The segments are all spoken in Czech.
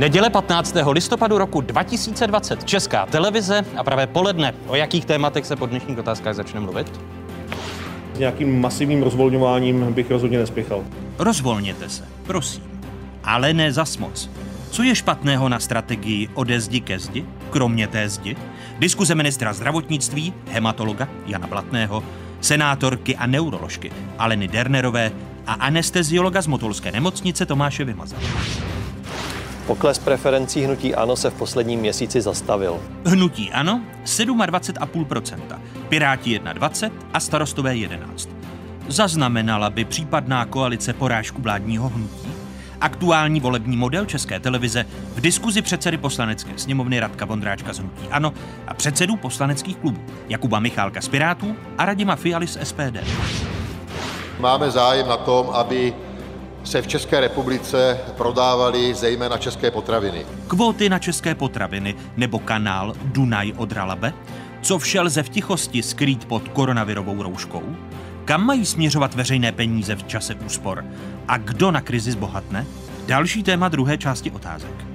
Neděle 15. listopadu roku 2020, Česká televize a pravé poledne. O jakých tématech se po dnešních otázkách začne mluvit? S nějakým masivním rozvolňováním bych rozhodně nespěchal. Rozvolněte se, prosím, ale ne zas moc. Co je špatného na strategii ode zdi ke zdi, kromě té zdi? Diskuze ministra zdravotnictví, hematologa Jana Blatného, senátorky a neuroložky Aleny Dernerové a anesteziologa z Motolské nemocnice Tomáše Vymazala. Pokles preferencí hnutí ANO se v posledním měsíci zastavil. Hnutí ANO 27,5%, Piráti 21% a Starostové 11%. Zaznamenala by případná koalice porážku vládního hnutí? Aktuální volební model České televize v diskuzi předsedy Poslanecké sněmovny Radka Vondráčka z hnutí ANO a předsedů poslaneckých klubů Jakuba Michálka z Pirátů a Radima Fialy z SPD. Máme zájem na tom, aby se v České republice prodávaly zejména české potraviny. Kvóty na české potraviny nebo kanál Dunaj Odra-Labe? Co vše lze v tichosti skrýt pod koronavirovou rouškou? Kam mají směřovat veřejné peníze v čase úspor? A kdo na krizi zbohatne? Další téma druhé části otázek.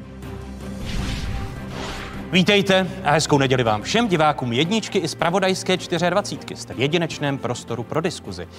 Vítejte a hezkou neděli vám všem divákům jedničky i zpravodajské 24. Jste v jedinečném prostoru pro diskuzi.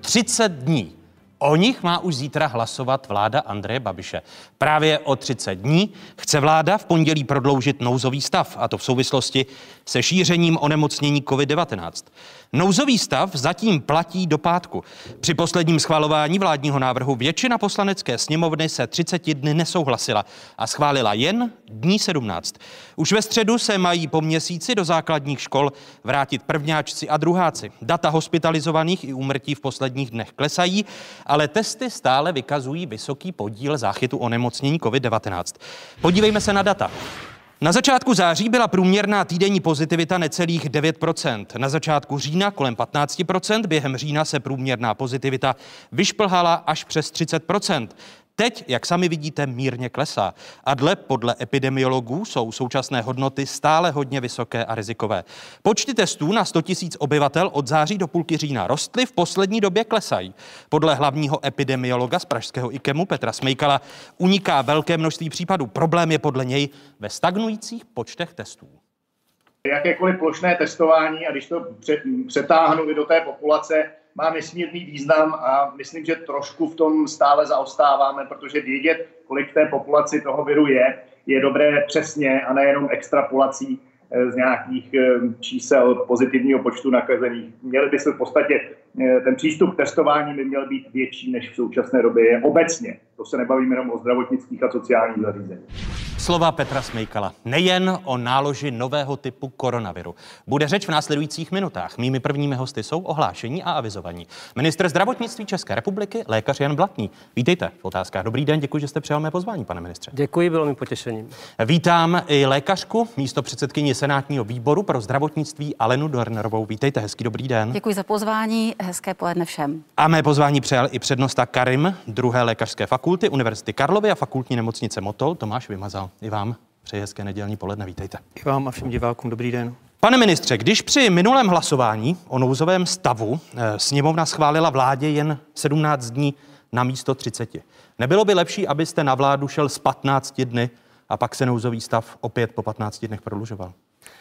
30 dní. O nich má už zítra hlasovat vláda Andreje Babiše. Právě o 30 dní chce vláda v pondělí prodloužit nouzový stav, a to v souvislosti se šířením onemocnění COVID-19. Nouzový stav zatím platí do pátku. Při posledním schvalování vládního návrhu většina poslanecké sněmovny se 30 dny nesouhlasila a schválila jen dní 17. Už ve středu se mají po měsíci do základních škol vrátit prvňáčci a druháci. Data hospitalizovaných i úmrtí v posledních dnech klesají, ale testy stále vykazují vysoký podíl záchytu onemocnění COVID-19. Podívejme se na data. Na začátku září byla průměrná týdenní pozitivita necelých 9%. Na začátku října kolem 15%, během října se průměrná pozitivita vyšplhala až přes 30%. Teď, jak sami vidíte, mírně klesá. A podle epidemiologů jsou současné hodnoty stále hodně vysoké a rizikové. Počty testů na 100 000 obyvatel od září do půlky října rostly, v poslední době klesají. Podle hlavního epidemiologa z pražského IKEMu Petra Smejkala uniká velké množství případů. Problém je podle něj ve stagnujících počtech testů. Jakékoliv plošné testování, a když to přetáhnu i do té populace, má nesmírný význam a myslím, že trošku v tom stále zaostáváme, protože vědět, kolik v té populaci toho viru je dobré přesně a nejenom extrapolací z nějakých čísel pozitivního počtu nakažených. Měli by se v podstatě, ten přístup k testování by měl být větší, než v současné době je obecně. To se nebavíme jenom o zdravotnických a sociálních zařízeních. Slova Petra Smejkala. Nejen o náloži nového typu koronaviru. Bude řeč v následujících minutách. Mými prvními hosty jsou ohlášení a avizovaní. Ministr zdravotnictví České republiky, lékař Jan Blatný. Vítejte v otázkách. Dobrý den, děkuji, že jste přijal mé pozvání, pane ministře. Děkuji, bylo mi potěšením. Vítám i lékařku, místopředsedkyni Senátního výboru pro zdravotnictví Alenu Dernerovou. Vítejte, hezký dobrý den. Děkuji za pozvání, hezké poledne všem. A mé pozvání přijal i přednosta Karim, druhé lékařské fakulty Univerzity Karlovy a fakultní nemocnice Motol Tomáš Vymazal. I vám přeji hezké nedělní poledne, vítejte. I vám a všem divákům dobrý den. Pane ministře, když při minulém hlasování o nouzovém stavu sněmovna schválila vládě jen 17 dní na místo 30, nebylo by lepší, abyste na vládu šel s 15 dny a pak se nouzový stav opět po 15 dnech prodlužoval?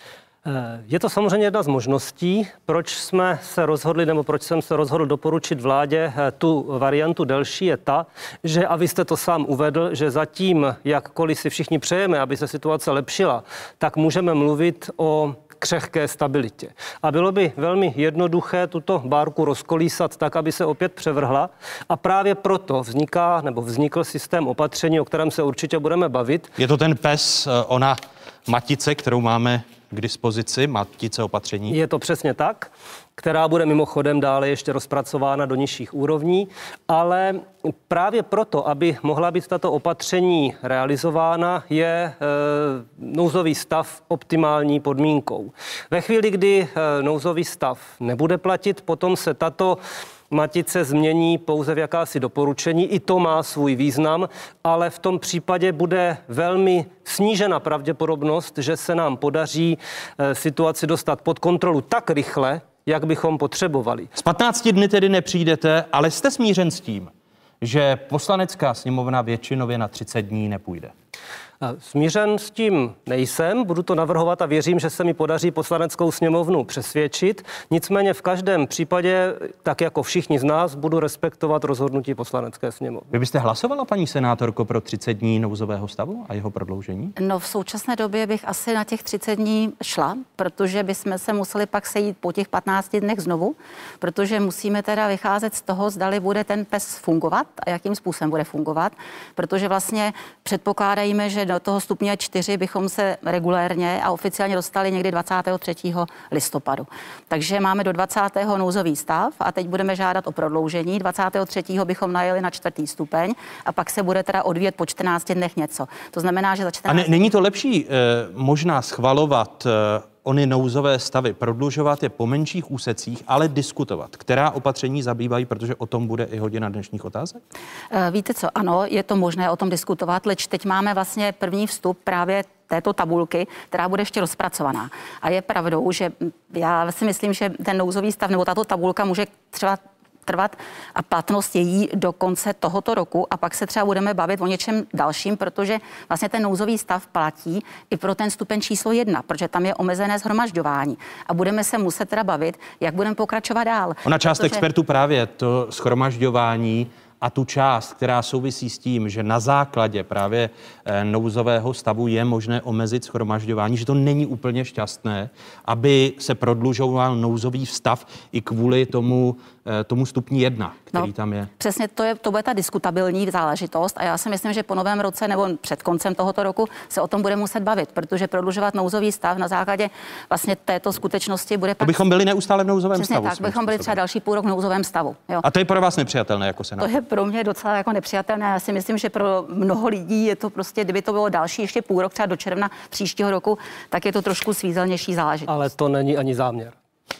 Je to samozřejmě jedna z možností, proč jsme se rozhodli, nebo proč jsem se rozhodl doporučit vládě tu variantu delší, je ta, že, a vy jste to sám uvedl, že zatím, jakkoliv si všichni přejeme, aby se situace lepšila, tak můžeme mluvit o křehké stabilitě. A bylo by velmi jednoduché tuto bárku rozkolísat tak, aby se opět převrhla. A právě proto vznikl systém opatření, o kterém se určitě budeme bavit. Je to ten PES, ona matice, kterou máme k dispozici, matice opatření? Je to přesně tak, která bude mimochodem dále ještě rozpracována do nižších úrovní, ale právě proto, aby mohla být tato opatření realizována, je nouzový stav optimální podmínkou. Ve chvíli, kdy nouzový stav nebude platit, potom se tato matice změní pouze v jakási doporučení. I to má svůj význam, ale v tom případě bude velmi snížena pravděpodobnost, že se nám podaří situaci dostat pod kontrolu tak rychle, jak bychom potřebovali. Z 15 dny tedy nepřijdete, ale jste smířen s tím, že Poslanecká sněmovna většinově na 30 dní nepůjde? Smířen s tím nejsem, budu to navrhovat a věřím, že se mi podaří Poslaneckou sněmovnu přesvědčit. Nicméně v každém případě, tak jako všichni z nás, budu respektovat rozhodnutí Poslanecké sněmovny. Vy byste hlasovala, paní senátorko, pro 30 dní nouzového stavu a jeho prodloužení? No v současné době bych asi na těch 30 dní šla, protože bychom se museli pak sejít po těch 15 dnech znovu, protože musíme teda vycházet z toho, zdali bude ten PES fungovat a jakým způsobem bude fungovat, protože vlastně předpokládáme, že do toho stupně 4 bychom se regulérně a oficiálně dostali někdy 23. listopadu. Takže máme do 20. nouzový stav a teď budeme žádat o prodloužení. 23. bychom najeli na 4. stupeň a pak se bude teda odvíjet po 14 dnech něco. To znamená, že za 14 A není to lepší možná schvalovat ony nouzové stavy, prodlužovat je po menších úsecích, ale diskutovat, která opatření zabývají, protože o tom bude i hodina dnešních otázek? Víte co, ano, je to možné o tom diskutovat, leč teď máme vlastně první vstup právě této tabulky, která bude ještě rozpracovaná. A je pravdou, že já si myslím, že ten nouzový stav nebo tato tabulka může třeba trvat a platnost její do konce tohoto roku a pak se třeba budeme bavit o něčem dalším, protože vlastně ten nouzový stav platí i pro ten stupeň číslo 1, protože tam je omezené shromažďování a budeme se muset teda bavit, jak budeme pokračovat dál. Ona část expertů právě to shromažďování a tu část, která souvisí s tím, že na základě právě nouzového stavu je možné omezit shromažďování, že to není úplně šťastné, aby se prodlužoval nouzový stav i kvůli tomu stupni 1, který tam je. Přesně, to bude ta diskutabilní záležitost a já si myslím, že po novém roce nebo před koncem tohoto roku se o tom bude muset bavit, protože prodlužovat nouzový stav na základě vlastně této skutečnosti bude pak... To bychom byli neustále v nouzovém stavu. Přesně tak, bychom byli třeba další půl rok v nouzovém stavu. Jo. A to je pro vás nepřijatelné jako senátor? To je pro mě docela jako nepřijatelné. Já si myslím, že pro mnoho lidí je to prostě, kdyby to bylo další ještě půl rok, třeba do června příštího roku, tak je to trošku svízelnější záležitost. Ale to není ani záměr.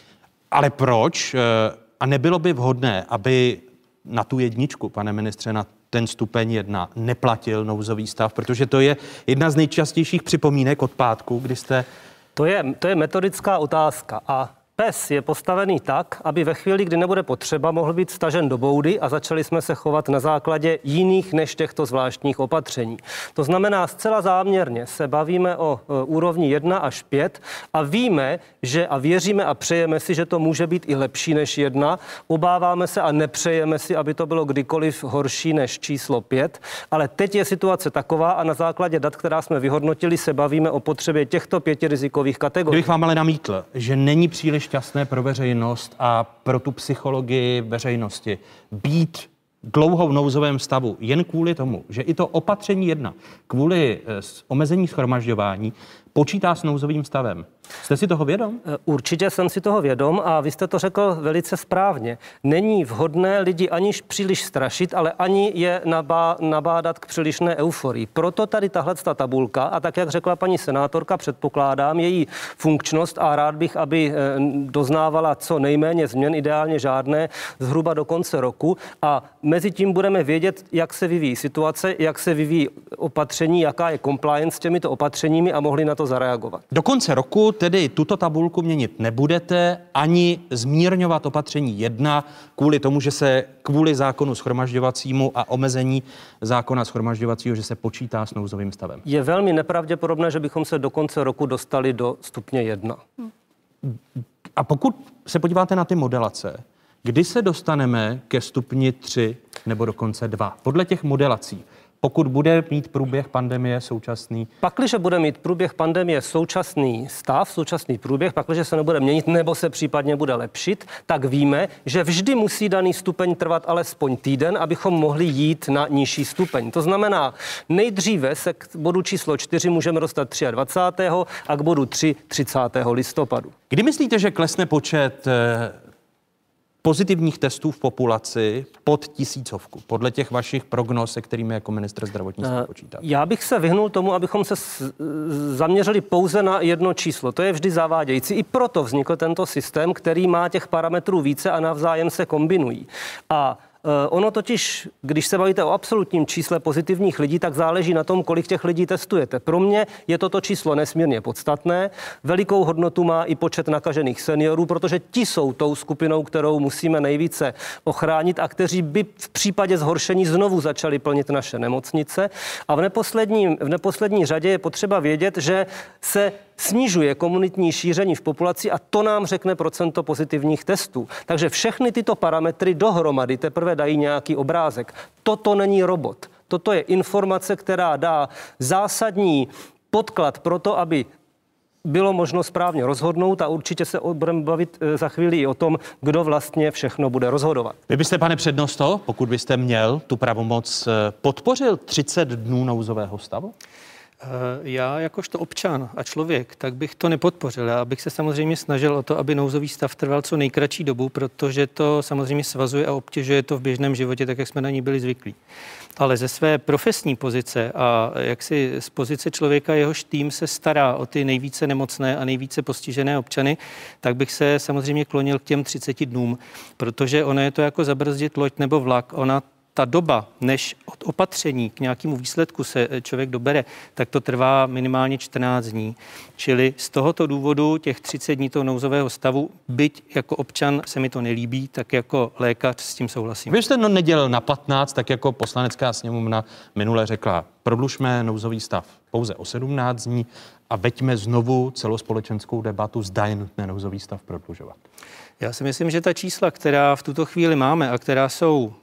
Ale proč? A nebylo by vhodné, aby na tu jedničku, pane ministře, na ten stupeň 1 neplatil nouzový stav, protože to je jedna z nejčastějších připomínek od pátku, kdy jste... To je metodická otázka a PES je postavený tak, aby ve chvíli, kdy nebude potřeba, mohl být stažen do boudy a začali jsme se chovat na základě jiných než těchto zvláštních opatření. To znamená, zcela záměrně se bavíme o úrovni 1 až 5 a víme, že a věříme a přejeme si, že to může být i lepší než 1. Obáváme se a nepřejeme si, aby to bylo kdykoliv horší než číslo 5, ale teď je situace taková a na základě dat, která jsme vyhodnotili, se bavíme o potřebě těchto 5 rizikových kategorií. Kdybych vám ale namítl, že není příliš šťastné pro veřejnost a pro tu psychologii veřejnosti být dlouho v nouzovém stavu jen kvůli tomu, že i to opatření 1 kvůli omezení shromažďování počítá s nouzovým stavem. Jste si toho vědom? Určitě jsem si toho vědom a vy jste to řekl velice správně. Není vhodné lidi ani příliš strašit, ale ani je nabádat k přílišné euforii. Proto tady tahleta tabulka a tak, jak řekla paní senátorka, předpokládám její funkčnost a rád bych, aby doznávala co nejméně změn, ideálně žádné, zhruba do konce roku a mezi tím budeme vědět, jak se vyvíjí situace, jak se vyvíjí opatření, jaká je compliance s těmito opatřeními a mohli na to zareagovat. Do konce roku tedy tuto tabulku měnit nebudete ani zmírňovat opatření 1 kvůli tomu, že se kvůli zákonu shromažďovacímu a omezení zákona shromažďovacího, že se počítá s nouzovým stavem. Je velmi nepravděpodobné, že bychom se do konce roku dostali do stupně 1. A pokud se podíváte na ty modelace, kdy se dostaneme ke stupni 3 nebo dokonce 2? Podle těch modelací. Pokud bude mít průběh pandemie současný? Pakliže bude mít průběh pandemie současný stav, současný průběh, pakliže se nebude měnit nebo se případně bude lepšit, tak víme, že vždy musí daný stupeň trvat alespoň týden, abychom mohli jít na nižší stupeň. To znamená, nejdříve se k bodu číslo 4 můžeme dostat 23. a k bodu 3 30. listopadu. Kdy myslíte, že klesne počet pozitivních testů v populaci pod 1000, podle těch vašich prognóz, se kterými jako ministr zdravotnictví počítáte? Já bych se vyhnul tomu, abychom se zaměřili pouze na jedno číslo. To je vždy zavádějící. I proto vznikl tento systém, který má těch parametrů více a navzájem se kombinují. A Ono totiž, když se bavíte o absolutním čísle pozitivních lidí, tak záleží na tom, kolik těch lidí testujete. Pro mě je toto číslo nesmírně podstatné. Velikou hodnotu má i počet nakažených seniorů, protože ti jsou tou skupinou, kterou musíme nejvíce ochránit a kteří by v případě zhoršení znovu začali plnit naše nemocnice. A v neposlední řadě je potřeba vědět, že se snižuje komunitní šíření v populaci a to nám řekne procento pozitivních testů. Takže všechny tyto parametry dohromady teprve dají nějaký obrázek. Toto není robot. Toto je informace, která dá zásadní podklad pro to, aby bylo možno správně rozhodnout a určitě se budeme bavit za chvíli i o tom, kdo vlastně všechno bude rozhodovat. Vy byste, pane přednosto, pokud byste měl tu pravomoc, podpořil 30 dnů nouzového stavu? Já jakožto občan a člověk, tak bych to nepodpořil. Já bych se samozřejmě snažil o to, aby nouzový stav trval co nejkratší dobu, protože to samozřejmě svazuje a obtěžuje to v běžném životě, tak jak jsme na ní byli zvyklí. Ale ze své profesní pozice a jaksi z pozice člověka, jehož tým se stará o ty nejvíce nemocné a nejvíce postižené občany, tak bych se samozřejmě klonil k těm 30 dnům, protože ono je to jako zabrzdit loď nebo vlak. Ta doba, než od opatření k nějakému výsledku se člověk dobere, tak to trvá minimálně 14 dní. Čili z tohoto důvodu těch 30 dní toho nouzového stavu, byť jako občan se mi to nelíbí, tak jako lékař s tím souhlasím. Vy jste nedělal na 15, tak jako Poslanecká sněmovna minule řekla, prodlužme nouzový stav pouze o 17 dní a veďme znovu celospolečenskou debatu, zda je nutné nouzový stav prodlužovat. Já si myslím, že ta čísla, která v tuto chvíli máme a která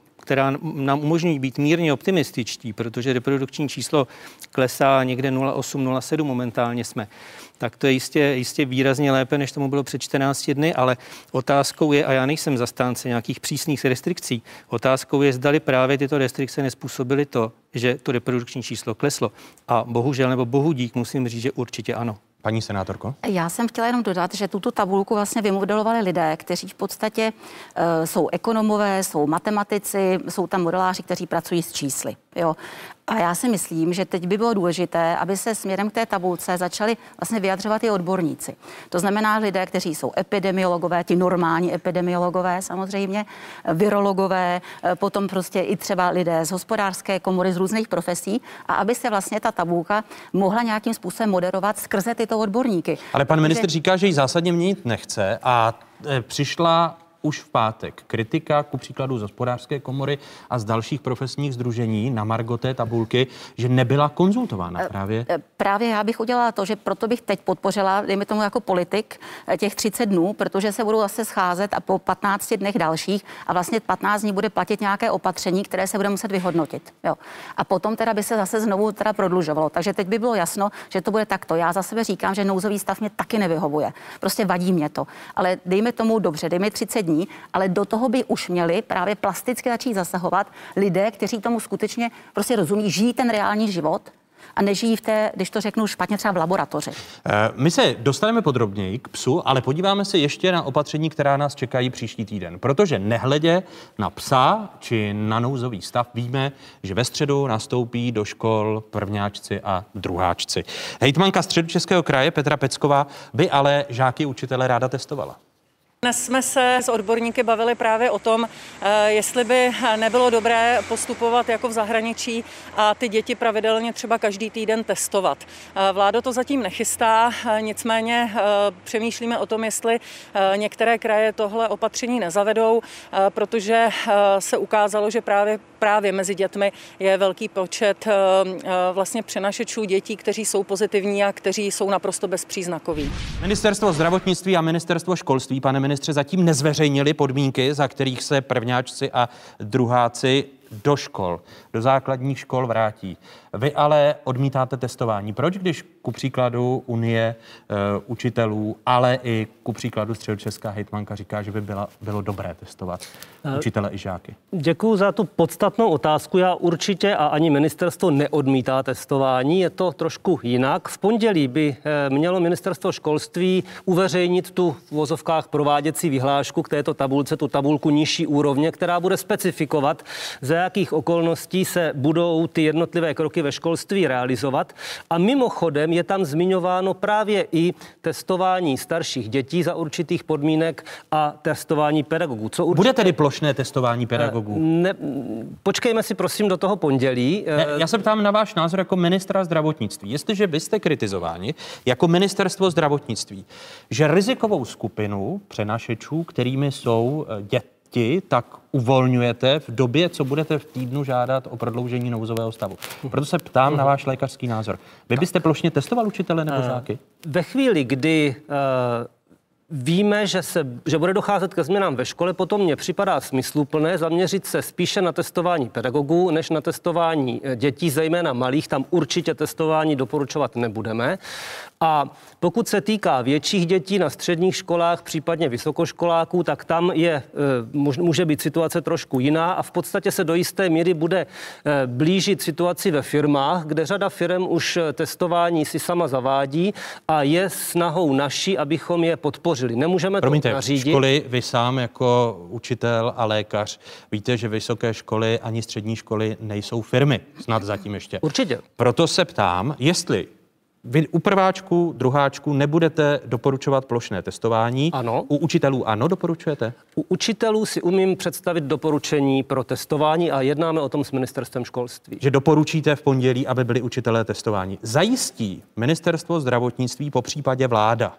nám umožňují být mírně optimističtí, protože reprodukční číslo klesá někde 0,8, 0,7 momentálně jsme, tak to je jistě výrazně lépe, než tomu bylo před 14 dny, ale otázkou je, a já nejsem zastánce nějakých přísných restrikcí, otázkou je, zdali právě tyto restrikce nezpůsobily to, že to reprodukční číslo kleslo. A bohužel nebo bohu dík musím říct, že určitě ano. Paní senátorko? Já jsem chtěla jenom dodat, že tuto tabulku vlastně vymodelovali lidé, kteří v podstatě jsou ekonomové, jsou matematici, jsou tam modeláři, kteří pracují s čísly. Jo. A já si myslím, že teď by bylo důležité, aby se směrem k té tabulce začali vlastně vyjadřovat i odborníci. To znamená lidé, kteří jsou epidemiologové, ti normální epidemiologové samozřejmě, virologové, potom prostě i třeba lidé z hospodářské komory, z různých profesí, a aby se vlastně ta tabulka mohla nějakým způsobem moderovat skrze tyto odborníky. Ale pan ministr říká, že ji zásadně měnit nechce a přišla už v pátek kritika, ku příkladu z hospodářské komory a z dalších profesních sdružení na margo té tabulky, že nebyla konzultována právě. Právě já bych udělala to, že proto bych teď podpořila, dejme tomu jako politik, těch 30 dnů, protože se budou zase scházet a po 15 dnech dalších a vlastně 15 dní bude platit nějaké opatření, které se bude muset vyhodnotit. Jo. A potom teda by se zase znovu teda prodlužovalo. Takže teď by bylo jasno, že to bude takto. Já za sebe říkám, že nouzový stav mě taky nevyhovuje. Prostě vadí mě to. Ale dejme tomu dobře, dejme 30 dní, ale do toho by už měli právě plasticky začít zasahovat lidé, kteří tomu skutečně prostě rozumí, žijí ten reální život a nežijí v té, když to řeknu špatně, třeba v laboratoři. My se dostaneme podrobněji k psu, ale podíváme se ještě na opatření, která nás čekají příští týden. Protože nehledě na psa či na nouzový stav víme, že ve středu nastoupí do škol prvňáčci a druháčci. Hejtmanka Středočeského kraje Petra Pecková by ale žáky učitele ráda testovala. Dnes jsme se s odborníky bavili právě o tom, jestli by nebylo dobré postupovat jako v zahraničí a ty děti pravidelně třeba každý týden testovat. Vláda to zatím nechystá, nicméně přemýšlíme o tom, jestli některé kraje tohle opatření nezavedou, protože se ukázalo, že právě mezi dětmi je velký počet vlastně přenašečů dětí, kteří jsou pozitivní a kteří jsou naprosto bezpříznakoví. Ministerstvo zdravotnictví a ministerstvo školství, pane ministře, zatím nezveřejnili podmínky, za kterých se prvňáčci a druháci do škol, do základních škol vrátí. Vy ale odmítáte testování. Proč, když ku příkladu Unie učitelů, ale i ku příkladu Středočeská hejtmanka říká, že by bylo dobré testovat učitele i žáky? Děkuji za tu podstatnou otázku. Já určitě a ani ministerstvo neodmítá testování. Je to trošku jinak. V pondělí by mělo ministerstvo školství uveřejnit tu v uvozovkách prováděcí vyhlášku k této tabulce, tu tabulku nižší úrovně, která bude specifikovat, ze za jakých okolností se budou ty jednotlivé kroky ve školství realizovat. A mimochodem je tam zmiňováno právě i testování starších dětí za určitých podmínek a testování pedagogů. Bude tedy plošné testování pedagogů? Počkejme si prosím do toho pondělí. Já se ptám na váš názor jako ministra zdravotnictví. Jestliže vy jste kritizováni jako ministerstvo zdravotnictví, že rizikovou skupinu přenašečů, kterými jsou děti, tak uvolňujete v době, co budete v týdnu žádat o prodloužení nouzového stavu. Proto se ptám na váš lékařský názor. Vy byste plošně testoval učitele nebo žáky? Ve chvíli, kdy víme, že bude docházet ke změnám ve škole, potom mně připadá smysluplné zaměřit se spíše na testování pedagogů, než na testování dětí, zejména malých. Tam určitě testování doporučovat nebudeme. A pokud se týká větších dětí na středních školách, případně vysokoškoláků, tak tam může být situace trošku jiná a v podstatě se do jisté míry bude blížit situaci ve firmách, kde řada firm už testování si sama zavádí a je snahou naší, abychom je podpořili. Nemůžeme to nařídit. Školy, vy sám jako učitel a lékař víte, že vysoké školy ani střední školy nejsou firmy, snad zatím ještě. Určitě. Proto se ptám, jestli vy u prváčků, druháčků nebudete doporučovat plošné testování. Ano. U učitelů ano, doporučujete? U učitelů si umím představit doporučení pro testování a jednáme o tom s ministerstvem školství. Že doporučíte v pondělí, aby byli učitelé testováni. Zajistí ministerstvo zdravotnictví, popřípadě vláda,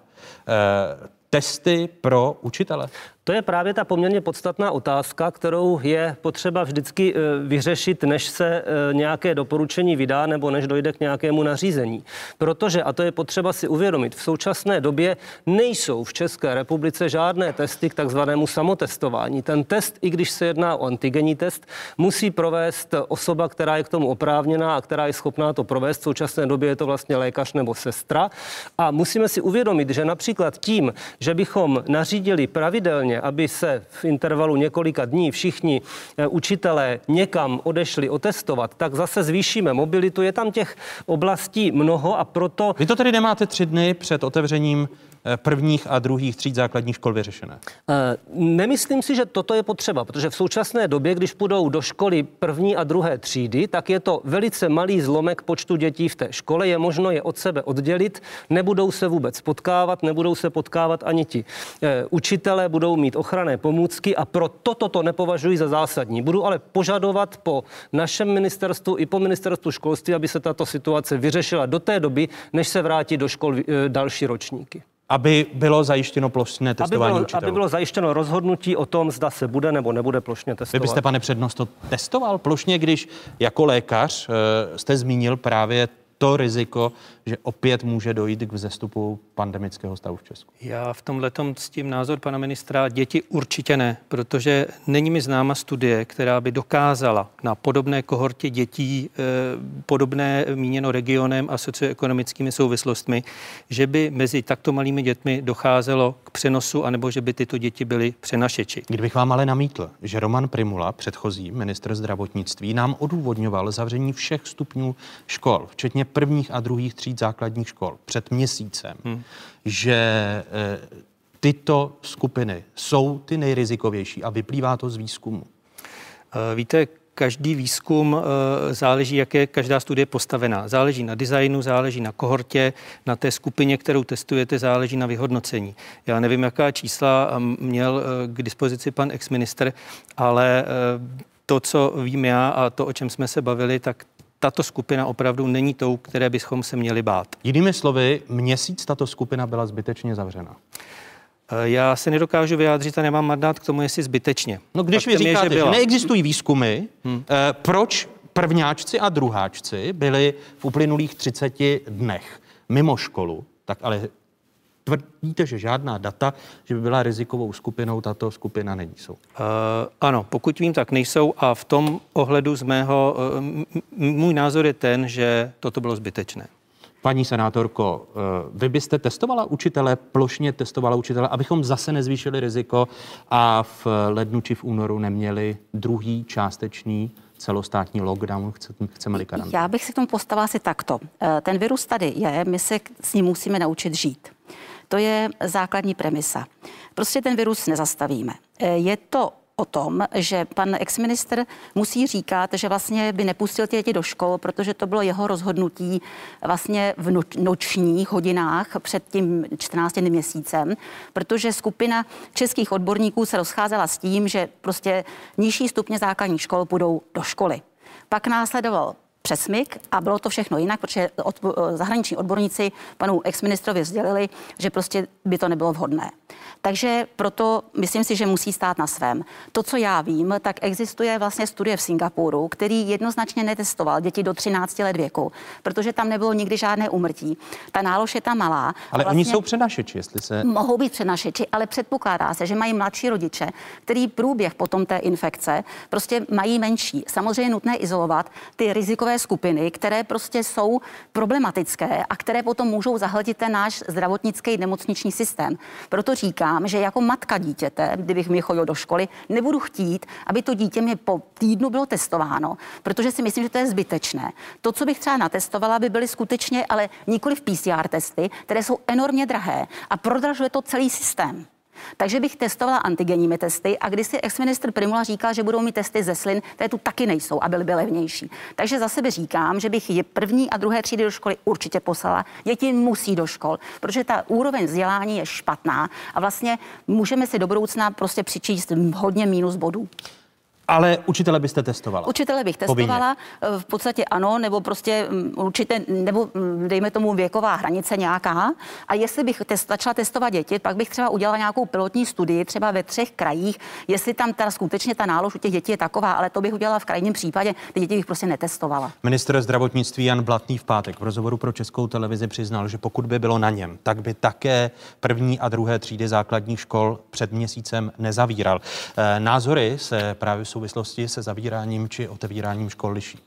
testy pro učitele? To je právě ta poměrně podstatná otázka, kterou je potřeba vždycky vyřešit, než se nějaké doporučení vydá nebo než dojde k nějakému nařízení. Protože, a to je potřeba si uvědomit, v současné době nejsou v České republice žádné testy k takzvanému samotestování. Ten test, i když se jedná o antigenní test, musí provést osoba, která je k tomu oprávněná a která je schopná to provést. V současné době je to vlastně lékař nebo sestra. A musíme si uvědomit, že například tím, že bychom nařídili pravidelně, aby se v intervalu několika dní všichni učitelé někam odešli otestovat, tak zase zvýšíme mobilitu. Je tam těch oblastí mnoho a proto... Vy to tedy nemáte 3 dny před otevřením prvních a druhých tříd základních škol vyřešené? Nemyslím si, že toto je potřeba, protože v současné době, když půjdou do školy první a druhé třídy, tak je to velice malý zlomek počtu dětí v té škole, je možno je od sebe oddělit, nebudou se vůbec potkávat, nebudou se potkávat ani ti učitelé, budou mít ochranné pomůcky a pro toto nepovažuji za zásadní. Budu ale požadovat po našem ministerstvu i po ministerstvu školství, aby se tato situace vyřešila do té doby, než se vrátí do škol další ročníky. Aby bylo zajištěno plošné testování učitelů. Aby bylo zajištěno rozhodnutí o tom, zda se bude nebo nebude plošně testovat. Vy byste, pane přednosto, testoval plošně, když jako lékař jste zmínil právě to riziko, že opět může dojít k vzestupu pandemického stavu v Česku? Já v tomhletom s tím názor pana ministra, děti určitě ne, protože není mi známa studie, která by dokázala na podobné kohortě dětí, podobné míněno regionem a socioekonomickými souvislostmi, že by mezi takto malými dětmi docházelo k přenosu, anebo že by tyto děti byly přenašeči. Kdybych vám ale namítl, že Roman Prymula, předchozí ministr zdravotnictví, nám odůvodňoval zavření všech stupňů škol, včetně prvních a druhých tříd základních škol před měsícem, že tyto skupiny jsou ty nejrizikovější a vyplývá to z výzkumu. Víte, každý výzkum záleží, jak je každá studie postavená. Záleží na designu, záleží na kohortě, na té skupině, kterou testujete, záleží na vyhodnocení. Já nevím, jaká čísla měl k dispozici pan exministr, ale to, co vím já a to, o čem jsme se bavili, tak tato skupina opravdu není tou, které bychom se měli bát. Jinými slovy, měsíc tato skupina byla zbytečně zavřena. Já se nedokážu vyjádřit a nemám mandát k tomu, jestli zbytečně. No když vy říkáte, že neexistují výzkumy, proč prvňáčci a druháčci byli v uplynulých 30 dnech mimo školu, tak ale tvrdíte, že žádná data, že by byla rizikovou skupinou, tato skupina nejsou. Ano, pokud vím, tak nejsou a v tom ohledu můj názor je ten, že toto bylo zbytečné. Paní senátorko, vy byste testovala učitele, plošně testovala učitele, abychom zase nezvýšili riziko a v lednu či v únoru neměli druhý částečný celostátní lockdown, chceme-li karanténu? Já bych si k tomu postavila asi takto. Ten virus tady je, my se s ním musíme naučit žít. To je základní premisa. Prostě ten virus nezastavíme. Je to o tom, že pan exministr musí říkat, že vlastně by nepustil ty děti do škol, protože to bylo jeho rozhodnutí vlastně v nočních hodinách před tím 14 měsícem, protože skupina českých odborníků se rozcházela s tím, že prostě nižší stupně základních škol půjdou do školy. Pak následoval přesmyk a bylo to všechno jinak, protože zahraniční odborníci panu exministrovi sdělili, že prostě by to nebylo vhodné. Takže proto myslím si, že musí stát na svém. To, co já vím, tak existuje vlastně studie v Singapuru, který jednoznačně netestoval děti do 13 let věku, protože tam nebylo nikdy žádné úmrtí. Ta nálož je tam malá. Ale vlastně oni jsou přenašeči, jestli se... Mohou být přenašeči, ale předpokládá se, že mají mladší rodiče, který průběh potom té infekce prostě mají menší. Samozřejmě je nutné izolovat ty rizikové skupiny, které prostě jsou problematické a které potom můžou zahltit ten náš zdravotnický nemocniční systém. Proto říkám, že jako matka dítěte, kdybych mi chodil do školy, nebudu chtít, aby to dítě mě po týdnu bylo testováno, protože si myslím, že to je zbytečné. To, co bych třeba natestovala, by byly skutečně, ale nikoliv PCR testy, které jsou enormně drahé a prodražuje to celý systém. Takže bych testovala antigenními testy a když si exministr Prymula říkal, že budou mít testy ze slin, které tu taky nejsou a byly by levnější. Takže za sebe říkám, že bych je první a druhé třídy do školy určitě poslala. Děti musí do škol, protože ta úroveň vzdělání je špatná a vlastně můžeme si do budoucna prostě přičíst hodně minus bodů. Ale učitele byste testovala? Učitele bych testovala, v podstatě ano, nebo prostě určitě, nebo dejme tomu věková hranice nějaká. A jestli bych začala testovat děti, pak bych třeba udělala nějakou pilotní studii, třeba ve 3 krajích, jestli tam teda skutečně ta nálož u těch dětí je taková, ale to bych udělala v krajním případě, ty děti bych prostě netestovala. Ministr zdravotnictví Jan Blatný v pátek v rozhovoru pro Českou televizi přiznal, že pokud by bylo na něm, tak by také 1. a 2. třídy základních škol před měsícem nezavíral. Názory se právě v souvislosti se zavíráním či otevíráním škol liší.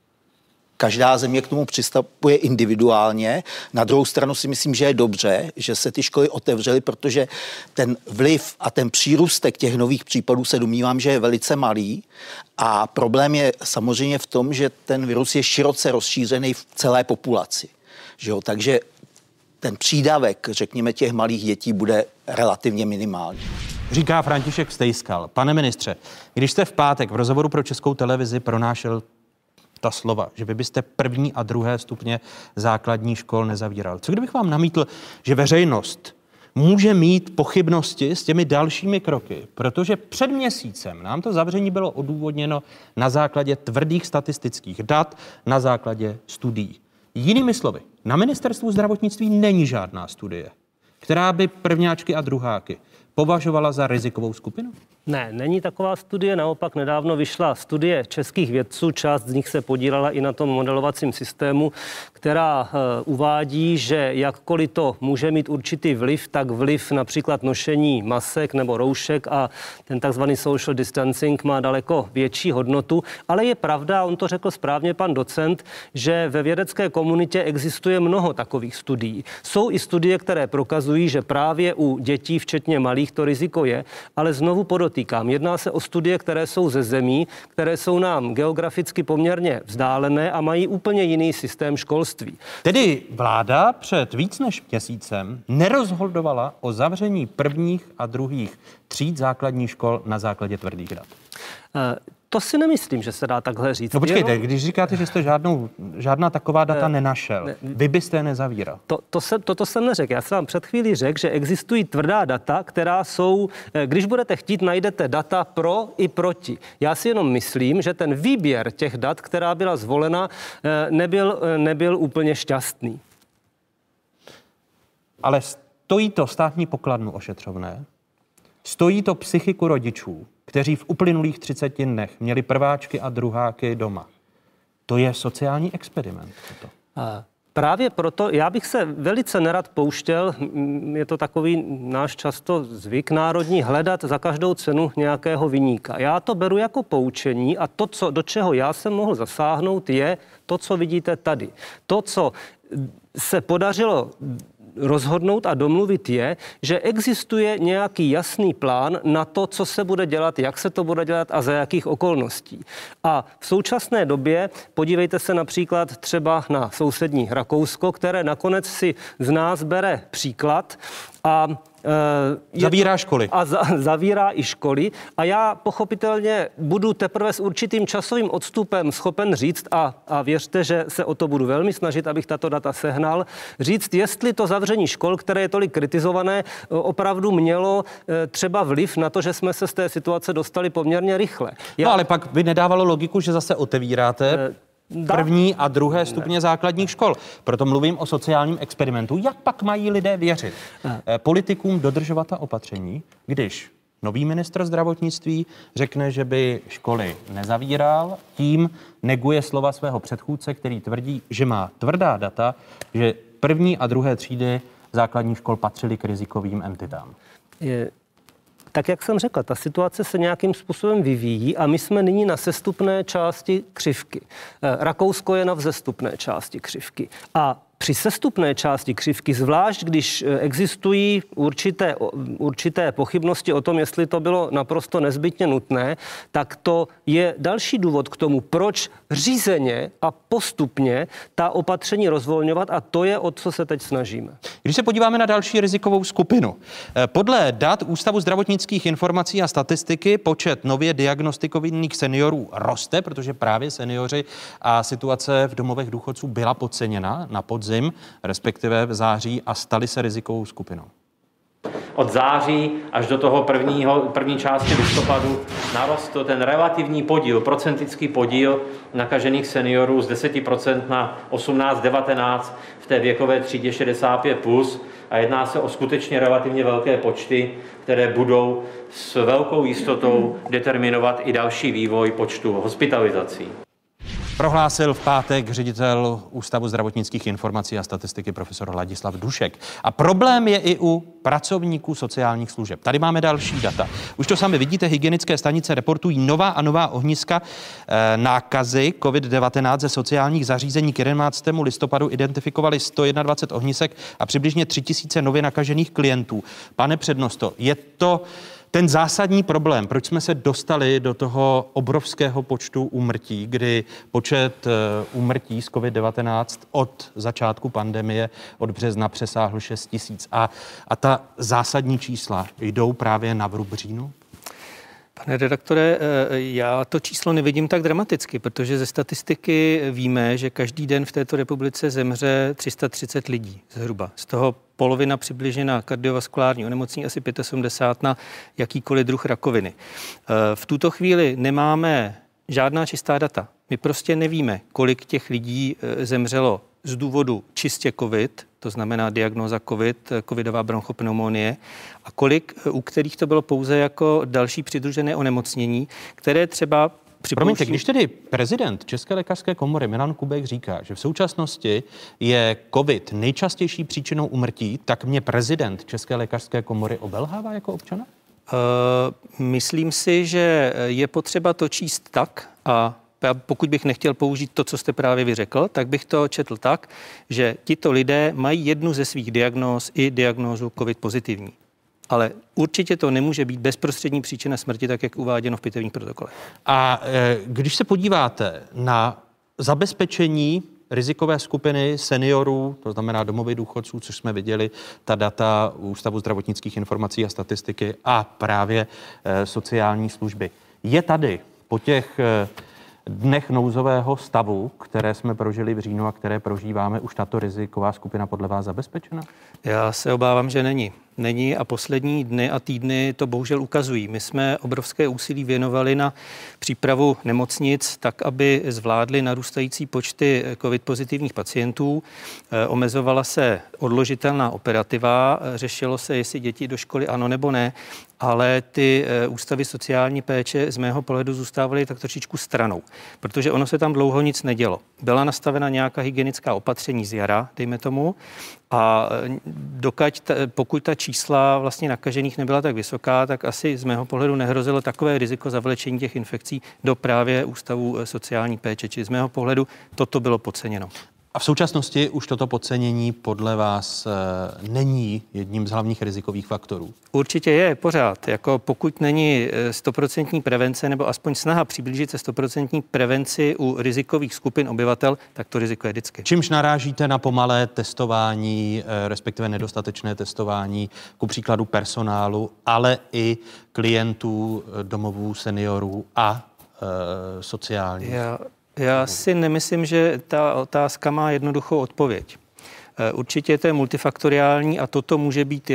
Každá země k tomu přistupuje individuálně. Na druhou stranu si myslím, že je dobře, že se ty školy otevřely, protože ten vliv a ten přírůstek těch nových případů se domnívám, že je velice malý. A problém je samozřejmě v tom, že ten virus je široce rozšířený v celé populaci. Že jo? Takže ten přídavek, řekněme, těch malých dětí bude relativně minimální. Říká František Stejskal. Pane ministře, když jste v pátek v rozhovoru pro Českou televizi pronášel ta slova, že vy byste 1. a 2. stupně základní škol nezavíral. Co kdybych vám namítl, že veřejnost může mít pochybnosti s těmi dalšími kroky, protože před měsícem nám to zavření bylo odůvodněno na základě tvrdých statistických dat, na základě studií. Jinými slovy, na ministerstvu zdravotnictví není žádná studie, která by prvňáčky a druháky považovala za rizikovou skupinu? Ne, není taková studie, naopak nedávno vyšla studie českých vědců, část z nich se podílela i na tom modelovacím systému, která uvádí, že jakkoliv to může mít určitý vliv, tak vliv například nošení masek nebo roušek a ten takzvaný social distancing má daleko větší hodnotu, ale je pravda, on to řekl správně pan docent, že ve vědecké komunitě existuje mnoho takových studií. Jsou i studie, které prokazují, že právě u dětí, včetně malých, to riziko je, ale znovu podotýkám, jedná se o studie, které jsou ze zemí, které jsou nám geograficky poměrně vzdálené a mají úplně jiný systém školství. Tedy vláda před víc než měsícem nerozhodovala o zavření 1. a 2. tříd základních škol na základě tvrdých dat. To si nemyslím, že se dá takhle říct. No počkejte, když říkáte, že jste žádná taková data nenašel, vy byste je nezavíral. Toto jsem neřekl. Já jsem vám před chvílí řekl, že existují tvrdá data, která jsou, když budete chtít, najdete data pro i proti. Já si jenom myslím, že ten výběr těch dat, která byla zvolena, nebyl úplně šťastný. Ale stojí to státní pokladnu ošetřovné, stojí to psychiku rodičů, kteří v uplynulých 30 dnech měli prváčky a druháky doma. To je sociální experiment. Právě proto já bych se velice nerad pouštěl, je to takový náš často zvyk národní, hledat za každou cenu nějakého viníka. Já to beru jako poučení a to, do čeho já jsem mohl zasáhnout, je to, co vidíte tady. To, co se podařilo rozhodnout a domluvit je, že existuje nějaký jasný plán na to, co se bude dělat, jak se to bude dělat a za jakých okolností. A v současné době podívejte se například třeba na sousední Rakousko, které nakonec si z nás bere příklad a zavírá školy. A zavírá i školy. A já pochopitelně budu teprve s určitým časovým odstupem schopen říct, a věřte, že se o to budu velmi snažit, abych tato data sehnal, říct, jestli to zavření škol, které je tolik kritizované, opravdu mělo třeba vliv na to, že jsme se z té situace dostali poměrně rychle. No ale pak by nedávalo logiku, že zase otevíráte první a druhé stupně základních škol. Proto mluvím o sociálním experimentu. Jak pak mají lidé věřit politikům dodržovat ta opatření, když nový ministr zdravotnictví řekne, že by školy nezavíral, tím neguje slova svého předchůdce, který tvrdí, že má tvrdá data, že první a druhé třídy základních škol patřily k rizikovým entitám. Tak, jak jsem řekl, ta situace se nějakým způsobem vyvíjí a my jsme nyní na sestupné části křivky. Rakousko je na vzestupné části křivky. A při sestupné části křivky, zvlášť když existují určité pochybnosti o tom, jestli to bylo naprosto nezbytně nutné, tak to je další důvod k tomu, proč řízeně a postupně ta opatření rozvolňovat, a to je, o co se teď snažíme. Když se podíváme na další rizikovou skupinu. Podle dat Ústavu zdravotnických informací a statistiky počet nově diagnostikovaných seniorů roste, protože právě seniori a situace v domovech důchodců byla podceněna na podzim, respektive v září, a stali se rizikovou skupinou. Od září až do toho první části listopadu narostl ten relativní podíl, procentický podíl nakažených seniorů z 10% na 18-19 v té věkové třídě 65+, a jedná se o skutečně relativně velké počty, které budou s velkou jistotou determinovat i další vývoj počtu hospitalizací. Prohlásil v pátek ředitel Ústavu zdravotnických informací a statistiky profesor Ladislav Dušek. A problém je i u pracovníků sociálních služeb. Tady máme další data. Už to sami vidíte, hygienické stanice reportují nová a nová ohniska nákazy COVID-19 ze sociálních zařízení. K 11. listopadu identifikovali 121 ohnisek a přibližně 3000 nově nakažených klientů. Pane přednosto, je to ten zásadní problém, proč jsme se dostali do toho obrovského počtu úmrtí, kdy počet úmrtí z COVID-19 od začátku pandemie, od března, přesáhl 6 000. A ta zásadní čísla jdou právě na vrub říjnu? Pane redaktore, já to číslo nevidím tak dramaticky, protože ze statistiky víme, že každý den v této republice zemře 330 lidí zhruba. Z toho polovina přibližně na kardiovaskulární onemocnění, asi 75 na jakýkoliv druh rakoviny. V tuto chvíli nemáme žádná čistá data. My prostě nevíme, kolik těch lidí zemřelo z důvodu čistě COVID, to znamená diagnóza COVID, covidová bronchopneumonie, a kolik, u kterých to bylo pouze jako další přidružené onemocnění, které třeba Promiňte, když tedy prezident České lékařské komory Milan Kubek říká, že v současnosti je COVID nejčastější příčinou úmrtí, tak mě prezident České lékařské komory obelhává jako občana? Myslím si, že je potřeba to číst tak, a pokud bych nechtěl použít to, co jste právě vyřekl, tak bych to četl tak, že tito lidé mají jednu ze svých diagnóz i diagnózu COVID pozitivní. Ale určitě to nemůže být bezprostřední příčina smrti, tak jak uváděno v pitevních protokolech. A když se podíváte na zabezpečení rizikové skupiny seniorů, to znamená domovy důchodců, což jsme viděli, ta data Ústavu zdravotnických informací a statistiky a právě sociální služby. Je tady po těch dnech nouzového stavu, které jsme prožili v říjnu a které prožíváme, už tato riziková skupina podle vás zabezpečena? Já se obávám, že není a poslední dny a týdny to bohužel ukazují. My jsme obrovské úsilí věnovali na přípravu nemocnic tak, aby zvládli narůstající počty COVID pozitivních pacientů. Omezovala se odložitelná operativa, řešilo se, jestli děti do školy ano nebo ne, ale ty ústavy sociální péče z mého pohledu zůstávaly tak trošičku stranou, protože ono se tam dlouho nic nedělo. Byla nastavena nějaká hygienická opatření z jara, dejme tomu, a pokud ta čísla vlastně nakažených nebyla tak vysoká, tak asi z mého pohledu nehrozilo takové riziko zavlečení těch infekcí do právě ústavu sociální péče. Či z mého pohledu toto bylo podceněno. A v současnosti už toto podcenění podle vás není jedním z hlavních rizikových faktorů? Určitě je pořád. Jako pokud není 100% prevence nebo aspoň snaha přiblížit se 100% prevenci u rizikových skupin obyvatel, tak to riziko je vždycky. Čímž narážíte na pomalé testování, respektive nedostatečné testování, ku příkladu personálu, ale i klientů domovů seniorů a sociálních? Já si nemyslím, že ta otázka má jednoduchou odpověď. Určitě to je multifaktoriální a toto může být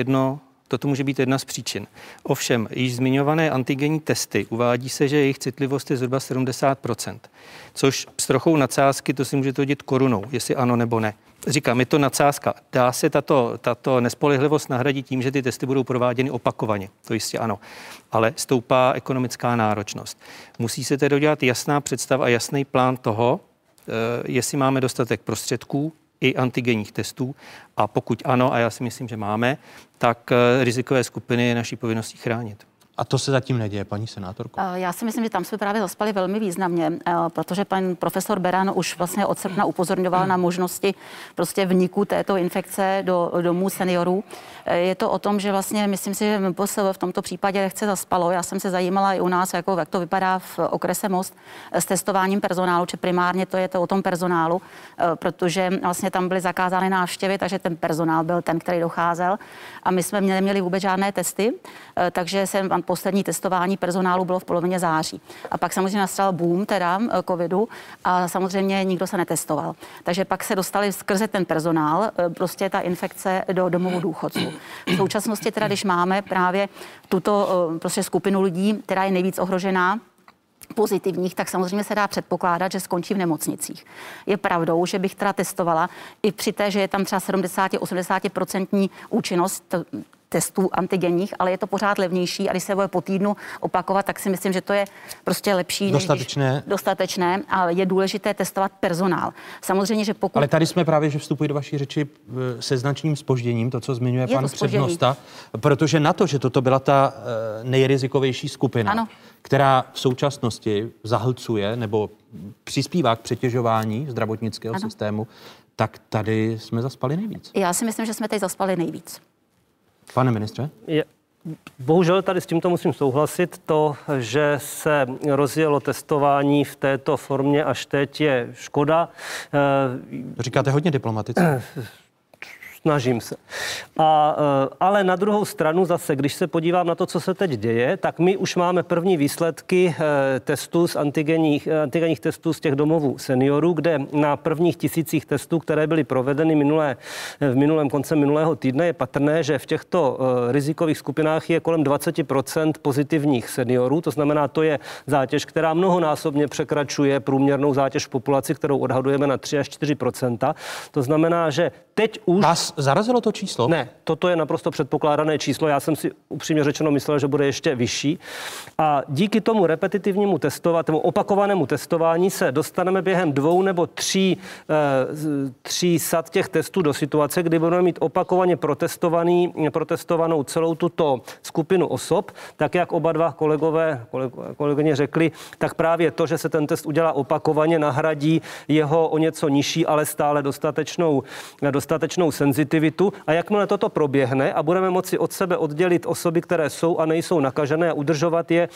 jedna z příčin. Ovšem, již zmiňované antigenní testy uvádí se, že jejich citlivost je zhruba 70%, což s trochou nadsázky to si můžete hodit korunou, jestli ano nebo ne. Říkám, je to nadsázka. Dá se tato nespolehlivost nahradit tím, že ty testy budou prováděny opakovaně. To jistě ano. Ale stoupá ekonomická náročnost. Musí se tedy udělat jasná představa a jasný plán toho, jestli máme dostatek prostředků i antigenních testů. A pokud ano, a já si myslím, že máme, tak rizikové skupiny je naší povinností chránit. A to se zatím neděje, paní senátorko? Já si myslím, že tam jsme právě zaspali velmi významně, protože pan profesor Beran už vlastně od srpna upozorňoval na možnosti prostě vniku této infekce do domů seniorů. Je to o tom, že vlastně myslím si, že MPSV v tomto případě lehce zaspalo. Já jsem se zajímala i u nás, jako jak to vypadá v okrese Most s testováním personálu, či primárně to je to o tom personálu, protože vlastně tam byly zakázány návštěvy, takže ten personál byl ten, který docházel a my jsme neměli vůbec žádné testy, takže poslední testování personálu bylo v polovině září. A pak samozřejmě nastal boom teda covidu a samozřejmě nikdo se netestoval. Takže pak se dostali skrze ten personál prostě ta infekce do domovů důchodců. V současnosti teda, když máme právě tuto prostě skupinu lidí, která je nejvíc ohrožená, pozitivních, tak samozřejmě se dá předpokládat, že skončí v nemocnicích. Je pravdou, že bych teda testovala i při té, že je tam třeba 70-80% účinnost testů antigenních, ale je to pořád levnější a když se bude po týdnu opakovat, tak si myslím, že to je prostě lepší. Dostatečné, ale je důležité testovat personál. Samozřejmě, že pokud... Ale tady jsme právě, že vstupují do vaší řeči se značným zpožděním, to, co zmiňuje pan přednosta, protože na to, že toto byla ta nejrizikovější skupina, ano, která v současnosti zahlcuje nebo přispívá k přetěžování zdravotnického systému, tak tady jsme zaspali nejvíc. Já si myslím, že jsme tady zaspali nejvíc. Pane ministře? Bohužel tady s tímto musím souhlasit. To, že se rozjelo testování v této formě až teď, je škoda. To říkáte hodně diplomaticky. Snažím se. Ale na druhou stranu zase, když se podívám na to, co se teď děje, tak my už máme první výsledky testů z antigenních testů z těch domovů seniorů, kde na prvních 1000 testů, které byly provedeny koncem minulého týdne, je patrné, že v těchto rizikových skupinách je kolem 20% pozitivních seniorů. To znamená, to je zátěž, která mnohonásobně překračuje průměrnou zátěž v populaci, kterou odhadujeme na 3 až 4%. To znamená, že teď už... Vás zarazilo to číslo? Ne, toto je naprosto předpokládané číslo. Já jsem si upřímně řečeno myslel, že bude ještě vyšší. A díky tomu repetitivnímu testování, opakovanému testování se dostaneme během 2 nebo 3 sad těch testů do situace, kdy budeme mít opakovaně protestovanou celou tuto skupinu osob, tak jak oba dva kolegyně řekli, tak právě to, že se ten test udělá opakovaně, nahradí jeho o něco nižší, ale stále dostatečnou senzitivitu a jakmile toto proběhne a budeme moci od sebe oddělit osoby, které jsou a nejsou nakažené a udržovat je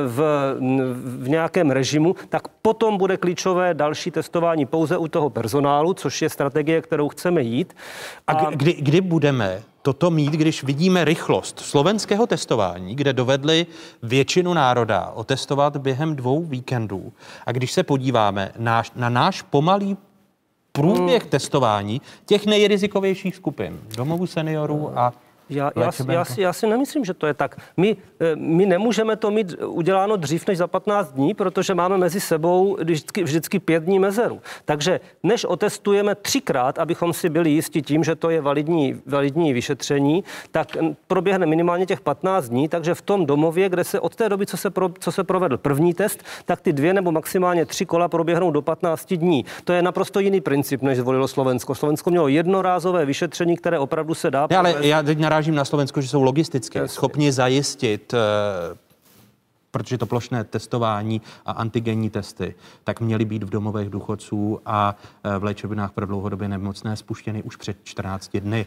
v nějakém režimu, tak potom bude klíčové další testování pouze u toho personálu, což je strategie, kterou chceme jít. A kdy budeme toto mít, když vidíme rychlost slovenského testování, kde dovedli většinu národa otestovat během 2 víkendů a když se podíváme na náš pomalý průběh testování těch nejrizikovějších skupin, domovů seniorů a Já si nemyslím, že to je tak. My nemůžeme to mít uděláno dřív než za 15 dní, protože máme mezi sebou vždycky 5 dní mezeru. Takže než otestujeme 3krát, abychom si byli jisti tím, že to je validní vyšetření, tak proběhne minimálně těch 15 dní, takže v tom domově, kde se od té doby, co se provedl první test, tak ty 2 nebo maximálně 3 kola proběhnou do 15 dní. To je naprosto jiný princip, než zvolilo Slovensko. Slovensko mělo jednorázové vyšetření, které opravdu se dá. Ale já teď narážím na Slovensko, že jsou logisticky schopni zajistit protože to plošné testování a antigenní testy, tak měly být v domovech důchodců a v léčebnách pro dlouhodobě nemocné spuštěny už před 14 dny.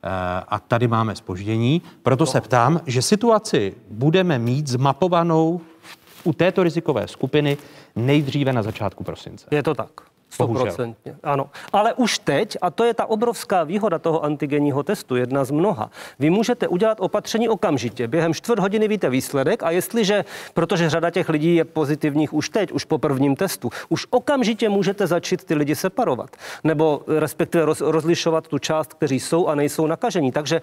A tady máme zpoždění, proto se ptám, že situaci budeme mít zmapovanou u této rizikové skupiny nejdříve na začátku prosince. Je to tak. 100%. Ano. Ale už teď, a to je ta obrovská výhoda toho antigenního testu, jedna z mnoha, vy můžete udělat opatření okamžitě. Během 4 hodiny víte výsledek a jestliže, protože řada těch lidí je pozitivních už teď, už po prvním testu, už okamžitě můžete začít ty lidi separovat. Nebo respektive rozlišovat tu část, kteří jsou a nejsou nakažení. Takže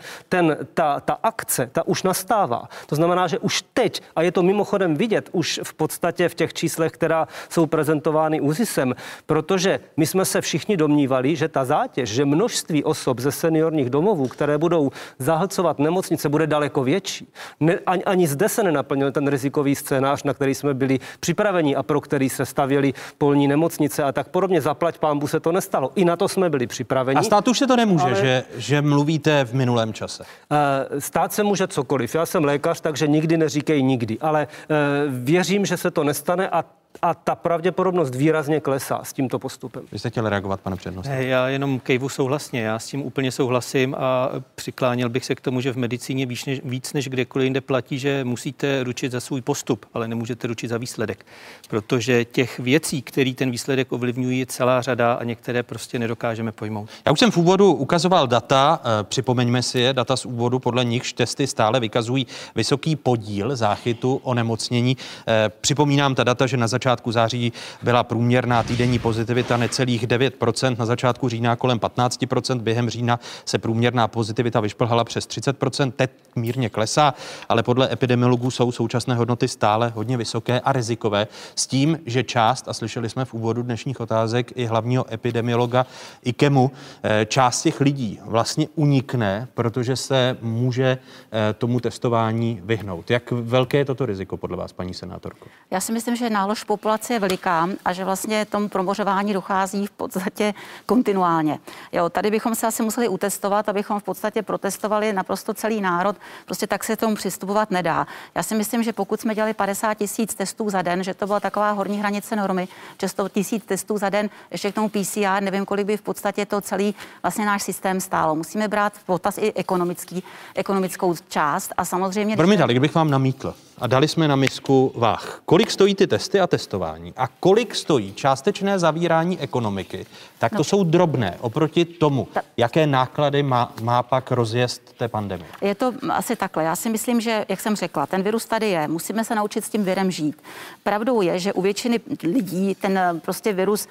ta akce, ta už nastává. To znamená, že už teď, a je to mimochodem vidět už v podstatě v těch číslech, která jsou prezentovány ÚZISem, protože my jsme se všichni domnívali, že ta zátěž, že množství osob ze seniorních domovů, které budou zahlcovat nemocnice, bude daleko větší. Ani zde se nenaplnil ten rizikový scénář, na který jsme byli připraveni a pro který se stavěly polní nemocnice a tak podobně. Zaplať pánbu se to nestalo. I na to jsme byli připraveni. A stát už se to nemůže, ale že mluvíte v minulém čase. Stát se může cokoliv. Já jsem lékař, takže nikdy neříkej nikdy. Ale věřím, že se to nestane a ta pravděpodobnost výrazně klesá s tímto postupem. Vy jste chtěli reagovat, pane přednosto? Já jenom kejvu souhlasně. Já s tím úplně souhlasím a přikláněl bych se k tomu, že v medicíně víc než kdekoliv jinde platí, že musíte ručit za svůj postup, ale nemůžete ručit za výsledek. Protože těch věcí, které ten výsledek ovlivňují, je celá řada a některé prostě nedokážeme pojmout. Já už jsem v úvodu ukazoval data, připomeňme si je, data z úvodu, podle nichž testy stále vykazují vysoký podíl záchytu onemocnění. Připomínám ta data, že na začátku září byla průměrná týdenní pozitivita necelých 9%, na začátku října kolem 15%, během října se průměrná pozitivita vyšplhala přes 30%, teď mírně klesá, ale podle epidemiologů jsou současné hodnoty stále hodně vysoké a rizikové, s tím, že část, a slyšeli jsme v úvodu dnešních otázek i hlavního epidemiologa IKEMu, část těch lidí vlastně unikne, protože se může tomu testování vyhnout. Jak velké je toto riziko podle vás, paní senátorko? Já si myslím, že nálož populace je veliká a že vlastně tomu promořování dochází v podstatě kontinuálně. Jo, tady bychom se asi museli utestovat, abychom v podstatě protestovali naprosto celý národ. Prostě tak se tomu přistupovat nedá. Já si myslím, že pokud jsme dělali 50 000 testů za den, že to byla taková horní hranice normy, že 100 000 testů za den, ještě k tomu PCR, nevím, kolik by v podstatě to celý vlastně náš systém stálo. Musíme brát v potaz i ekonomickou část a samozřejmě... Promiňte, ale kdybych vám namítl a dali jsme na misku váh, kolik stojí ty testy a testování a kolik stojí částečné zavírání ekonomiky, tak to jsou drobné oproti tomu, jaké náklady má pak rozjezd té pandemie. Je to asi takhle. Já si myslím, že, jak jsem řekla, ten virus tady je. Musíme se naučit s tím virem žít. Pravdou je, že u většiny lidí ten prostě virus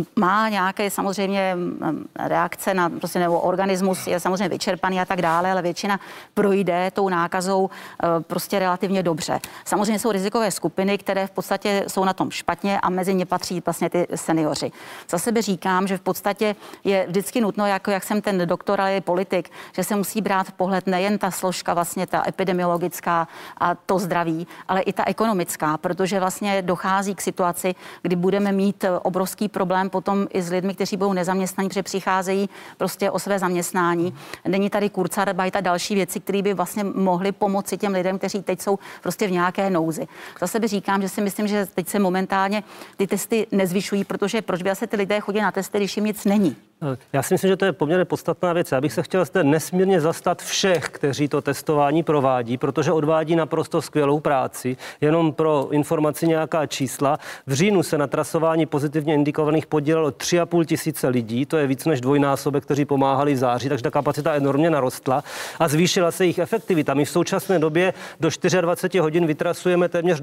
má nějaké samozřejmě reakce na prostě nebo organismus je samozřejmě vyčerpaný a tak dále, ale většina projde tou nákazou prostě relativně dobře. Samozřejmě jsou rizikové skupiny, které v podstatě jsou na tom špatně a mezi ně patří vlastně ty seniori. Za sebe říkám, že v podstatě je vždycky nutno, jako jak jsem ten doktor, ale i politik, že se musí brát v pohled nejen ta složka vlastně ta epidemiologická a to zdraví, ale i ta ekonomická, protože vlastně dochází k situaci, kdy budeme mít obrovský problém potom i s lidmi, kteří budou nezaměstnaní, protože přicházejí prostě o své zaměstnání. Není tady Kurzarbeit a další věci, které by vlastně mohly pomoci těm lidem, kteří teď jsou prostě v nějaké nouzi. Za sebe říkám, že si myslím, že teď se momentálně ty testy nezvyšují, protože proč by se ty lidé chodí na testy, když jim nic není? Já si myslím, že to je poměrně podstatná věc. Já bych se chtěl zde nesmírně zastat všech, kteří to testování provádí, protože odvádí naprosto skvělou práci. Jenom pro informaci nějaká čísla. V říjnu se na trasování pozitivně indikovaných podílelo 3,5 tisíce lidí, to je víc než dvojnásobek, kteří pomáhali v září, takže ta kapacita enormně narostla a zvýšila se jejich efektivita. My v současné době do 24 hodin vytrasujeme téměř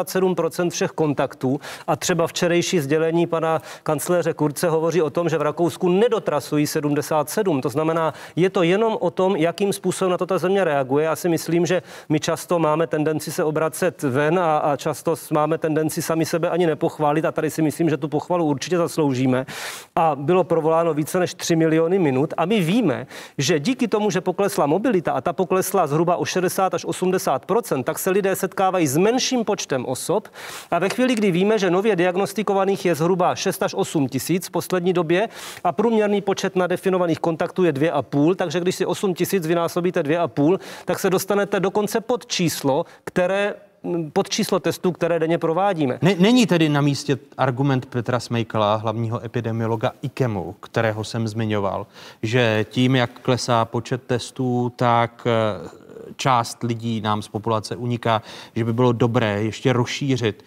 97% všech kontaktů a třeba včerejší sdělení pana kancléře Kurze hovoří o tom, že v Rakousku nedotrasují 77. To znamená, je to jenom o tom, jakým způsobem na to ta země reaguje. Já si myslím, že my často máme tendenci se obracet ven a často máme tendenci sami sebe ani nepochválit a tady si myslím, že tu pochvalu určitě zasloužíme. A bylo provoláno více než 3 miliony minut a my víme, že díky tomu, že poklesla mobilita a ta poklesla zhruba o 60 až 80%, tak se lidé setkávají s menším počtem osob a ve chvíli, kdy víme, že nově diagnostikovaných je zhruba 6 až 8 tisíc v poslední době a průměrný počet nadefinovaných kontaktů je 2,5, takže když si 8 tisíc vynásobíte 2,5, tak se dostanete dokonce pod číslo, které podčíslo testů, které denně provádíme. Není tedy na místě argument Petra Smejkala, hlavního epidemiologa IKEMu, kterého jsem zmiňoval, že tím, jak klesá počet testů, tak část lidí nám z populace uniká, že by bylo dobré ještě rozšířit.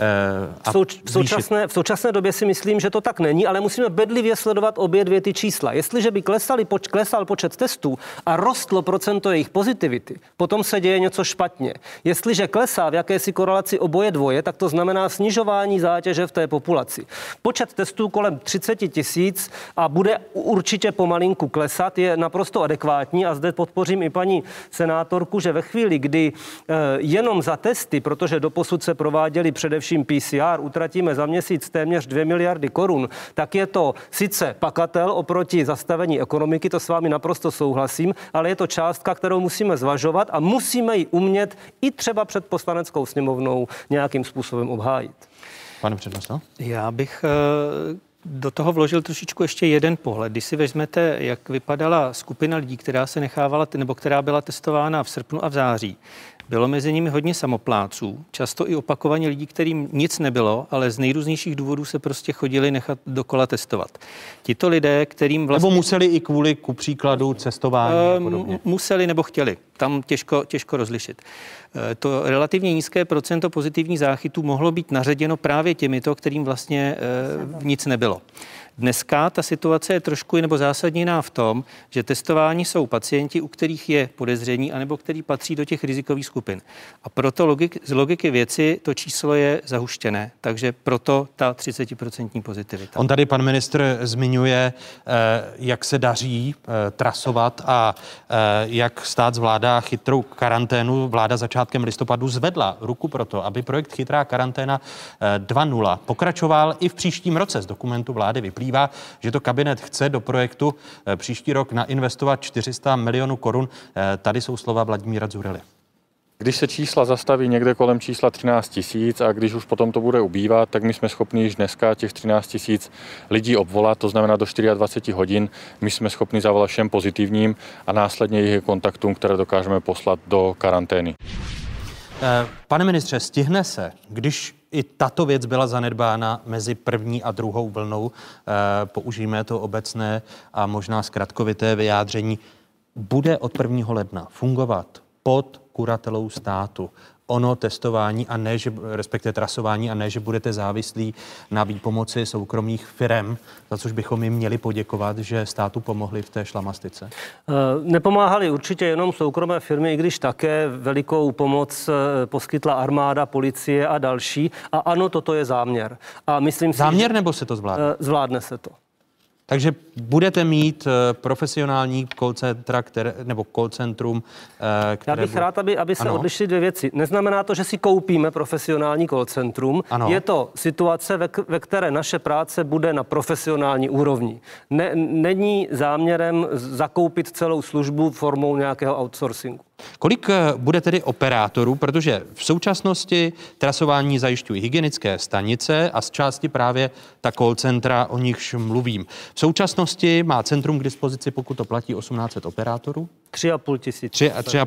V současné době si myslím, že to tak není, ale musíme bedlivě sledovat obě dvě ty čísla. Jestliže by klesal počet testů a rostlo procento jejich pozitivity, potom se děje něco špatně. Jestliže klesá v jakési korelaci oboje dvoje, tak to znamená snižování zátěže v té populaci. Počet testů kolem 30 000 a bude určitě pomalinku klesat, je naprosto adekvátní a zde podpořím i paní senátorku, že ve chvíli, kdy jenom za testy, protože doposud se prováděly především PCR, utratíme za měsíc téměř 2 miliardy korun, tak je to sice pakatel oproti zastavení ekonomiky, to s vámi naprosto souhlasím, ale je to částka, kterou musíme zvažovat a musíme ji umět i třeba před Poslaneckou sněmovnou nějakým způsobem obhájit. Pane přednosto? Já bych do toho vložil trošičku ještě jeden pohled. Když si vezmete, jak vypadala skupina lidí, která se nechávala, nebo která byla testována v srpnu a v září, bylo mezi nimi hodně samopláců, často i opakovaně lidí, kterým nic nebylo, ale z nejrůznějších důvodů se prostě chodili nechat dokola testovat. Tito lidé, kterým vlastně... Nebo museli i kvůli, ku příkladu, cestování a podobně. Museli nebo chtěli. Tam těžko rozlišit. To relativně nízké procento pozitivních záchytů mohlo být naředěno právě těmito, kterým vlastně nic nebylo. Dneska ta situace je trošku nebo zásadně jiná v tom, že testováni jsou pacienti, u kterých je podezření anebo který patří do těch rizikových skupin. A proto z logiky věci to číslo je zahuštěné, takže proto ta 30% pozitivita. On tady pan ministr zmiňuje, jak se daří trasovat a jak stát zvládá chytrou karanténu. Vláda začátkem listopadu zvedla ruku pro to, aby projekt Chytrá karanténa 2.0 pokračoval i v příštím roce. Z dokumentu vlády vyplývá, že to kabinet chce do projektu příští rok nainvestovat 400 milionů korun. Tady jsou slova Vladimíra Dzurely. Když se čísla zastaví někde kolem čísla 13 000 a když už potom to bude ubývat, tak my jsme schopni již dneska těch 13 000 lidí obvolat, to znamená do 24 hodin. My jsme schopni zavolat všem pozitivním a následně jejich kontaktům, které dokážeme poslat do karantény. Pane ministře, stihne se, když i tato věc byla zanedbána mezi první a druhou vlnou, použijeme to obecné a možná zkratkovité vyjádření, bude od 1. ledna fungovat pod kuratelou státu ono testování a ne, že, respektive trasování a ne, že budete závislí na výpomoci soukromých firem, za což bychom jim měli poděkovat, že státu pomohli v té šlamastice? Nepomáhali určitě jenom soukromé firmy, i když také velikou pomoc poskytla armáda, policie a další. A ano, toto je záměr. A myslím si, záměr nebo se to zvládne? Zvládne se to. Takže budete mít profesionální call centra, nebo call centrum, které... Já bych rád, aby se odlišily dvě věci. Neznamená to, že si koupíme profesionální call centrum. Ano. Je to situace, ve které naše práce bude na profesionální úrovni. Není záměrem zakoupit celou službu formou nějakého outsourcingu. Kolik bude tedy operátorů, protože v současnosti trasování zajišťují hygienické stanice a z části právě ta call centra, o nichž mluvím. V současnosti má centrum k dispozici, pokud to platí, 1800 operátorů? 3,5 tisíce.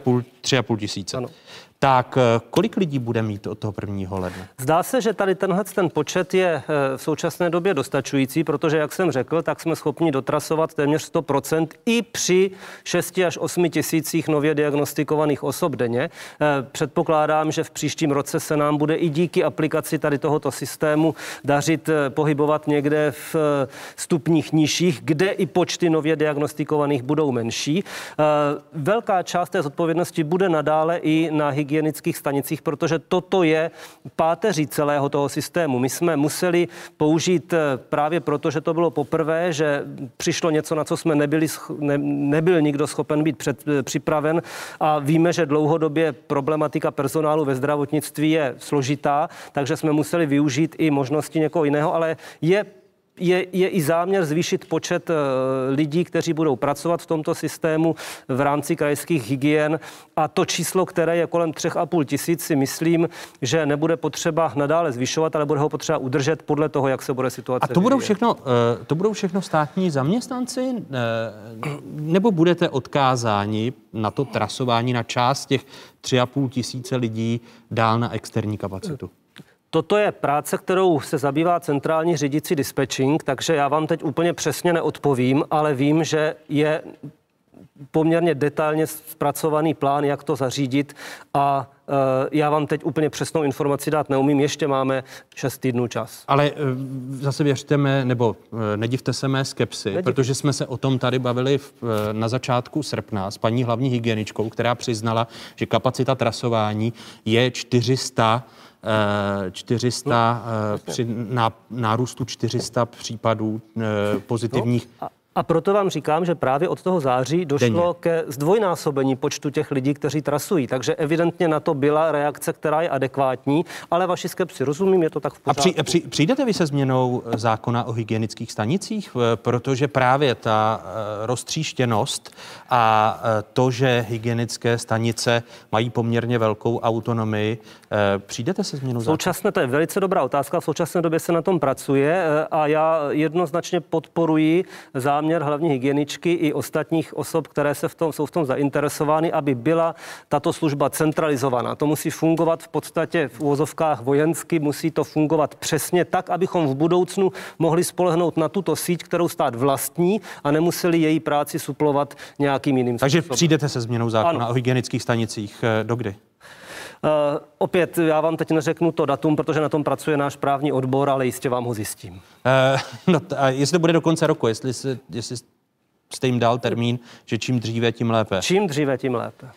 3,5 tisíce. Ano. Tak kolik lidí bude mít od toho 1. ledna? Zdá se, že tady ten počet je v současné době dostačující, protože, jak jsem řekl, tak jsme schopni dotrasovat téměř 100% i při 6 až 8 tisících nově diagnostikovaných osob denně. Předpokládám, že v příštím roce se nám bude i díky aplikaci tady tohoto systému dařit pohybovat někde v stupních nižších, kde i počty nově diagnostikovaných budou menší. Velká část té zodpovědnosti bude nadále i na hygienických stanicích, protože toto je páteří celého toho systému. My jsme museli použít právě proto, že to bylo poprvé, že přišlo něco, na co jsme nebyl nikdo schopen být připraven a víme, že dlouhodobě problematika personálu ve zdravotnictví je složitá, takže jsme museli využít i možnosti někoho jiného, ale je je i záměr zvýšit počet lidí, kteří budou pracovat v tomto systému v rámci krajských hygien a to číslo, které je kolem 3,5 tisíc, si myslím, že nebude potřeba nadále zvyšovat, ale bude ho potřeba udržet podle toho, jak se bude situace A to budou všechno státní zaměstnanci? Nebo budete odkázáni na to trasování, na část těch 3,5 tisíce lidí dál na externí kapacitu? Toto je práce, kterou se zabývá centrální řídící dispečing, takže já vám teď úplně přesně neodpovím, ale vím, že je poměrně detailně zpracovaný plán, jak to zařídit a já vám teď úplně přesnou informaci dát neumím, ještě máme 6 týdnů čas. Ale zase věřte mi, nebo nedivte se mé skepsi, protože jsme se o tom tady bavili na začátku srpna s paní hlavní hygieničkou, která přiznala, že kapacita trasování je 400 při nárůstu 400 případů pozitivních. A proto vám říkám, že právě od toho září došlo ke zdvojnásobení počtu těch lidí, kteří trasují. Takže evidentně na to byla reakce, která je adekvátní, ale vaši skepsi rozumím, je to tak v pořádku. A přijdete vy se změnou zákona o hygienických stanicích? Protože právě ta roztříštěnost a to, že hygienické stanice mají poměrně velkou autonomii, přijdete se změnou zákona? To je velice dobrá otázka. V současné době se na tom pracuje a já jednoznačně podporuji záměr hlavní hygieničky i ostatních osob, které jsou v tom zainteresovány, aby byla tato služba centralizovaná. To musí fungovat v podstatě v uvozovkách vojensky, musí to fungovat přesně tak, abychom v budoucnu mohli spolehnout na tuto síť, kterou stát vlastní a nemuseli její práci suplovat nějakým jiným Takže způsobem. přijdete se změnou zákona o hygienických stanicích dokdy? Opět, já vám teď neřeknu to datum, protože na tom pracuje náš právní odbor, ale jistě vám ho zjistím. A jestli to bude do konce roku, jestli jste jim dal termín, že čím dříve, tím lépe. Čím dříve, tím lépe.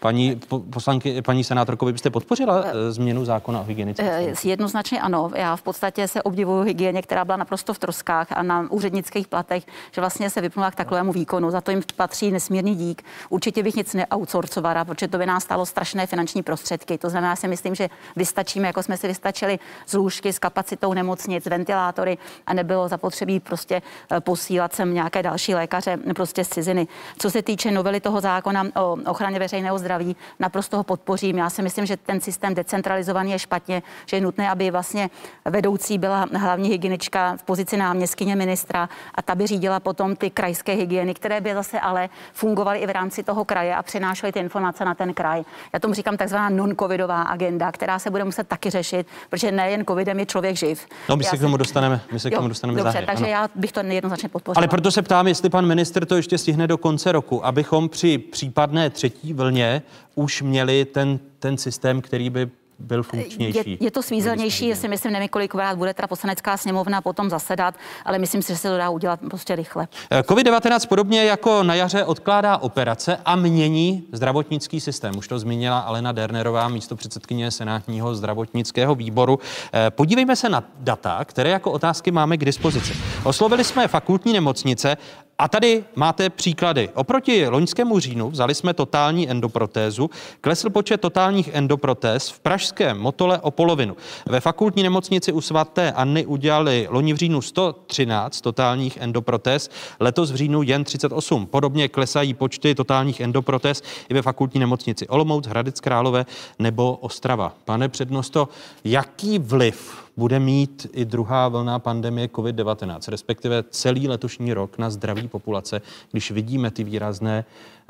Paní senátorko, vy byste podpořila změnu zákona o hygienických stanicích? Jednoznačně ano. Já v podstatě se obdivuju hygieně, která byla naprosto v troskách a na úřednických platech, že vlastně se vypnula k takovému výkonu. Za to jim patří nesmírný dík. Určitě bych nic neoutsourcovala, protože to by nás stálo strašné finanční prostředky. To znamená, si myslím, že vystačíme, jako jsme si vystačili z lůžky, s kapacitou nemocnic, ventilátory a nebylo zapotřebí prostě posílat sem nějaké další lékaře prostě z ciziny. Co se týče novely toho zákona o ochraně veřejného zdraví, naprosto ho podpořím. Já si myslím, že ten systém decentralizovaný je špatně, že je nutné, aby vlastně vedoucí byla hlavní hygienička v pozici náměstkyně ministra a ta by řídila potom ty krajské hygieny, které by zase ale fungovaly i v rámci toho kraje a přinášely ty informace na ten kraj. Já tomu říkám takzvaná non-covidová agenda, která se bude muset taky řešit, protože nejen covidem je člověk živ. No, my se k tomu dostaneme. Dobře, záhy, takže ano. já bych to jednoznačně podpořila. Ale proto se ptám, jestli pan ministr to ještě stihne do konce roku, abychom při případné třetí vlně už měli ten systém, který by byl funkčnější. Je to svízelnější, jestli myslím, nevím, kolikrát bude teda Poslanecká sněmovna potom zasedat, ale myslím si, že se to dá udělat prostě rychle. COVID-19 podobně jako na jaře odkládá operace a mění zdravotnický systém. Už to zmínila Alena Dernerová, místopředsedkyně Senátního zdravotnického výboru. Podívejme se na data, které jako otázky máme k dispozici. Oslovili jsme fakultní nemocnice a tady máte příklady. Oproti loňskému říjnu vzali jsme totální endoprotézu, klesl počet totálních endoprotéz v pražském Motole o polovinu. Ve fakultní nemocnici u svaté Anny udělali loni v říjnu 113 totálních endoprotéz, letos v říjnu jen 38. Podobně klesají počty totálních endoprotéz i ve fakultní nemocnici Olomouc, Hradec Králové nebo Ostrava. Pane přednosto, jaký vliv bude mít i druhá vlna pandemie COVID-19, respektive celý letošní rok na zdraví populace, když vidíme ty výrazné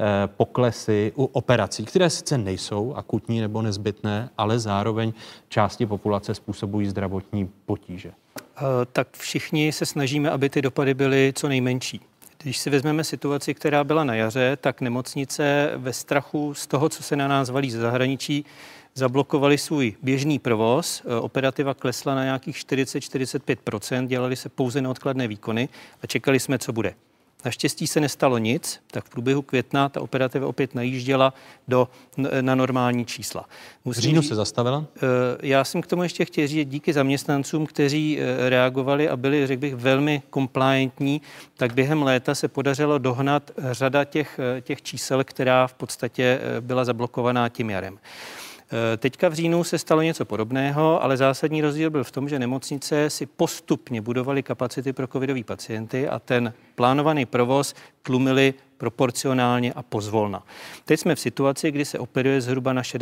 poklesy u operací, které sice nejsou akutní nebo nezbytné, ale zároveň části populace způsobují zdravotní potíže? Tak všichni se snažíme, aby ty dopady byly co nejmenší. Když si vezmeme situaci, která byla na jaře, tak nemocnice ve strachu z toho, co se na nás valí ze zahraničí, zablokovali svůj běžný provoz, operativa klesla na nějakých 40-45%, dělali se pouze neodkladné výkony a čekali jsme, co bude. Naštěstí se nestalo nic, tak v průběhu května ta operativa opět najížděla na normální čísla. V říjnu se zastavila? Já jsem k tomu ještě chtěl říct, díky zaměstnancům, kteří reagovali a byli, řekl bych, velmi compliantní, tak během léta se podařilo dohnat řada těch čísel, která v podstatě byla zablokovaná tím jarem. Teďka v říjnu se stalo něco podobného, ale zásadní rozdíl byl v tom, že nemocnice si postupně budovaly kapacity pro covidové pacienty a ten plánovaný provoz tlumili proporcionálně a pozvolna. Teď jsme v situaci, kdy se operuje zhruba na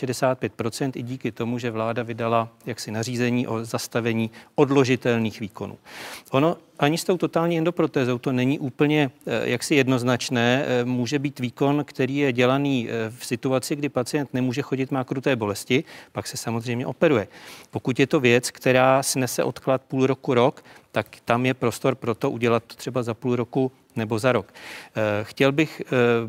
60-65% i díky tomu, že vláda vydala jaksi nařízení o zastavení odložitelných výkonů. Ono ani s tou totální endoprotézou to není úplně jaksi jednoznačné. Může být výkon, který je dělaný v situaci, kdy pacient nemůže chodit, má kruté bolesti, pak se samozřejmě operuje. Pokud je to věc, která snese odklad půl roku, rok, tak tam je prostor pro to udělat to třeba za půl roku nebo za rok. Chtěl bych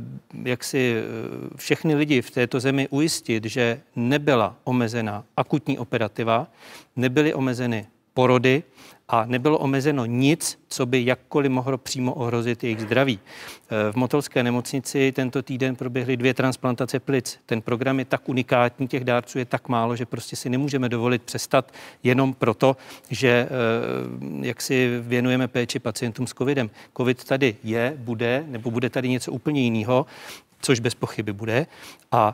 jaksi všechny lidi v této zemi ujistit, že nebyla omezena akutní operativa, nebyly omezeny porody a nebylo omezeno nic, co by jakkoliv mohlo přímo ohrozit jejich zdraví. V Motolské nemocnici tento týden proběhly 2 transplantace plic. Ten program je tak unikátní, těch dárců je tak málo, že prostě si nemůžeme dovolit přestat jenom proto, že jak si věnujeme péči pacientům s covidem. Covid tady je, bude, nebo bude tady něco úplně jiného, což bez pochyby bude. A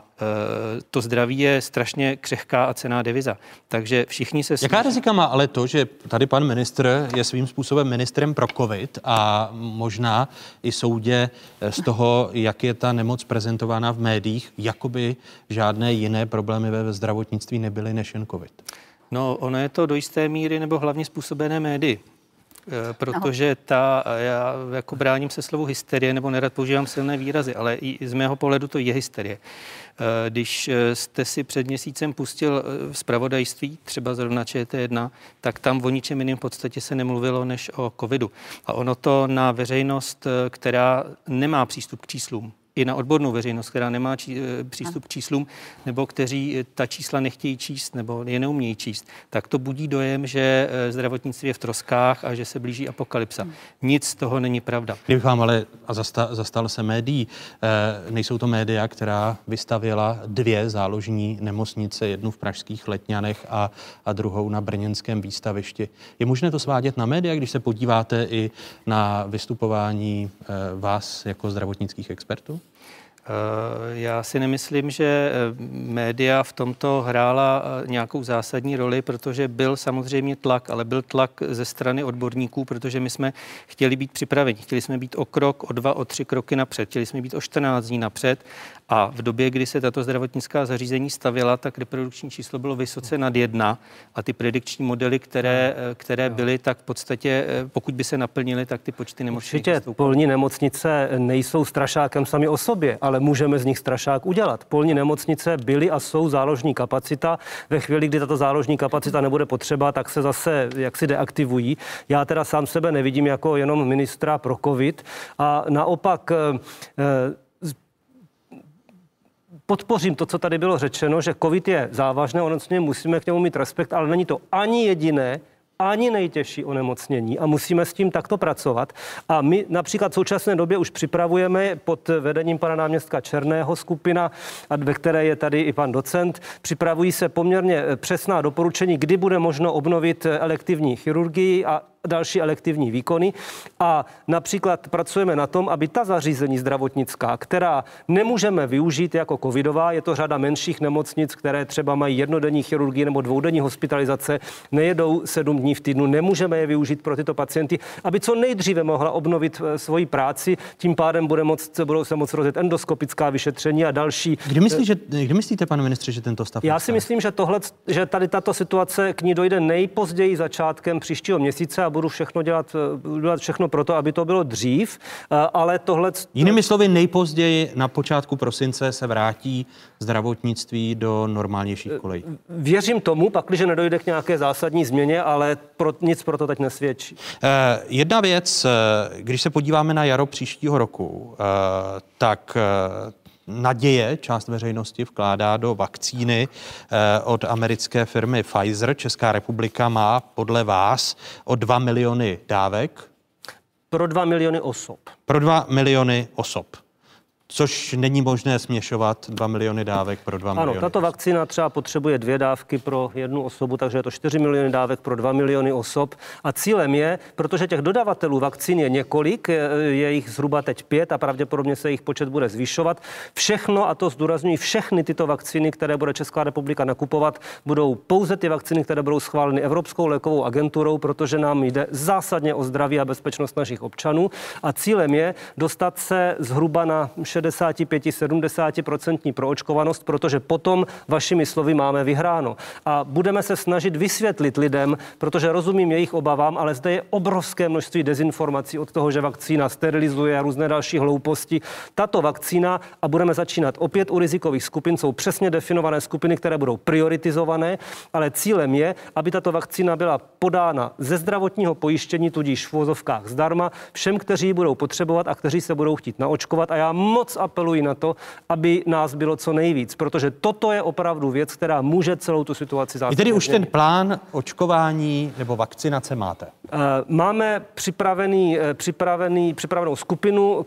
to zdraví je strašně křehká a cenná deviza. Takže všichni se... Jaká rizika má ale to, že tady pan ministr je svým způsobem ministrem pro covid a možná i soudě z toho, jak je ta nemoc prezentována v médiích, jakoby žádné jiné problémy ve zdravotnictví nebyly než jen covid? No, ono je to do jisté míry nebo hlavně způsobené médii. Protože já jako bráním se slovu hysterie, nebo nerad používám silné výrazy, ale i z mého pohledu to je hysterie. Když jste si před měsícem pustil zpravodajství, třeba zrovna ČT1, tak tam o ničem jiném v podstatě se nemluvilo než o covidu. A ono to na veřejnost, která nemá přístup k číslům, i na odbornou veřejnost, která nemá přístup k číslům, nebo kteří ta čísla nechtějí číst, nebo je neumějí číst, tak to budí dojem, že zdravotnictví je v troskách a že se blíží apokalypsa. Nic z toho není pravda. Kdybych vám ale, a zastal se médií, nejsou to média, která vystavěla 2 záložní nemocnice, jednu v pražských Letňanech a druhou na brněnském výstavišti. Je možné to svádět na média, když se podíváte i na vystupování vás jako zdravotnických expertů? Já si nemyslím, že média v tomto hrála nějakou zásadní roli, protože byl samozřejmě tlak, ale byl tlak ze strany odborníků, protože my jsme chtěli být připraveni. Chtěli jsme být o krok, o 2, o 3 kroky napřed. Chtěli jsme být o 14 dní napřed a v době, kdy se tato zdravotnická zařízení stavěla, tak reprodukční číslo bylo vysoce nad 1 a ty predikční modely, které byly, tak v podstatě, pokud by se naplnily, tak ty počty nemocnic. Určitě polní nemocnice nejsou strašákem sami o sobě, ale můžeme z nich strašák udělat. Polní nemocnice byly a jsou záložní kapacita. Ve chvíli, kdy tato záložní kapacita nebude potřeba, tak se zase jaksi deaktivují. Já teda sám sebe nevidím jako jenom ministra pro covid a naopak podpořím to, co tady bylo řečeno, že covid je závažné, onemocnění, musíme k němu mít respekt, ale není to ani jediné, ani nejtěžší onemocnění a musíme s tím takto pracovat. A my například v současné době už připravujeme pod vedením pana náměstka Černého skupina, ve které je tady i pan docent, připravují se poměrně přesná doporučení, kdy bude možno obnovit elektivní chirurgii a další elektivní výkony a například pracujeme na tom, aby ta zařízení zdravotnická, která nemůžeme využít jako covidová, je to řada menších nemocnic, které třeba mají jednodenní chirurgii nebo dvoudenní hospitalizace, nejedou 7 dní v týdnu, nemůžeme je využít pro tyto pacienty, aby co nejdříve mohla obnovit svoji práci, tím pádem budou se moct rozjet endoskopická vyšetření a další. Kdy myslíte, pane ministře, že tento stav? Já si myslím, že tady tato situace k ní dojde nejpozději začátkem příštího měsíce a budu dělat všechno pro to, aby to bylo dřív, ale tohle... Jinými slovy, nejpozději na počátku prosince se vrátí zdravotnictví do normálnějších kolejí. Věřím tomu, pakliže nedojde k nějaké zásadní změně, ale nic pro to teď nesvědčí. Jedna věc, když se podíváme na jaro příštího roku, tak naděje část veřejnosti vkládá do vakcíny od americké firmy Pfizer. Česká republika má podle vás o 2 miliony dávek. Pro 2 miliony osob. Pro 2 miliony osob. Což není možné směšovat 2 miliony dávek pro 2 miliony. Ano, tato vakcína třeba potřebuje 2 dávky pro 1 osobu, takže je to 4 miliony dávek pro 2 miliony osob. A cílem je, protože těch dodavatelů vakcín je několik, je jich zhruba teď 5 a pravděpodobně se jejich počet bude zvyšovat. Všechno, a to zdůrazňuji, všechny tyto vakcíny, které bude Česká republika nakupovat, budou pouze ty vakcíny, které budou schváleny Evropskou lékovou agenturou, protože nám jde zásadně o zdraví a bezpečnost našich občanů. A cílem je dostat se zhruba na 65-70% proočkovanost, protože potom vašimi slovy máme vyhráno. A budeme se snažit vysvětlit lidem, protože rozumím jejich obavám, ale zde je obrovské množství dezinformací od toho, že vakcína sterilizuje a různé další hlouposti. Tato vakcína, a budeme začínat opět u rizikových skupin, jsou přesně definované skupiny, které budou prioritizované, ale cílem je, aby tato vakcína byla podána ze zdravotního pojištění, tudíž v uvozovkách zdarma, všem, kteří budou potřebovat a kteří se budou chtít naočkovat. A já moc apeluji na to, aby nás bylo co nejvíc, protože toto je opravdu věc, která může celou tu situaci zásadně. Vy tedy už ten plán očkování nebo vakcinace máte? Máme připravenou skupinu,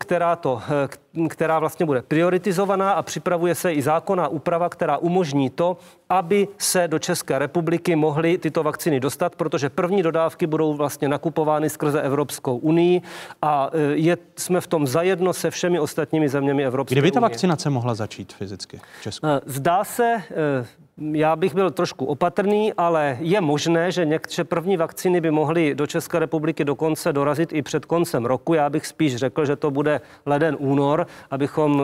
která vlastně bude prioritizovaná a připravuje se i zákonná úprava, která umožní to, aby se do České republiky mohly tyto vakcíny dostat, protože první dodávky budou vlastně nakupovány skrze Evropskou unii a jsme v tom zajedno se všemi ostatními zeměmi Evropské unie. Kdyby ta vakcinace mohla začít fyzicky v Česku? Zdá se, já bych byl trošku opatrný, ale je možné, že některé první vakcíny by mohly do České republiky dokonce dorazit i před koncem roku. Já bych spíš řekl, že to bude leden, únor, abychom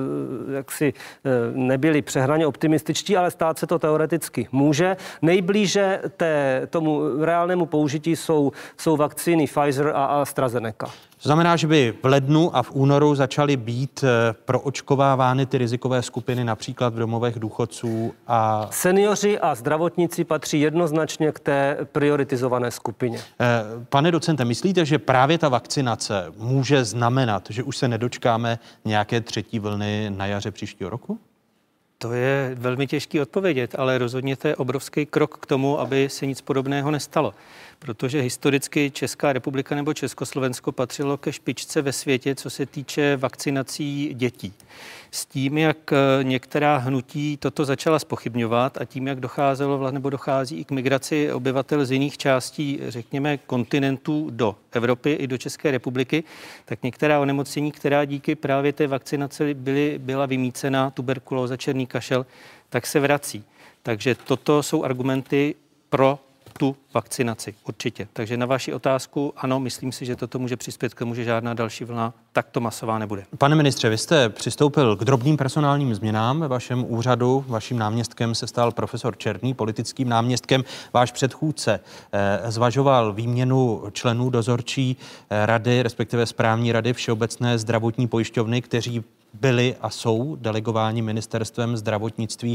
jaksi nebyli přehnaně optimističtí, ale stát se to teoreticky může. Nejblíže tomu reálnému použití jsou vakcíny Pfizer a AstraZeneca. To znamená, že by v lednu a v únoru začaly být proočkovávány ty rizikové skupiny, například v domovech důchodců a... Seniori a zdravotníci patří jednoznačně k té prioritizované skupině. Pane docente, myslíte, že právě ta vakcinace může znamenat, že už se nedočkáme nějaké 3. vlny na jaře příštího roku? To je velmi těžký odpovědět, ale rozhodně to je obrovský krok k tomu, aby se nic podobného nestalo. Protože historicky Česká republika nebo Československo patřilo ke špičce ve světě, co se týče vakcinací dětí. S tím, jak některá hnutí toto začala zpochybňovat a tím, jak dochází i k migraci obyvatel z jiných částí, řekněme, kontinentů do Evropy i do České republiky, tak některá onemocnění, která díky právě té vakcinaci byla vymýcena, tuberkulóza, černý kašel, tak se vrací. Takže toto jsou argumenty pro tu vakcinaci, určitě. Takže na vaši otázku, ano, myslím si, že toto může přispět k tomu, že žádná další vlna takto masová nebude. Pane ministře, vy jste přistoupil k drobným personálním změnám ve vašem úřadu. Vaším náměstkem se stal profesor Černý, politickým náměstkem. Váš předchůdce zvažoval výměnu členů dozorčí rady, respektive správní rady Všeobecné zdravotní pojišťovny, kteří byli a jsou delegováni ministerstvem zdravotnictví.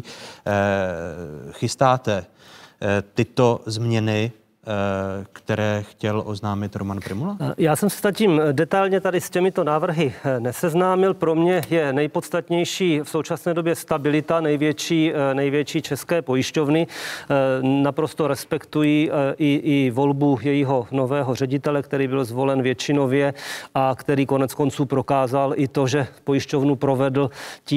Chystáte tyto změny, které chtěl oznámit Roman Prymula? Já jsem se zatím detailně tady s těmito návrhy neseznámil. Pro mě je nejpodstatnější v současné době stabilita největší české pojišťovny. Naprosto respektuji i volbu jejího nového ředitele, který byl zvolen většinově a který konec konců prokázal i to, že pojišťovnu provedl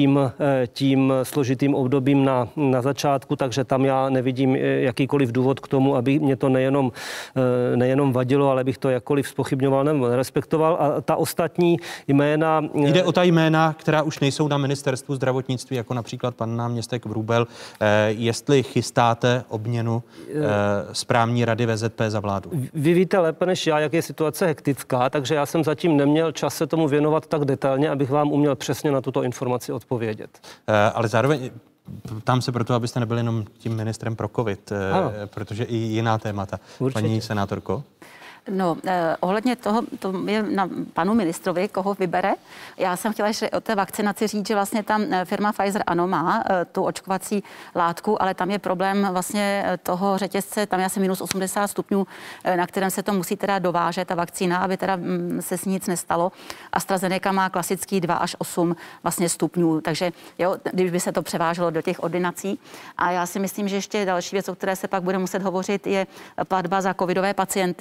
tím složitým obdobím na začátku, takže tam já nevidím jakýkoliv důvod k tomu, aby mě to nejenom vadilo, ale bych to jakkoliv zpochybňoval nebo nerespektoval. A ta ostatní jména... Jde o ta jména, která už nejsou na ministerstvu zdravotnictví, jako například pan náměstek Vrúbel. Jestli chystáte obměnu správní rady VZP za vládu? Vy víte lépe než já, jak je situace hektická, takže já jsem zatím neměl čas se tomu věnovat tak detailně, abych vám uměl přesně na tuto informaci odpovědět. Ale zároveň ptám se proto, abyste nebyli jenom tím ministrem pro covid, protože i jiná témata. Určitě. Paní senátorko? No, ohledně toho, to je na panu ministrovi, koho vybere. Já jsem chtěla ještě o té vakcinaci říct, že vlastně tam firma Pfizer ano má tu očkovací látku, ale tam je problém vlastně toho řetězce, tam je asi minus 80 stupňů, na kterém se to musí teda dovážet, ta vakcína, aby teda se s nic nestalo. AstraZeneca má klasický 2 až 8 vlastně stupňů, takže jo, když by se to převáželo do těch ordinací. A já si myslím, že ještě další věc, o které se pak bude muset hovořit, je platba za covidové pacienty, protože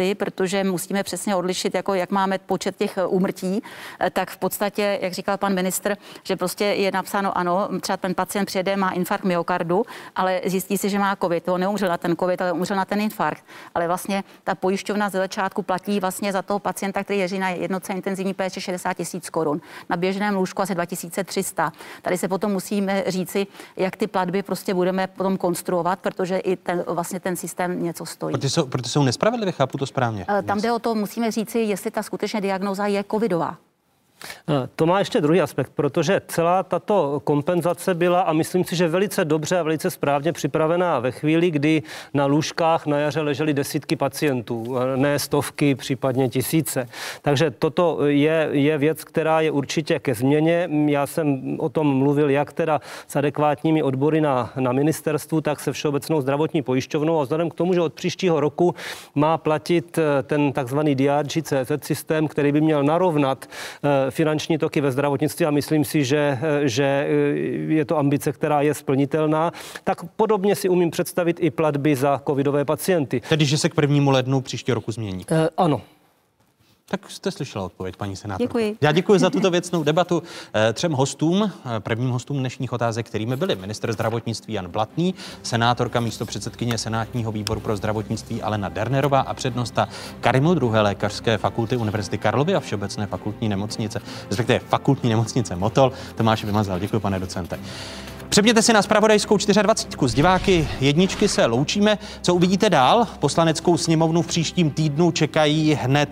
protože musíme přesně odlišit, jako jak máme počet těch úmrtí, tak v podstatě, jak říkal pan ministr, že prostě je napsáno ano, třeba ten pacient přijede, má infarkt myokardu, ale zjistí si, že má covid. On neumřel na ten covid, ale umřel na ten infarkt. Ale vlastně ta pojišťovna ze začátku platí vlastně za toho pacienta, který leží na jednotce intenzivní péče 60 000 korun. Na běžném lůžku asi 2300. Tady se potom musíme říci, jak ty platby prostě budeme potom konstruovat, protože i ten systém něco stojí. Proto jsou nespravedlivé, chápu to správně. Tam jde o to, musíme říci, jestli ta skutečně diagnóza je covidová. To má ještě druhý aspekt, protože celá tato kompenzace byla, a myslím si, že velice dobře a velice správně připravená ve chvíli, kdy na lůžkách na jaře ležely desítky pacientů, ne stovky, případně tisíce. Takže toto je věc, která je určitě ke změně. Já jsem o tom mluvil jak teda s adekvátními odbory na ministerstvu, tak se Všeobecnou zdravotní pojišťovnou, a vzhledem k tomu, že od příštího roku má platit ten takzvaný DRG-CZ systém, který by měl narovnat finanční toky ve zdravotnictví, a myslím si, že je to ambice, která je splnitelná, tak podobně si umím představit i platby za covidové pacienty. Tedy, že se k 1. lednu příštího roku změní? Ano. Tak jste slyšela odpověď, paní senátorko. Děkuji. Já děkuji za tuto věcnou debatu třem hostům. Prvním hostům dnešních otázek, kterými byli ministr zdravotnictví Jan Blatný, senátorka místopředsedkyně Senátního výboru pro zdravotnictví Alena Dernerová a přednosta Karimu 2. lékařské fakulty Univerzity Karlovy a Všeobecné fakultní nemocnice, respektive fakultní nemocnice Motol, Tomáš Vymazal. Děkuji, pane docente. Přepněte si na Zpravodajskou 24. S diváky jedničky se loučíme. Co uvidíte dál? Poslaneckou sněmovnu v příštím týdnu čekají hned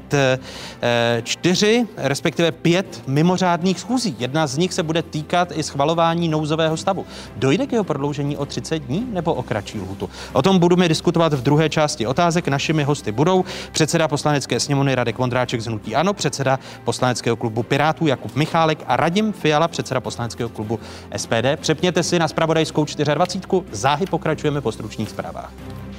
4, respektive 5 mimořádných schůzí. Jedna z nich se bude týkat i schvalování nouzového stavu. Dojde k jeho prodloužení o 30 dní nebo o kratší lhůtu? O tom budeme diskutovat v druhé části otázek. Našimi hosty budou předseda Poslanecké sněmovny Radek Vondráček z hnutí ANO, předseda poslaneckého klubu Pirátů Jakub Michálek a Radim Fiala, předseda poslaneckého klubu SPD. Přepněte si na Zpravodajskou 24. Záhy pokračujeme po stručných zprávách.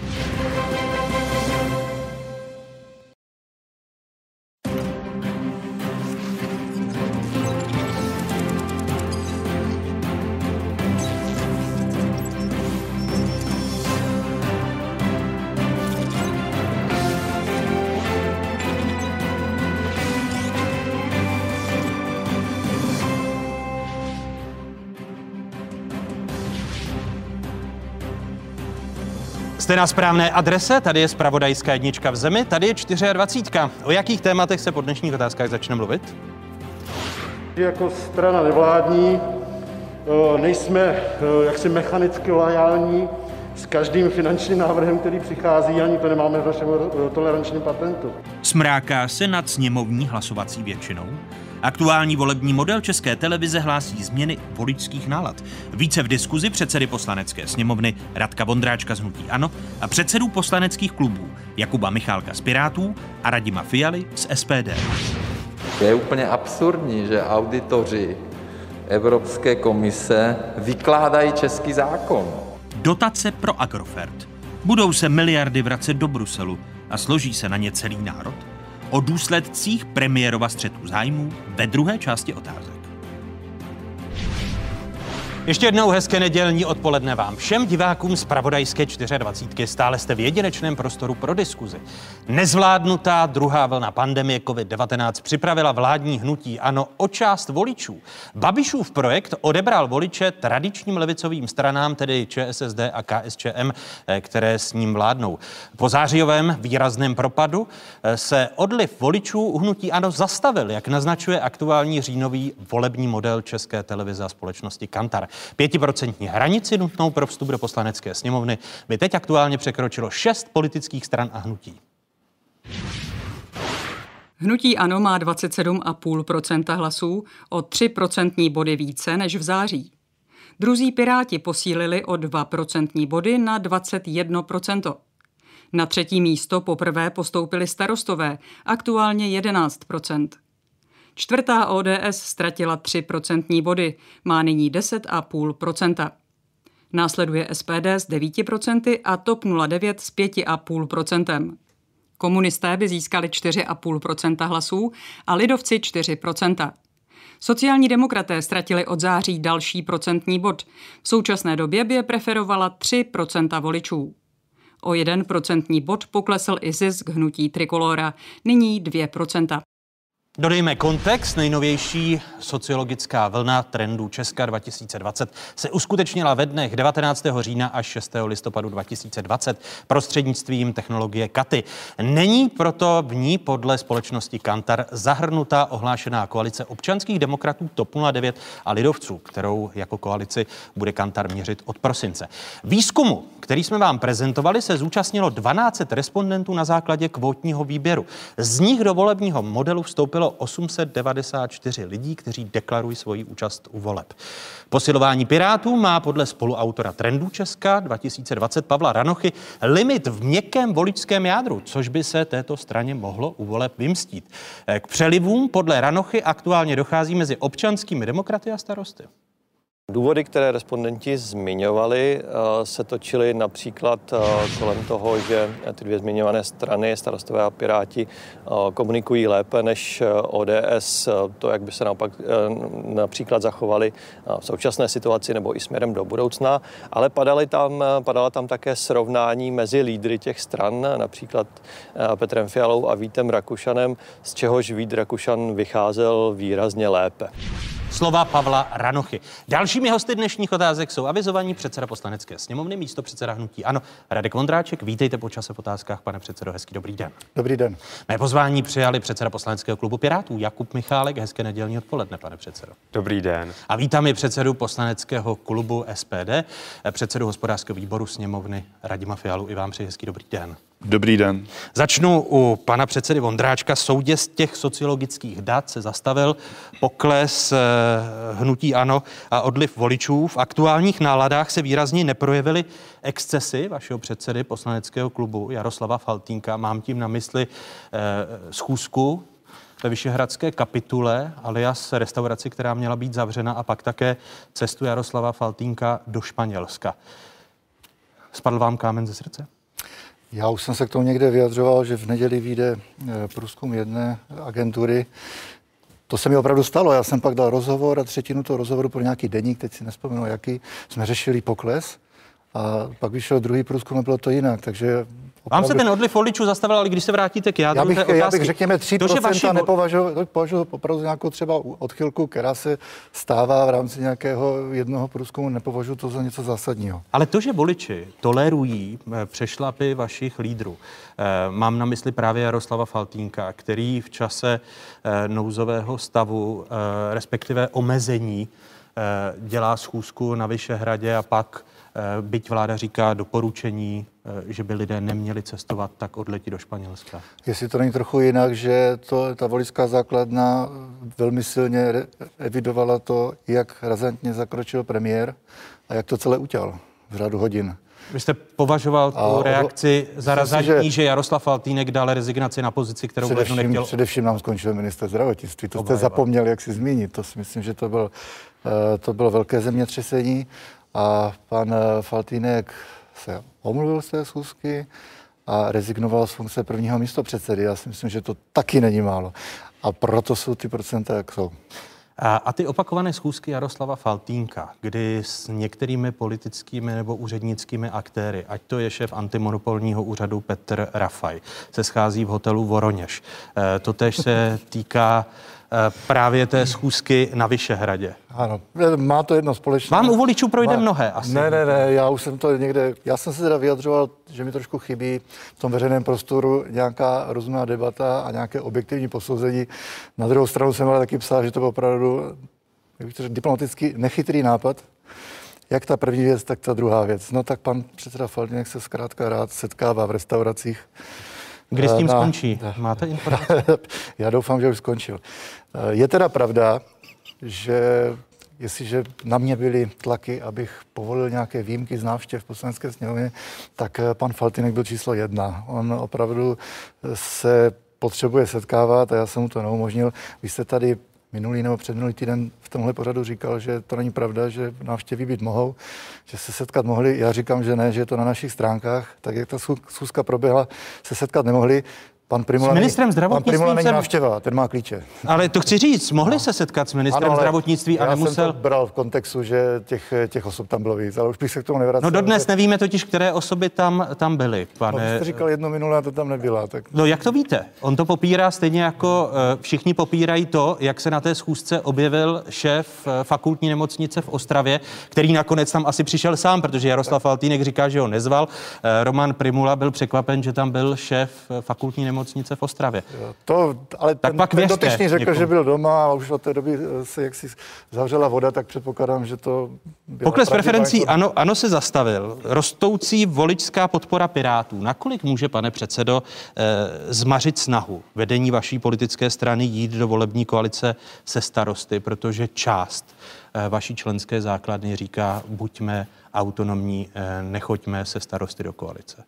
Jste na správné adrese, tady je Zpravodajská jednička v zemi, tady je 24. O jakých tématech se po dnešních otázkách začne mluvit? Jako strana nevládní nejsme jaksi mechanicky loajální s každým finančním návrhem, který přichází, ani to nemáme v našem tolerančním patentu. Smráká se nad sněmovní hlasovací většinou. Aktuální volební model České televize hlásí změny voličských nálad. Více v diskuzi předsedy Poslanecké sněmovny Radka Vondráčka z hnutí ANO a předsedů poslaneckých klubů Jakuba Michálka z Pirátů a Radima Fialy z SPD. Je úplně absurdní, že auditoři Evropské komise vykládají český zákon. Dotace pro Agrofert. Budou se miliardy vracet do Bruselu a složí se na ně celý národ? O důsledcích premiérova střetu zájmů ve druhé části otázek. Ještě jednou hezké nedělní odpoledne vám všem divákům Zpravodajské 24. Stále jste v jedinečném prostoru pro diskuzi. Nezvládnutá druhá vlna pandemie COVID-19 připravila vládní hnutí ANO o část voličů. Babišův projekt odebral voliče tradičním levicovým stranám, tedy ČSSD a KSČM, které s ním vládnou. Po zářijovém výrazném propadu se odliv voličů hnutí ANO zastavil, jak naznačuje aktuální říjnový volební model České televize a společnosti Kantar. 5% hranici nutnou pro vstup do Poslanecké sněmovny by teď aktuálně překročilo 6 politických stran a hnutí. Hnutí ANO má 27,5% hlasů, o 3% body více než v září. Druzí Piráti posílili o 2% body na 21%. Na třetí místo poprvé postoupili Starostové, aktuálně 11%. Čtvrtá ODS ztratila 3% body, má nyní 10,5%. Následuje SPD s 9% a TOP 09 s 5,5%. Komunisté by získali 4,5% hlasů a lidovci 4%. Sociální demokraté ztratili od září další procentní bod. V současné době by je preferovala 3% voličů. O 1% bod poklesl i zisk hnutí Trikolóra, nyní 2%. Dodejme kontext. Nejnovější sociologická vlna trendů Česka 2020 se uskutečnila ve dnech 19. října až 6. listopadu 2020 prostřednictvím technologie Katy. Není proto v ní podle společnosti Kantar zahrnutá ohlášená koalice občanských demokratů TOP 09 a lidovců, kterou jako koalici bude Kantar měřit od prosince. Výzkumu, který jsme vám prezentovali, se zúčastnilo 12 respondentů na základě kvótního výběru. Z nich do volebního modelu vstoupilo 894 lidí, kteří deklarují svoji účast u voleb. Posilování Pirátů má podle spoluautora Trendů Česka 2020 Pavla Ranochy limit v měkkém voličském jádru, což by se této straně mohlo u voleb vymstít. K přelivům podle Ranochy aktuálně dochází mezi občanskými demokraty a Starosty. Důvody, které respondenti zmiňovali, se točily například kolem toho, že ty dvě zmiňované strany, Starostové a Piráti, komunikují lépe než ODS, to, jak by se naopak například zachovali v současné situaci nebo i směrem do budoucna, ale padala tam také srovnání mezi lídry těch stran, například Petrem Fialou a Vítem Rakušanem, z čehož Vít Rakušan vycházel výrazně lépe. Slova Pavla Ranochy. Dalšími hosty dnešních otázek jsou avizovaní předseda Poslanecké sněmovny, místopředseda hnutí ANO Radek Vondráček. Vítejte po čase v otázkách, pane předsedo, hezký dobrý den. Dobrý den. Mé pozvání přijali předseda poslaneckého klubu Pirátů Jakub Michálek. Hezké nedělní odpoledne, pane předsedo. Dobrý den. A vítám i předsedu poslaneckého klubu SPD, předsedu hospodářského výboru sněmovny Radima Fialu. I vám přeji hezký dobrý den. Dobrý den. Začnu u pana předsedy Vondráčka. Soudě z těch sociologických dat se zastavil pokles hnutí ANO a odliv voličů. V aktuálních náladách se výrazně neprojevily excesy vašeho předsedy poslaneckého klubu Jaroslava Faltýnka. Mám tím na mysli schůzku ve Vyšehradské kapitule, alias restauraci, která měla být zavřena, a pak také cestu Jaroslava Faltýnka do Španělska. Spadl vám kámen ze srdce? Já už jsem se k tomu někde vyjadřoval, že v neděli vyjde průzkum jedné agentury. To se mi opravdu stalo. Já jsem pak dal rozhovor a třetinu toho rozhovoru pro nějaký deník, teď si nespomenu jaký, jsme řešili pokles a pak vyšel druhý průzkum a bylo to jinak, takže... Vám se ten odliv voličů zastavil, ale když se vrátíte k jádru té otázky... Já bych řekněme 3% nepovažuji opravdu nějakou třeba odchylku, která se stává v rámci nějakého jednoho průzkumu, nepovažuji to za něco zásadního. Ale to, že voliči tolerují přešlapy vašich lídrů, mám na mysli právě Jaroslava Faltýnka, který v čase nouzového stavu, respektive omezení, dělá schůzku na Vyšehradě a pak, byť vláda říká doporučení, že by lidé neměli cestovat, tak odletí do Španělska. Jestli to není trochu jinak, že ta voličská základna velmi silně evidovala to, jak razantně zakročil premiér a jak to celé udělal v řádu hodin. Vy jste považoval tu reakci za razantní, že Jaroslav Faltýnek dal rezignaci na pozici, kterou v nechtěl? Především nám skončil ministr zdravotnictví. To jste zapomněl, jak si zmínit. To si myslím, že to bylo velké zemětřesení. A pan Faltýnek se omluvil z té schůzky a rezignoval z funkce prvního místopředsedy. Já si myslím, že to taky není málo. A proto jsou ty procenta, jak jsou. A ty opakované schůzky Jaroslava Faltýnka, kdy s některými politickými nebo úřednickými aktéry, ať to je šéf antimonopolního úřadu Petr Rafaj, se schází v hotelu Voroněž. Totéž se týká právě té schůzky na Vyšehradě. Ano, má to jedno společné. Vám u voličů projde mnohé asi. Ne, já jsem se teda vyjadřoval, že mi trošku chybí v tom veřejném prostoru nějaká rozumná debata a nějaké objektivní posouzení. Na druhou stranu jsem ale taky psal, že to byl opravdu, jak bych to řekl, diplomaticky nechytrý nápad. Jak ta první věc, tak ta druhá věc. No tak pan předseda Faltýnek se zkrátka rád setkává v restauracích. Kdy s tím skončí? Máte informace? Já doufám, že už skončil. Je teda pravda, že jestliže na mě byly tlaky, abych povolil nějaké výjimky z návštěv v Poslanecké sněmovně, tak pan Faltýnek byl číslo 1. On opravdu se potřebuje setkávat a já jsem mu to neumožnil. Vy jste tady minulý nebo předminulý týden v tomhle pořadu říkal, že to není pravda, že návštěvy být mohou, že se setkat mohli. Já říkám, že ne, že je to na našich stránkách. Tak jak ta schůzka proběhla, se setkat nemohli. S ministrem zdravotnictví. Pan Prymula není návštěva, ten má klíče. Ale to chci říct, mohli se setkat s ministrem zdravotnictví a nemusel... Já jsem to bral v kontextu, že těch osob tam bylo víc, ale už bych se k tomu nevracel. No dodnes nevíme totiž, které osoby tam byly, pane. No, jste říkal jednu minule a to tam nebyla. Tak... No jak to víte? On to popírá stejně jako všichni popírají to, jak se na té schůzce objevil šéf fakultní nemocnice v Ostravě, který nakonec tam asi přišel sám, protože Jaroslav Faltýnek říká, že ho nezval. Roman Prymula byl překvapen, že tam byl šéf fakultní nemocnice v Ostravě. Ale ten dotyčný řekl, že byl doma a už od té doby se jaksi zavřela voda, tak předpokládám, že to byla pokles preferencí ano se zastavil. Rostoucí voličská podpora Pirátů. Nakolik může, pane předsedo, zmařit snahu vedení vaší politické strany jít do volební koalice se Starosty, protože část vaší členské základny říká, buďme autonomní, nechoďme se Starosty do koalice?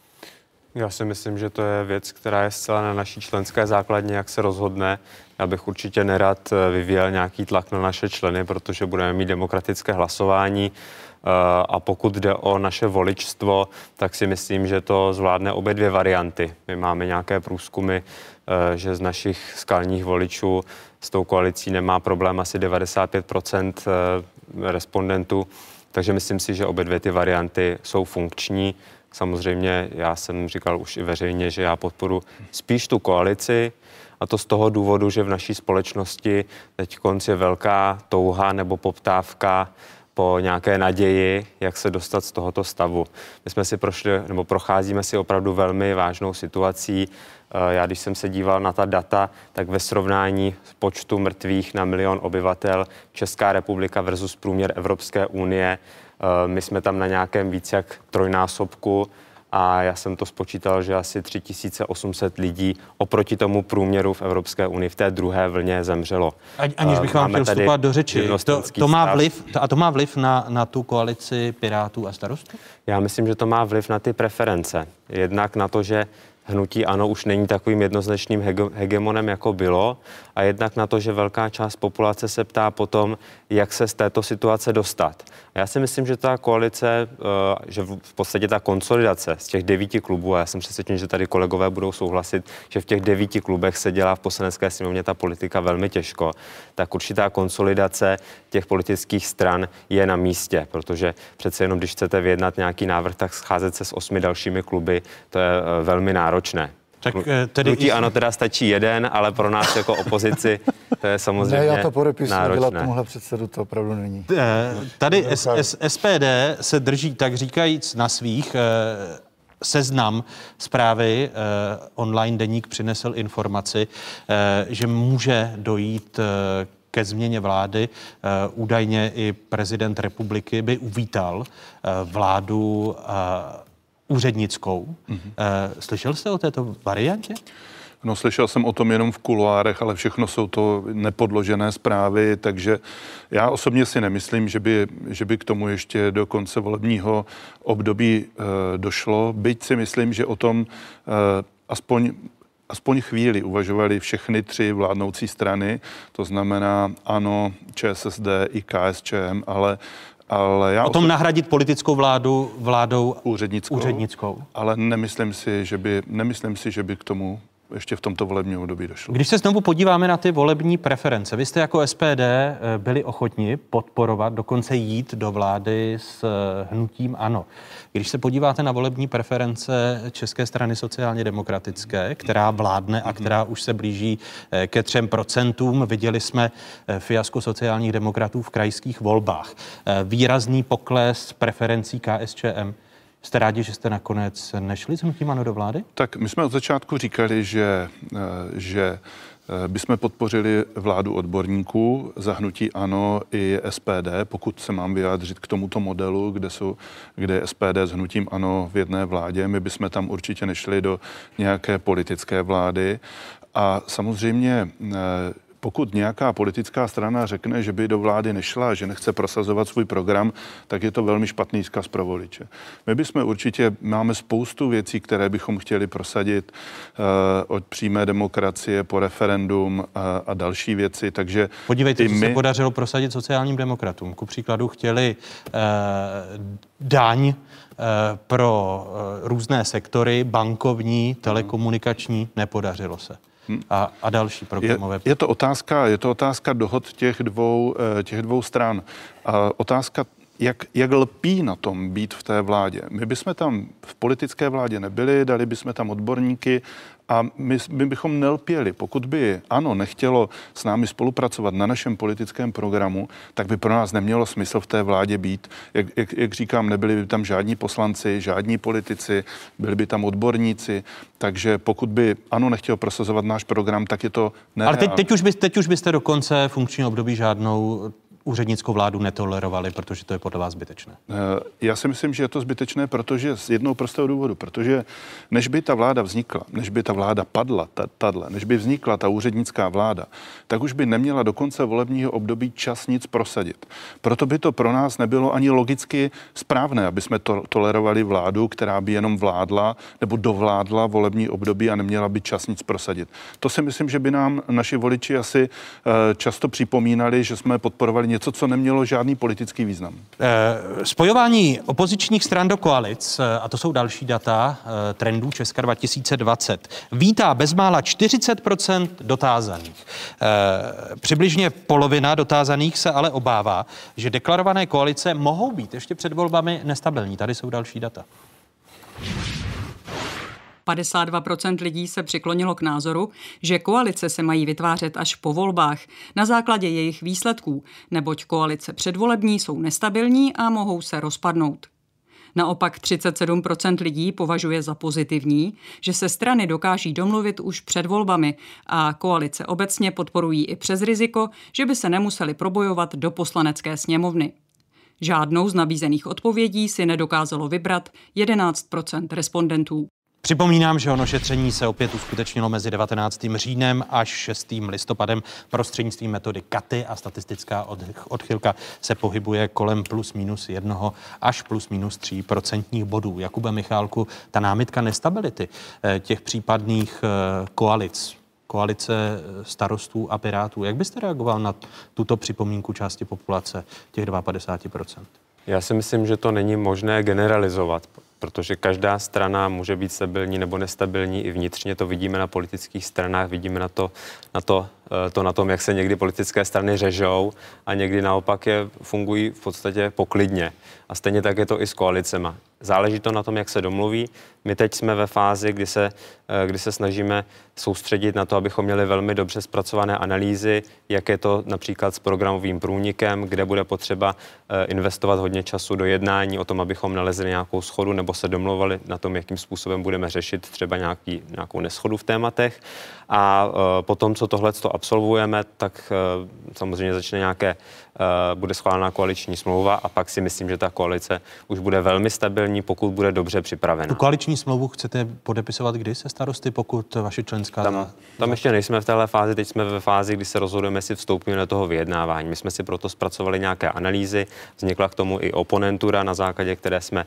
Já si myslím, že to je věc, která je zcela na naší členské základně, jak se rozhodne. Já bych určitě nerad vyvíjel nějaký tlak na naše členy, protože budeme mít demokratické hlasování a pokud jde o naše voličstvo, tak si myslím, že to zvládne obě dvě varianty. My máme nějaké průzkumy, že z našich skalních voličů s tou koalicí nemá problém asi 95% respondentů, takže myslím si, že obě dvě ty varianty jsou funkční. Samozřejmě já jsem říkal už i veřejně, že já podporu spíš tu koalici, a to z toho důvodu, že v naší společnosti teď je velká touha nebo poptávka po nějaké naději, jak se dostat z tohoto stavu. My jsme si procházíme si opravdu velmi vážnou situací. Já, když jsem se díval na ta data, tak ve srovnání počtu mrtvých na milion obyvatel Česká republika versus průměr Evropské unie, my jsme tam na nějakém víc jak trojnásobku a já jsem to spočítal, že asi 3800 lidí oproti tomu průměru v Evropské unii v té druhé vlně zemřelo. Aniž bych vám chtěl vstupovat do řeči. To má vliv na tu koalici Pirátů a Starostů? Já myslím, že to má vliv na ty preference. Jednak na to, že hnutí ANO už není takovým jednoznačným hegemonem, jako bylo, a jednak na to, že velká část populace se ptá potom, jak se z této situace dostat. A já si myslím, že ta koalice, že v podstatě ta konsolidace z těch 9 klubů, a já jsem přesvědčen, že tady kolegové budou souhlasit, že v těch 9 klubech se dělá v Poslanecké sněmovně ta politika velmi těžko, tak určitá konsolidace těch politických stran je na místě, protože přece jenom, když chcete vyjednat nějaký návrh, tak scházet se s 8 dalšími kluby, to je velmi náročné. Tak tedy ano, teda stačí jeden, ale pro nás jako opozici to je samozřejmě náročné. Já to podepisuji, dělat tomuhle předsedu to opravdu není. Tady SPD se drží, tak říkajíc, na svých. Seznam Zprávy online deník přinesl informaci, že může dojít ke změně vlády. Údajně i prezident republiky by uvítal vládu úřednickou. Slyšel jste o této variantě? No, slyšel jsem o tom jenom v kuloárech, ale všechno jsou to nepodložené zprávy, takže já osobně si nemyslím, že by k tomu ještě do konce volebního období došlo, byť si myslím, že o tom aspoň chvíli uvažovali všechny 3 vládnoucí strany, to znamená ANO, ČSSD i KSČM, ale já o tom nahradit politickou vládou úřednickou. Ale nemyslím si, že by k tomu ještě v tomto volebním období došlo. Když se znovu podíváme na ty volební preference, vy jste jako SPD byli ochotni podporovat, dokonce jít do vlády s hnutím ANO. Když se podíváte na volební preference České strany sociálně demokratické, která vládne a která už se blíží ke 3%, viděli jsme fiasko sociálních demokratů v krajských volbách. Výrazný pokles preferencí KSČM. Jste rádi, že jste nakonec nešli s hnutím ANO do vlády? Tak my jsme od začátku říkali, že bychom podpořili vládu odborníků za hnutí ANO i SPD, pokud se mám vyjádřit k tomuto modelu, kde je SPD s hnutím ANO v jedné vládě. My bychom tam určitě nešli do nějaké politické vlády. A samozřejmě pokud nějaká politická strana řekne, že by do vlády nešla, že nechce prosazovat svůj program, tak je to velmi špatný vzkaz pro voliče. My bychom určitě, máme spoustu věcí, které bychom chtěli prosadit od přímé demokracie po referendum a další věci, takže podívejte, co se podařilo prosadit sociálním demokratům. Ku příkladu chtěli daň pro různé sektory, bankovní, telekomunikační, nepodařilo se. A další programové. Je to otázka dohod těch dvou stran. A otázka, jak lpí na tom být v té vládě. My bychom tam v politické vládě nebyli, dali bychom tam odborníky a my bychom nelpěli. Pokud by ANO nechtělo s námi spolupracovat na našem politickém programu, tak by pro nás nemělo smysl v té vládě být. Jak říkám, nebyli by tam žádní poslanci, žádní politici, byli by tam odborníci, takže pokud by ANO nechtělo prosazovat náš program, tak je to nereálné. Ale teď už byste do konce funkčního období žádnou úřednickou vládu netolerovali, protože to je podle vás zbytečné. Já si myslím, že je to zbytečné, protože z jednoho prostého důvodu, protože než by ta vláda vznikla, než by ta vláda padla, než by vznikla ta úřednická vláda, tak už by neměla do konce volebního období čas nic prosadit. Proto by to pro nás nebylo ani logicky správné, aby jsme tolerovali vládu, která by jenom vládla nebo dovládla volební období a neměla by čas nic prosadit. To si myslím, že by nám naši voliči asi často připomínali, že jsme podporovali něco, co nemělo žádný politický význam. Spojování opozičních stran do koalic, a to jsou další data trendů Česka 2020, vítá bezmála 40% dotázaných. Přibližně polovina dotázaných se ale obává, že deklarované koalice mohou být ještě před volbami nestabilní. Tady jsou další data. 52% lidí se přiklonilo k názoru, že koalice se mají vytvářet až po volbách na základě jejich výsledků, neboť koalice předvolební jsou nestabilní a mohou se rozpadnout. Naopak 37% lidí považuje za pozitivní, že se strany dokáží domluvit už před volbami a koalice obecně podporují i přes riziko, že by se nemuseli probojovat do poslanecké sněmovny. Žádnou z nabízených odpovědí si nedokázalo vybrat 11% respondentů. Připomínám, že ono šetření se opět uskutečnilo mezi 19. říjnem až 6. listopadem prostřednictvím metody Katy a statistická odchylka se pohybuje kolem plus minus 1 až plus minus 3% bodů. Jakube Michálku, ta námitka nestability těch případných koalice starostů a pirátů, jak byste reagoval na tuto připomínku části populace, těch 52%? Já si myslím, že to není možné generalizovat, protože každá strana může být stabilní nebo nestabilní, i vnitřně to vidíme na politických stranách, vidíme na tom, jak se někdy politické strany řežou a někdy naopak fungují v podstatě poklidně. A stejně tak je to i s koalicema. Záleží to na tom, jak se domluví. My teď jsme ve fázi, kdy se snažíme soustředit na to, abychom měli velmi dobře zpracované analýzy, jak je to například s programovým průnikem, kde bude potřeba investovat hodně času do jednání o tom, abychom nalezli nějakou shodu nebo se domluvali na tom, jakým způsobem budeme řešit třeba nějakou neshodu v tématech. A potom, co tohleto absolvujeme, tak samozřejmě bude schválená koaliční smlouva a pak si myslím, že ta koalice už bude velmi stabilní, pokud bude dobře připravena. Tu koaliční smlouvu chcete podepisovat kdy se starosty, pokud vaše členská... Tam ještě nejsme v téhle fázi, teď jsme ve fázi, kdy se rozhodujeme, jestli vstoupíme do toho vyjednávání. My jsme si proto zpracovali nějaké analýzy, vznikla k tomu i oponentura, na základě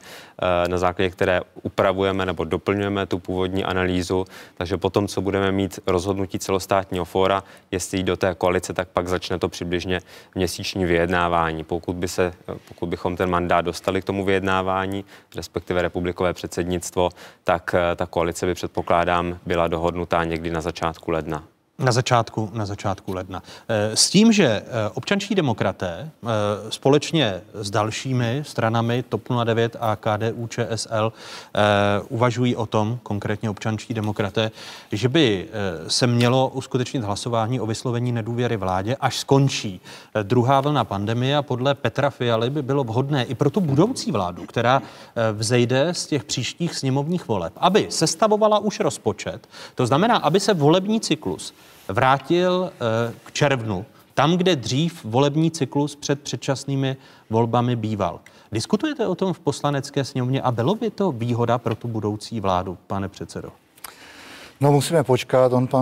které upravujeme nebo doplňujeme tu původní analýzu, takže potom, co budeme mít rozhodnutí celostátního fóra, jestli jít do té koalice, tak pak začne to přibližně měsíční vyjednávání. Pokud bychom ten mandát dostali k tomu vyjednávání, respektive republikové předsednictvo, tak ta koalice by, předpokládám, byla dohodnutá někdy na začátku ledna. Na začátku ledna. S tím, že občanští demokraté společně s dalšími stranami TOP 09 a KDU-ČSL uvažují o tom, konkrétně občanští demokraté, že by se mělo uskutečnit hlasování o vyslovení nedůvěry vládě, až skončí druhá vlna pandemie, a podle Petra Fialy by bylo vhodné i pro tu budoucí vládu, která vzejde z těch příštích sněmovních voleb, aby sestavovala už rozpočet, to znamená, aby se volební cyklus vrátil k červnu, tam, kde dřív volební cyklus před předčasnými volbami býval. Diskutujete o tom v poslanecké sněmovně a bylo by to výhoda pro tu budoucí vládu, pane předsedo? No, musíme počkat. Pan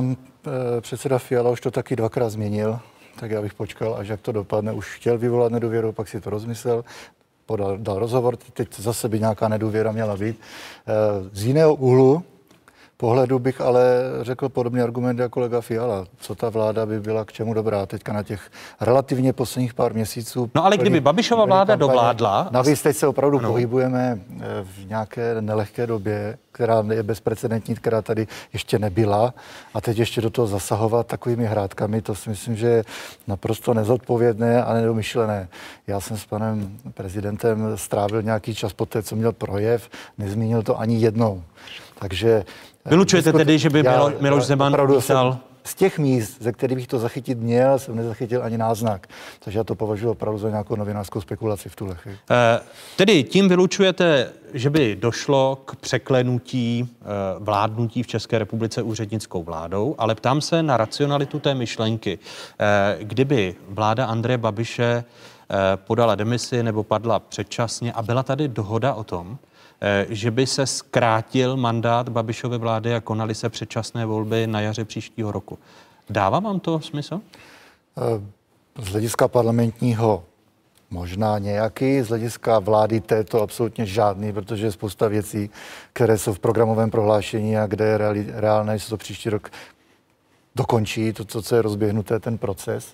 předseda Fiala už to taky dvakrát změnil, tak já bych počkal, až jak to dopadne. Už chtěl vyvolat nedůvěru, pak si to rozmyslel, dal rozhovor, teď zase by nějaká nedůvěra měla být. Z jiného úhlu pohledu bych ale řekl podobný argument jako kolega Fiala. Co ta vláda by byla k čemu dobrá teďka na těch relativně posledních pár měsíců. No ale kdyby Babišova vláda dovládla... Navíc teď se opravdu pohybujeme v nějaké nelehké době, která je bezprecedentní, která tady ještě nebyla, a teď ještě do toho zasahovat takovými hrádkami, to si myslím, že je naprosto nezodpovědné a nedomyšlené. Já jsem s panem prezidentem strávil nějaký čas poté, co měl projev, nezmínil to ani jednou. Takže... Vylučujete tedy, že by Miloš Zeman vítal? Z těch míst, ze kterých bych to zachytit měl, jsem nezachytil ani náznak. Takže já to považuji opravdu za nějakou novinářskou spekulaci v tuhle chvíli. Tedy tím vylučujete, že by došlo k překlenutí vládnutí v České republice úřednickou vládou, ale ptám se na racionalitu té myšlenky. Kdyby vláda Andreje Babiše podala demisi nebo padla předčasně a byla tady dohoda o tom, že by se zkrátil mandát Babišovy vlády a konaly se předčasné volby na jaře příštího roku. Dává vám to smysl? Z hlediska parlamentního možná nějaký, z hlediska vlády této absolutně žádný, protože je spousta věcí, které jsou v programovém prohlášení a kde je reálné, že se to příští rok dokončí, to, co je rozběhnuté, ten proces.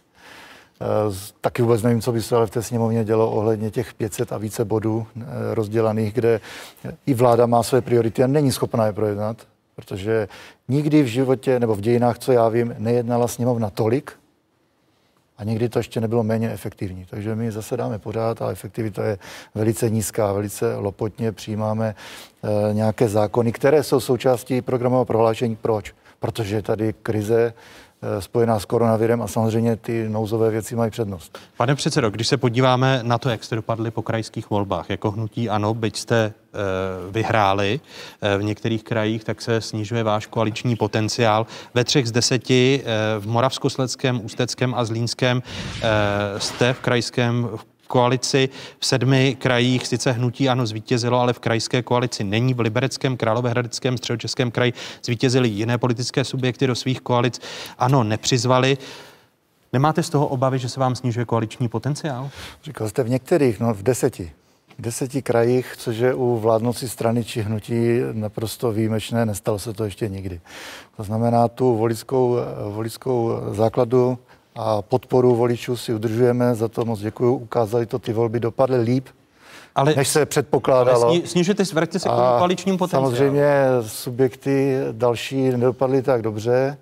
Taky vůbec nevím, co by se ale v té sněmovně dělo ohledně těch 500 a více bodů rozdělaných, kde i vláda má své priority a není schopná je projednat, protože nikdy v životě nebo v dějinách, co já vím, nejednala sněmovna tolik a nikdy to ještě nebylo méně efektivní. Takže my zasedáme pořád a efektivita je velice nízká, velice lopotně přijímáme nějaké zákony, které jsou součástí programového prohlášení. Proč? Protože je tady krize spojená s koronavirem a samozřejmě ty nouzové věci mají přednost. Pane předsedo, když se podíváme na to, jak jste dopadli po krajských volbách, jako hnutí ANO, byť jste vyhráli v některých krajích, tak se snižuje váš koaliční potenciál. Ve 3 z 10 v Moravskoslezském, Ústeckém a Zlínském jste v krajském koalici, v 7 krajích sice hnutí ANO zvítězilo, ale v krajské koalici není. V Libereckém, Královéhradeckém, Středočeském kraji zvítězily jiné politické subjekty, do svých koalic ANO nepřizvali. Nemáte z toho obavy, že se vám snižuje koaliční potenciál? Říkal jste v některých, no v 10. V 10 krajích, což je u vládnoucí strany či hnutí naprosto výjimečné, nestalo se to ještě nikdy. To znamená, tu voličskou základu a podporu voličů si udržujeme, za to moc děkuju. Ukázali to, ty volby dopadly líp, než se předpokládalo. Ale snižujete, vraťte se k tomu koaličnímu potenciálu. Samozřejmě subjekty další nedopadly tak dobře.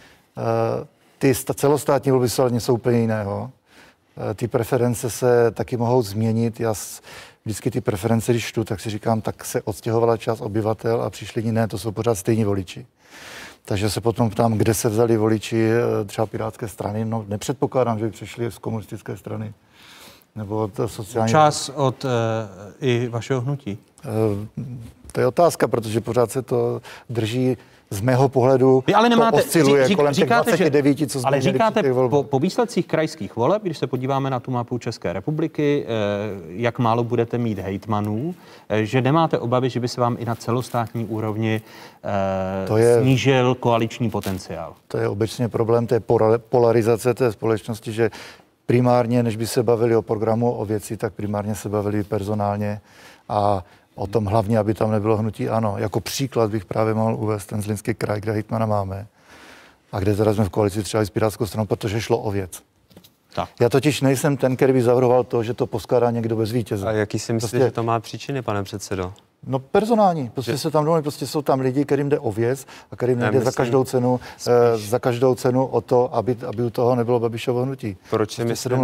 Ty celostátní volby jsou něco úplně jiného. Ty preference se taky mohou změnit. Já vždycky ty preference, když čtu, tak si říkám, tak se odstěhovala část obyvatel a přišli jiné, to jsou pořád stejní voliči. Takže se potom ptám, kde se vzali voliči třeba Pirátské strany. No, nepředpokládám, že by přišli z komunistické strany. Nebo od sociální... Čas od i vašeho hnutí? To je otázka, protože pořád se to drží z mého pohledu, ale nemáte, to osciluje kolem těch 29, co jsme ale měli říkáte při těch volbách. Po výsledcích krajských voleb, když se podíváme na tu mapu České republiky, jak málo budete mít hejtmanů, že nemáte obavy, že by se vám i na celostátní úrovni snížil koaliční potenciál? To je obecně problém té polarizace té společnosti, že primárně, než by se bavili o programu, o věci, tak primárně se bavili personálně a o tom hlavně, aby tam nebylo hnutí ANO. Jako příklad bych právě mohl uvést ten Zlínský kraj, kde hejtmana máme a kde teda jsme v koalici třeba s Pirátskou stranou, protože šlo o věc. Tak. Já totiž nejsem ten, který by zavrhoval to, že to poskládá někdo bez vítěze. A jaký si myslíte, že to má příčiny, pane předsedo? No personální. Prostě se tam domluví, prostě jsou tam lidi, kterým jde o věc a kterým nejde za každou cenu o to, aby u toho nebylo Babišovo hnutí. Proč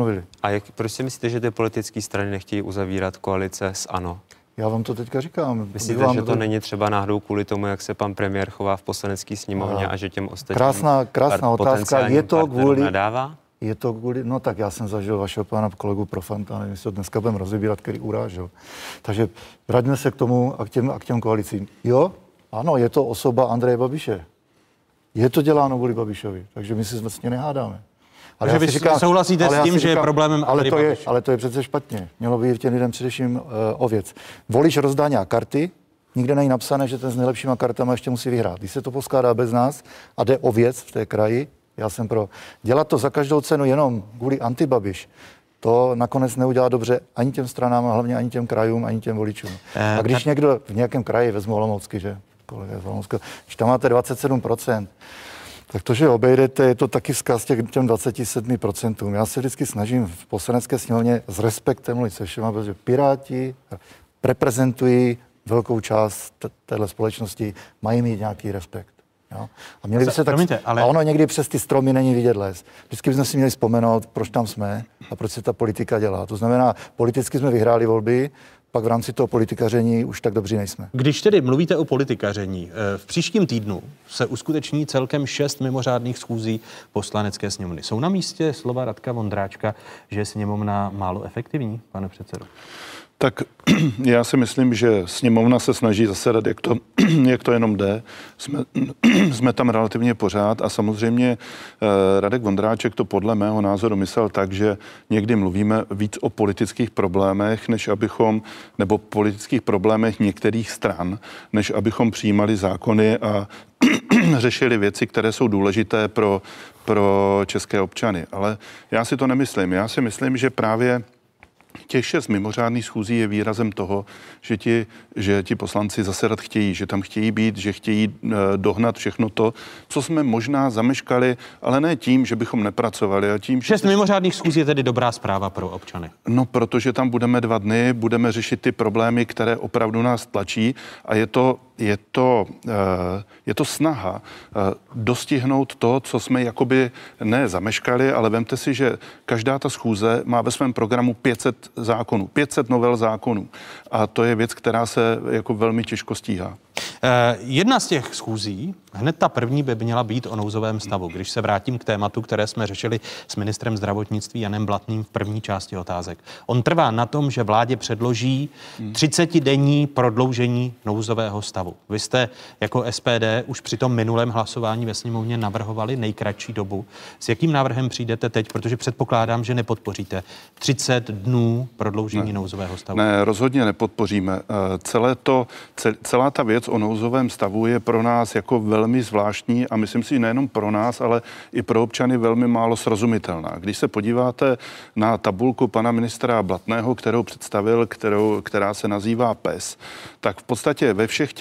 si myslíte, že ty politické strany nechtějí uzavírat koalice s ANO? Já vám to teďka říkám. Myslíte, že to není třeba náhodou kvůli tomu, jak se pan premiér chová v poslanecké sněmovně a že těm ostatním krásná otázka. Je to kvůli nadává? Je to kvůli, no tak já jsem zažil vašeho pána kolegu Profanta, nevím, jestli to dneska budeme rozebírat, který urážel. Takže vraťme se k tomu a k těm koalicím. Jo, ano, je to osoba Andreje Babiše. Je to děláno kvůli Babišovi, takže my si vlastně nehádáme. Ale takže vy souhlasíte s tím, že je problémem Andrej Babiš? Ale to je přece špatně. Mělo by jít těm lidem především o věc. Volič rozdá nějak karty Nikde není napsané, že ten s nejlepšíma kartama ještě musí vyhrát. Když se to poskládá bez nás a jde o věc v té kraji, já jsem pro. Dělat to za každou cenu jenom kvůli antibabiš, to nakonec neudělá dobře ani těm stranám, a hlavně ani těm krajům, ani těm voličům. A když někdo v nějakém kraji, vezmu Olomoucky, že kolega z Olomoucka, když tam máte 27%, tak to, že obejdete, je to taky vzkaz těm 27%. Já se vždycky snažím v Poslanecké sněmovně s respektem mluvit se všema, protože Piráti reprezentují velkou část téhle společnosti, mají mít nějaký respekt. Jo? A měli by se tak... A ono někdy přes ty stromy není vidět les. Vždycky bychom si měli vzpomenout, proč tam jsme a proč se ta politika dělá. To znamená, politicky jsme vyhráli volby, pak v rámci toho politikaření už tak dobří nejsme. Když tedy mluvíte o politikaření, v příštím týdnu se uskuteční celkem 6 mimořádných schůzí Poslanecké sněmovny. Jsou na místě slova Radka Vondráčka, že je sněmovna málo efektivní, pane předsedo? Tak já si myslím, že sněmovna se snaží zasedat, jak to jenom jde. Jsme tam relativně pořád a samozřejmě Radek Vondráček to podle mého názoru myslel tak, že někdy mluvíme víc o politických problémech, nebo politických problémech některých stran, než abychom přijímali zákony a řešili věci, které jsou důležité pro české občany. Ale já si to nemyslím. Já si myslím, že právě těch 6 mimořádných schůzí je výrazem toho, že ti poslanci zasedat chtějí, že tam chtějí být, že chtějí dohnat všechno to, co jsme možná zameškali, ale ne tím, že bychom nepracovali. A tím, 6 mimořádných schůzí je tedy dobrá zpráva pro občany. No, protože tam budeme 2 dny, budeme řešit ty problémy, které opravdu nás tlačí a je to snaha dostihnout to, co jsme jakoby ne zameškali, ale vemte si, že každá ta schůze má ve svém programu 500 zákonů, 500 novel zákonů. A to je věc, která se jako velmi těžko stíhá. Jedna z těch schůzí, hned ta první by měla být o nouzovém stavu. Když se vrátím k tématu, které jsme řešili s ministrem zdravotnictví Janem Blatným v první části otázek. On trvá na tom, že vládě předloží 30denní prodloužení nouzového stavu. Vy jste jako SPD už při tom minulém hlasování ve sněmovně navrhovali nejkratší dobu. S jakým návrhem přijdete teď? Protože předpokládám, že nepodpoříte 30 dnů prodloužení nouzového stavu. Ne, rozhodně nepodpoříme. Celá ta věc o nouzovém stavu je pro nás jako velmi zvláštní a myslím si nejenom pro nás, ale i pro občany velmi málo srozumitelná. Když se podíváte na tabulku pana ministra Blatného, kterou představil, která se nazývá PES, tak v podstatě ve všech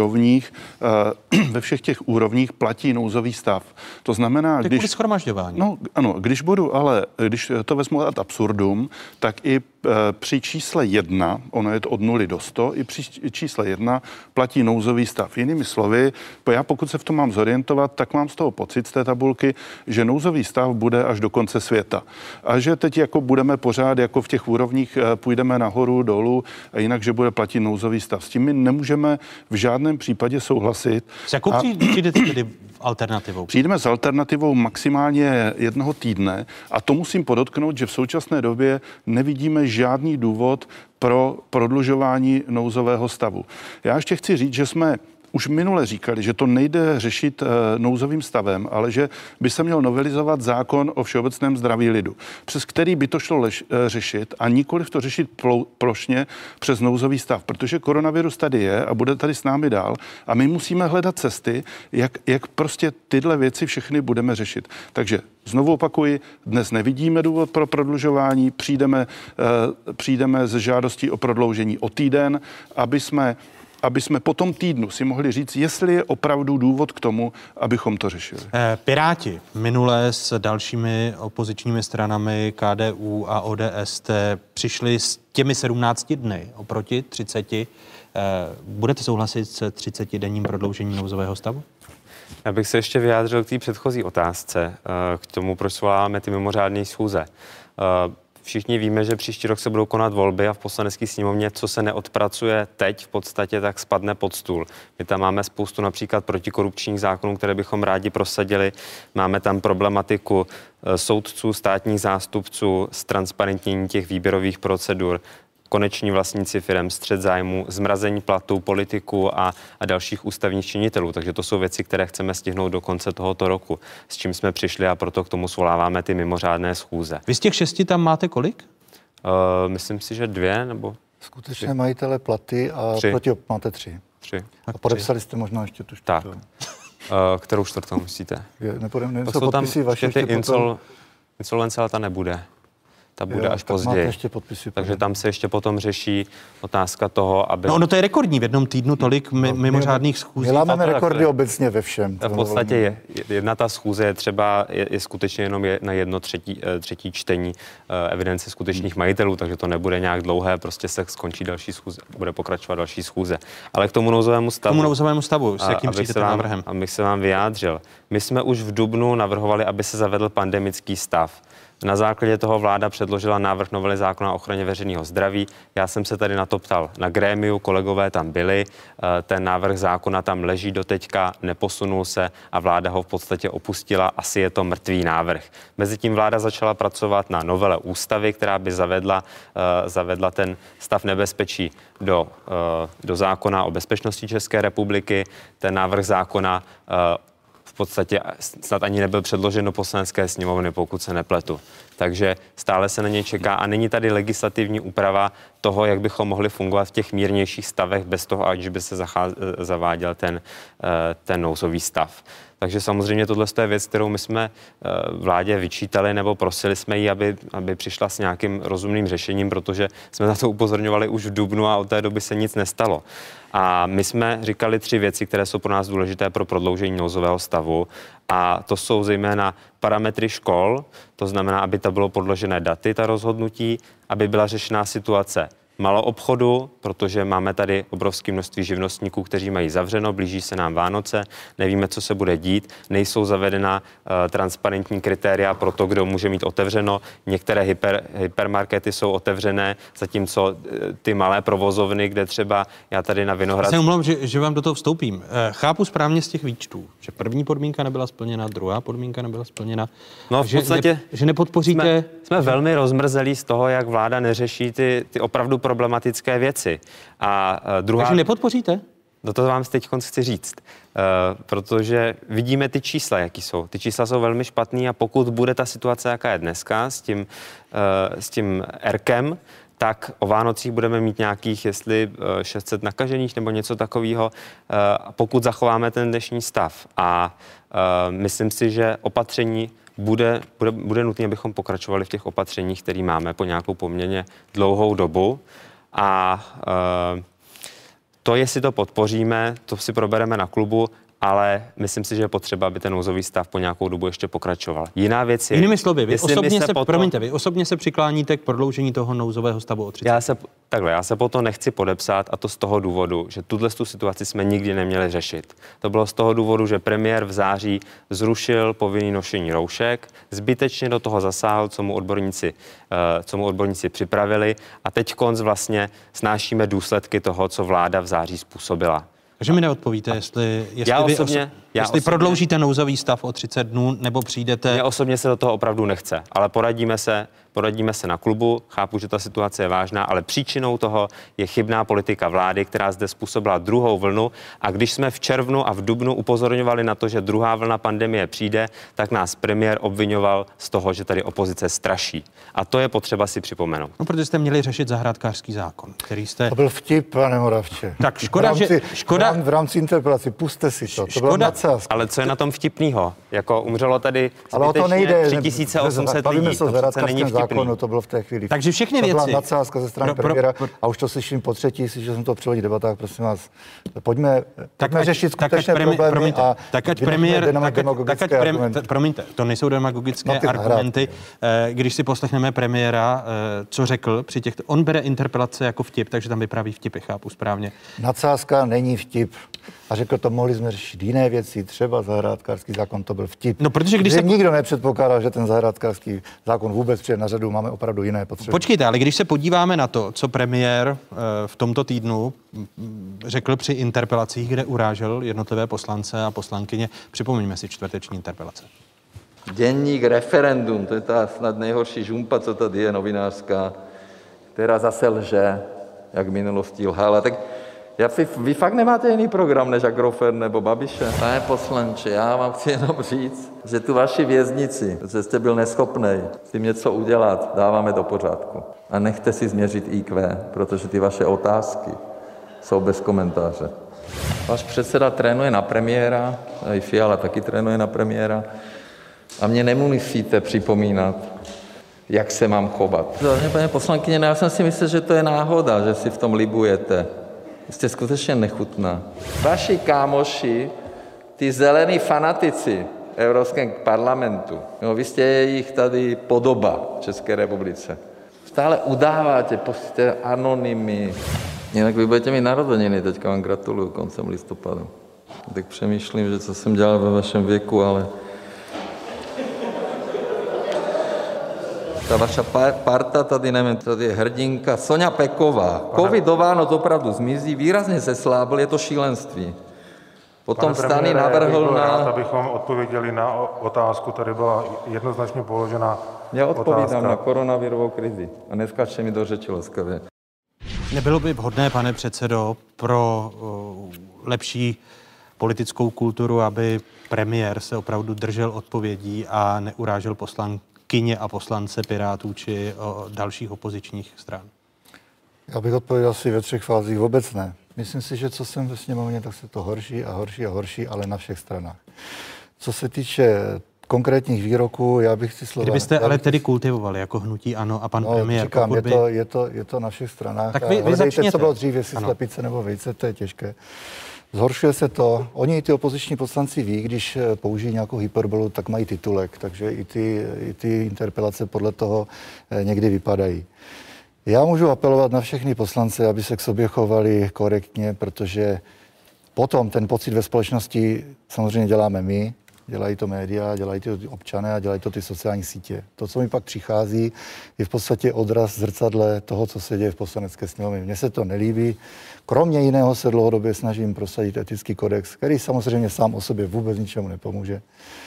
těch úrovních platí nouzový stav. To znamená, když shromažďování. No, ano, když to vezmu ad absurdum, tak i při čísle 1, ono je to od 0 do 100, i při čísle 1 platí nouzový stav. Jinými slovy, já pokud se v tom mám zorientovat, tak mám z toho pocit z té tabulky, že nouzový stav bude až do konce světa. A že teď jako budeme pořád jako v těch úrovních, půjdeme nahoru, dolů, a jinak, že bude platit nouzový stav. S tím my nemůžeme v žádném případě souhlasit. S jakou přijdete tedy alternativou? Přijdeme s alternativou maximálně 1 týdne a to musím podotknout, že v současné době nevidíme žádný důvod pro prodlužování nouzového stavu. Já ještě chci říct, že jsme už minule říkali, že to nejde řešit nouzovým stavem, ale že by se měl novelizovat zákon o všeobecném zdraví lidu, přes který by to šlo řešit a nikoliv to řešit plošně přes nouzový stav, protože koronavirus tady je a bude tady s námi dál a my musíme hledat cesty, jak prostě tyhle věci všechny budeme řešit. Takže znovu opakuji, dnes nevidíme důvod pro prodlužování, přijdeme s žádostí o prodloužení o týden, aby jsme po tom týdnu si mohli říct, jestli je opravdu důvod k tomu, abychom to řešili. Piráti minule s dalšími opozičními stranami KDU a ODS jste přišli s těmi 17 dny oproti 30. Budete souhlasit s 30denním prodloužením nouzového stavu? Já bych se ještě vyjádřil k té předchozí otázce, k tomu, proč svoláváme ty mimořádné schůze. Všichni víme, že příští rok se budou konat volby a v Poslanecké sněmovně, co se neodpracuje teď v podstatě, tak spadne pod stůl. My tam máme spoustu například protikorupčních zákonů, které bychom rádi prosadili. Máme tam problematiku soudců, státních zástupců, ztransparentnění těch výběrových procedur, koneční vlastníci firem, střet zájmu, zmrazení platů politiků a dalších ústavních činitelů. Takže to jsou věci, které chceme stihnout do konce tohoto roku, s čím jsme přišli a proto k tomu svoláváme ty mimořádné schůze. Vy z těch 6 tam máte kolik? Myslím si, že 2 nebo... Skutečné majitele platy a 3. proti máte 3. 3. A podepsali jste možná ještě tu čtvrtou. Tak. Kterou čtvrtou myslíte? Jsou tam ty insolvence, ale ta nebude. Ta bude až později. Takže tam se ještě potom řeší otázka toho, aby... No ono to je rekordní v jednom týdnu tolik mimořádných schůzí. My máme rekordy obecně ve všem. V podstatě jedna ta schůze je třeba je skutečně jenom na jedno třetí čtení evidence skutečných majitelů, takže to nebude nějak dlouhé, prostě se skončí další schůze, bude pokračovat další schůze. Ale k tomu nouzovému stavu. S jakým přijdete návrhem? Abych se vám vyjádřil. My jsme už v dubnu navrhovali, aby se zavedl pandemický stav. Na základě toho vláda předložila návrh novely zákona o ochraně veřejného zdraví. Já jsem se tady na to ptal na grémiu, kolegové tam byli, ten návrh zákona tam leží doteďka, neposunul se a vláda ho v podstatě opustila, asi je to mrtvý návrh. Mezitím vláda začala pracovat na novele ústavy, která by zavedla ten stav nebezpečí do zákona o bezpečnosti České republiky. Ten návrh zákona v podstatě snad ani nebyl předložen do Poslanecké sněmovny, pokud se nepletu. Takže stále se na něj čeká a není tady legislativní úprava toho, jak bychom mohli fungovat v těch mírnějších stavech bez toho, aniž by se zaváděl ten nouzový stav. Takže samozřejmě tohle je věc, kterou my jsme vládě vyčítali nebo prosili jsme ji, aby přišla s nějakým rozumným řešením, protože jsme na to upozorňovali už v dubnu a od té doby se nic nestalo. A my jsme říkali 3 věci, které jsou pro nás důležité pro prodloužení nouzového stavu. A to jsou zejména parametry škol, to znamená, aby to bylo podložené daty, ta rozhodnutí, aby byla řešená situace maloobchodu, protože máme tady obrovské množství živnostníků, kteří mají zavřeno, blíží se nám Vánoce, nevíme, co se bude dít, nejsou zavedena transparentní kritéria pro to, kdo může mít otevřeno. Některé hypermarkety jsou otevřené, zatímco ty malé provozovny, kde třeba já tady na Vinohradské... Já se omlouvám, že vám do toho vstoupím. Chápu správně z těch výčtů, že první podmínka nebyla splněna, druhá podmínka nebyla splněna. No v podstatě že nepodpoříte... Jsme velmi rozmrzelí z toho, jak vláda neřeší ty opravdu problematické věci. A druhá... Takže nepodpoříte? No to vám teď chci říct, protože vidíme ty čísla, jaký jsou. Ty čísla jsou velmi špatný a pokud bude ta situace, jaká je dneska s tím ERKem, tak o Vánocích budeme mít nějakých, jestli 600 nakažených nebo něco takového, pokud zachováme ten dnešní stav. A myslím si, že opatření bude nutné, abychom pokračovali v těch opatřeních, které máme po nějakou poměrně dlouhou dobu. A to, jestli to podpoříme, to si probereme na klubu, ale myslím si, že je potřeba, aby ten nouzový stav po nějakou dobu ještě pokračoval. Jiná věc je... Jinými slovy, vy osobně se přikláníte k prodloužení toho nouzového stavu o 30. Já se po to nechci podepsat a to z toho důvodu, že tu situaci jsme nikdy neměli řešit. To bylo z toho důvodu, že premiér v září zrušil povinný nošení roušek, zbytečně do toho zasáhl, co mu odborníci připravili a teď vlastně snášíme důsledky toho, co vláda v září způsobila. Takže mi neodpovíte, jestli prodloužíte nouzový stav o 30 dnů, nebo přijdete... Mně osobně se do toho opravdu nechce, ale poradíme se na klubu, chápu, že ta situace je vážná, ale příčinou toho je chybná politika vlády, která zde způsobila druhou vlnu a když jsme v červnu a v dubnu upozorňovali na to, že druhá vlna pandemie přijde, tak nás premiér obvinoval z toho, že tady opozice straší. A to je potřeba si připomenout. No, protože jste měli řešit zahrádkářský zákon, který jste... To byl vtip, pane Moravče. Tak škoda, v rámci interpelaci, puste si to. To byla nadsázka. Ale co je na tom vtipnýho? Jako umřelo tady zbytečně 3800 lidí. To není vtipný. To bylo v té chvíli. Takže všechny věci. To byla nadsázka ze strany premiéra a už to slyším po třetí, že jsem to převodil v debatách, prosím vás. Pojďme řešit skutečné problémy a promiňte, to nejsou demagogické argumenty. Když si poslechneme premiéra, co řekl při těch... On bere interpelace jako vtip, takže tam vypráví vtipy, chápu správně. Nadsázka není vtip. A řekl, to mohli jsme řešit jiné věci, třeba zahrádkářský zákon, to byl vtip. No, protože když se... nikdo nepředpokládal, že ten zahrádkářský zákon vůbec přijde na řadu, máme opravdu jiné potřeby. Počkejte, ale když se podíváme na to, co premiér v tomto týdnu řekl při interpelacích, kde urážel jednotlivé poslance a poslankyně, připomeňme si čtvrteční interpelace. Deník Referendum, to je ta snad nejhorší žumpa, co tady je novinářská, která zase lže, jak v minulosti lhala. Tak vy fakt nemáte jiný program než Agrofert nebo Babiše? Pane poslanče, já vám chci jenom říct, že tu vaši věznici, že jste byl neschopnej s tím něco udělat, dáváme do pořádku. A nechte si změřit IQ, protože ty vaše otázky jsou bez komentáře. Váš předseda trénuje na premiéra, a i Fiala taky trénuje na premiéra. A mě nemusíte připomínat, jak se mám chovat. Paní poslankyně, já jsem si myslel, že to je náhoda, že si v tom libujete. Jste skutečně nechutná. Vaši kámoši, ty zelení fanatici v Evropském parlamentu, no, vy jste jejich tady podoba v České republice. Stále udáváte, jste anonymy. Jinak vy budete mít narozeniny, teďka vám gratuluju koncem listopadu. Tak přemýšlím, že co jsem dělal ve vašem věku, ale... Ta vaša parta tady, nevím, tady je hrdinka Soňa Peková. Covid do Vánoc opravdu zmizí, výrazně se slábil, je to šílenství. Potom Stany navrhl na... Rád, abychom odpověděli na otázku, tady byla jednoznačně položena Já odpovídám otázka. na koronavirovou krizi a neskáče mi do řeči laskavě. Nebylo by vhodné, pane předsedo, pro lepší politickou kulturu, aby premiér se opravdu držel odpovědí a neurážel poslankyně a poslance Pirátů či dalších opozičních stran? Já bych odpověděl asi ve 3 fázích. Vůbec ne. Myslím si, že co jsem ve sněmovně, tak se to horší a horší a horší, ale na všech stranách. Co se týče konkrétních výroků, já bych si slova... Kdybyste ale tedy kultivovali jako hnutí ANO a pan premiér... Říkám, je to na všech stranách. Tak vy začněte. Co bylo dřív, jestli slepice nebo vejce, to je těžké. Zhoršuje se to. Oni, ty opoziční poslanci, ví, když použijí nějakou hyperbolu, tak mají titulek, takže i ty interpelace podle toho někdy vypadají. Já můžu apelovat na všechny poslance, aby se k sobě chovali korektně, protože potom ten pocit ve společnosti samozřejmě děláme my, dělají to média, dělají to občané a dělají to ty sociální sítě. To, co mi pak přichází, je v podstatě odraz zrcadle toho, co se děje v Poslanecké sněmovně. Mně se to nelíbí. Kromě jiného se dlouhodobě snažím prosadit etický kodex, který samozřejmě sám o sobě vůbec ničemu nepomůže.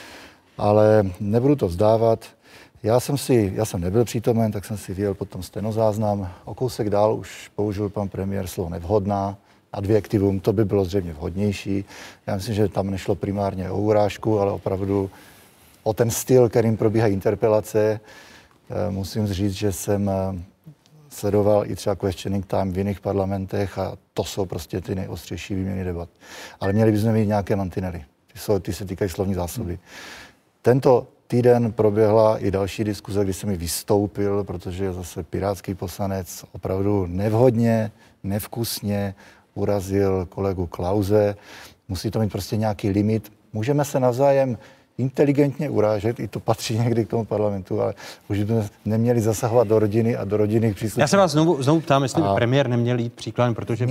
Ale nebudu to vzdávat. Já jsem nebyl přítomen, tak jsem si vyjel potom stenozáznam. O kousek dál už použil pan premiér slovo nevhodná, adjektivum, to by bylo zřejmě vhodnější. Já myslím, že tam nešlo primárně o urážku, ale opravdu o ten styl, kterým probíhají interpelace. Musím říct, že jsem sledoval i třeba questioning time v jiných parlamentech a to jsou prostě ty nejostřejší výměny debat. Ale měli bychom mít nějaké mantinely. Ty se týkají slovní zásoby. Tento týden proběhla i další diskuze, kdy jsem mi vystoupil, protože je zase pirátský poslanec opravdu nevhodně, nevkusně urazil kolegu Klause. Musí to mít prostě nějaký limit. Můžeme se navzájem inteligentně urážet, i to patří někdy k tomu parlamentu, ale už bychom neměli zasahovat do rodiny a do rodinných příslušníků. Já se vás znovu ptám, jestli by premiér neměl jít příkladem, protože...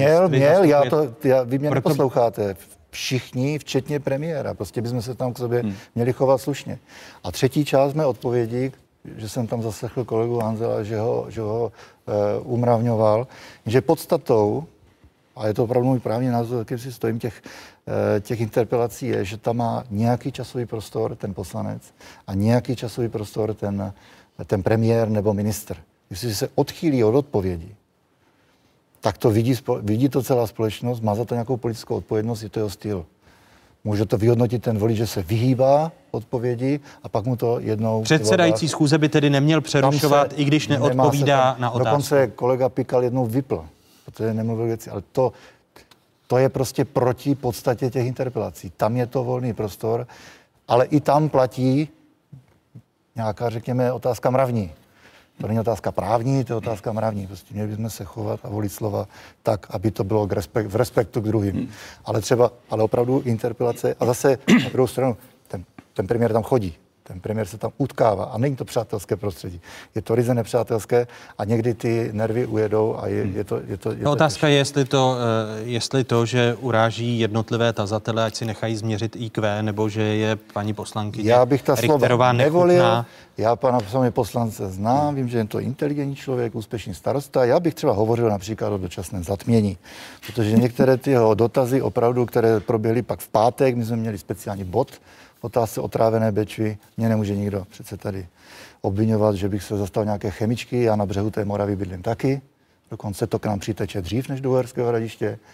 Vy mě neposloucháte. Všichni, včetně premiéra. Prostě bychom se tam k sobě měli chovat slušně. A třetí část mé odpovědi, že jsem tam zaslechl kolegu Hanzela, že ho umravňoval, že podstatou, a je to opravdu můj právní názor, jakým si stojím těch interpelací, je, že tam má nějaký časový prostor ten poslanec a nějaký časový prostor ten premiér nebo ministr. Jestli se odchýlí od odpovědi, tak to vidí to celá společnost, má za to nějakou politickou odpovědnost, je to jeho styl. Může to vyhodnotit ten volič, že se vyhýbá odpovědi a pak mu to jednou... Předsedající schůze by tedy neměl přerušovat, i když neodpovídá na otázku. Dokonce kolega Pikal jednou vypl, protože nemluvil věci, ale to je prostě proti podstatě těch interpelací. Tam je to volný prostor, ale i tam platí nějaká, řekněme, otázka mravní. To není otázka právní, to je otázka mravní. Prostě měli bychom se chovat a volit slova tak, aby to bylo v respektu k druhým. Ale opravdu interpelace. A zase na druhou stranu, ten premiér tam chodí. Ten premiér se tam utkává a není to přátelské prostředí. Je to ryze nepřátelské a někdy ty nervy ujedou a je to otázka je, jestli to, že uráží jednotlivé tazatele, ať si nechají změřit IQ, nebo že je paní poslankyně Richterová nechutná. Já pana poslance znám, vím, že je to inteligentní člověk, úspěšný starosta. Já bych třeba hovořil například o dočasném zatmění, protože některé ty dotazy opravdu, které proběhly pak v pátek, my jsme měli speciální bod, otázce otrávené Bečvy, mě nemůže nikdo přece tady obviňovat, že bych se zastal nějaké chemičky, já na břehu té Moravy bydlím taky, dokonce to k nám přiteče dřív než do Uherského Hradiště.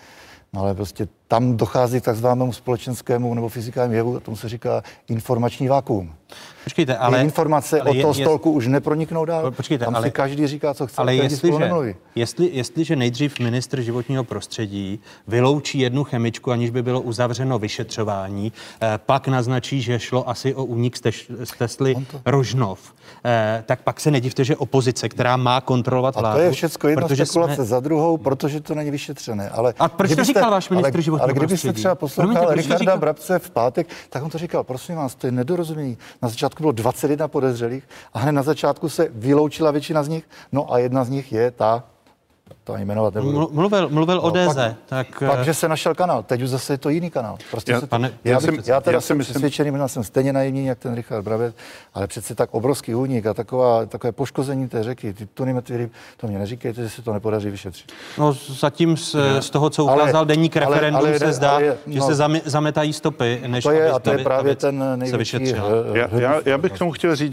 No ale prostě tam dochází k takzvanému společenskému nebo fyzikálnímu jevu, a tomu se říká informační vakuum. Počkejte, ale... Informace od toho stolku už neproniknou dál. Počkejte, tam si každý říká, co chce, ale jestliže nejdřív ministr životního prostředí vyloučí jednu chemičku, aniž by bylo uzavřeno vyšetřování, pak naznačí, že šlo asi o únik z Tesly Rožnov, tak pak se nedivte, že opozice, která má kontrolovat vládu... A to je všecko jedna spekulace za druhou, protože to není vyšetřené. Ale a proč to říkal váš ministr životního prostředí? Ale kdybyste třeba poslouchal Richarda Brabce v pátek, tak on to říkal, prosím vás, to je nedorozumění. Na začátku bylo 21 podezřelých a hned na začátku se vyloučila většina z nich, no a jedna z nich je to ani jmenovat nebudu. Mluvil o DZ. Pak, že se našel kanál, teď už zase je to jiný kanál. Prostě já jsem přesvědčený, možná jsem stejně naivní, jak ten Richard Brabec, ale přece tak obrovský únik a takové poškození té řeky, ty tunimetry ryb, to mě neříkejte, že se to nepodaří vyšetřit. No zatím z toho, co ukázal deník Referendum, se zdá, že se zametají stopy, než to je právě ten největší. Já bych k tomu chtěl říct,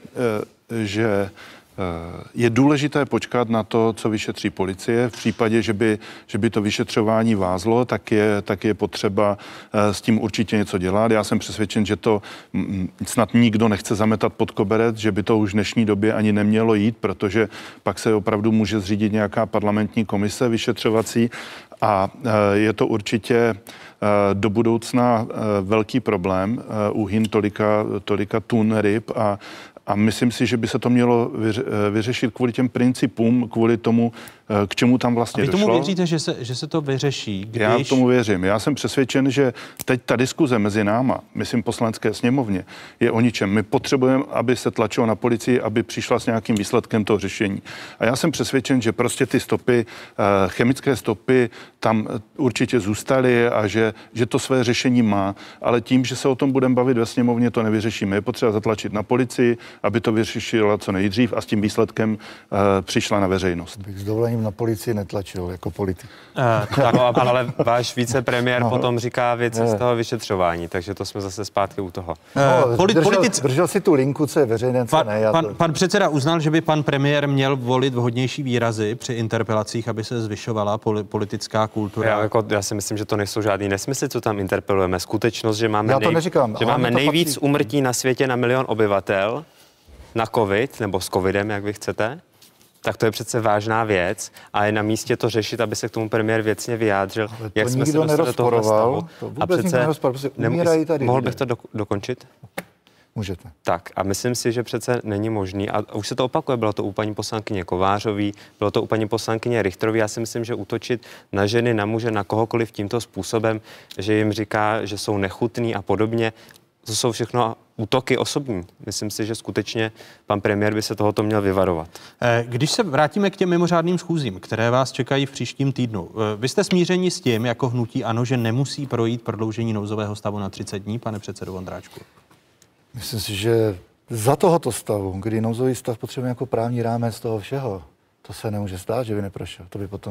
že je důležité počkat na to, co vyšetří policie. V případě, že by to vyšetřování vázlo, tak je potřeba s tím určitě něco dělat. Já jsem přesvědčen, že to snad nikdo nechce zametat pod koberec, že by to už v dnešní době ani nemělo jít, protože pak se opravdu může zřídit nějaká parlamentní komise vyšetřovací a je to určitě do budoucna velký problém, úhyn tolika tun ryb a myslím si, že by se to mělo vyřešit kvůli těm principům, kvůli tomu, k čemu tam vlastně došlo. A vy tomu věříte, že se to vyřeší? Když... Já tomu věřím. Já jsem přesvědčen, že teď ta diskuze mezi náma, myslím Poslanecké sněmovně, je o ničem. My potřebujeme, aby se tlačilo na policii, aby přišla s nějakým výsledkem toho řešení. A já jsem přesvědčen, že prostě ty stopy, chemické stopy tam určitě zůstaly a že to své řešení má. Ale tím, že se o tom budeme bavit ve sněmovně, to nevyřešíme. Je potřeba zatlačit na policii, aby to vyřešila co nejdřív a s tím výsledkem přišla na veřejnost. Bych s dovolením na policii netlačil jako politik. Ale váš vicepremiér potom říká věci z toho vyšetřování, takže to jsme zase zpátky u toho. Držel si tu linku, co je veřejné, co ne. Pan předseda uznal, že by pan premiér měl volit vhodnější výrazy při interpelacích, aby se zvyšovala politická kultura. Já si myslím, že to nejsou žádný nesmysly, co tam interpelujeme. Skutečnost, že máme, máme nejvíc úmrtí na světě na 1 milion obyvatel na covid, nebo s covidem, jak vy chcete, tak to je přece vážná věc a je na místě to řešit, aby se k tomu premiér věcně vyjádřil. Ale jak jsme se dostali do toho stavu. A přece mohl bych to dokončit? Můžete. Tak a myslím si, že přece není možný, a už se to opakuje, bylo to u paní poslankyně Kovářový, bylo to u paní poslankyně Richterové. Já si myslím, že útočit na ženy, na muže, na kohokoliv tímto způsobem, že jim říká, že jsou nechutný a podobně, to jsou všechno útoky osobní. Myslím si, že skutečně pan premiér by se tohoto měl vyvarovat. Když se vrátíme k těm mimořádným schůzím, které vás čekají v příštím týdnu, vy jste smířeni s tím, jako hnutí ANO, že nemusí projít prodloužení nouzového stavu na 30 dní, pane předsedo Vondráčku? Myslím si, že za tohoto stavu, kdy nouzový stav potřebuje jako právní rámec toho všeho, to se nemůže stát, že by neprošel.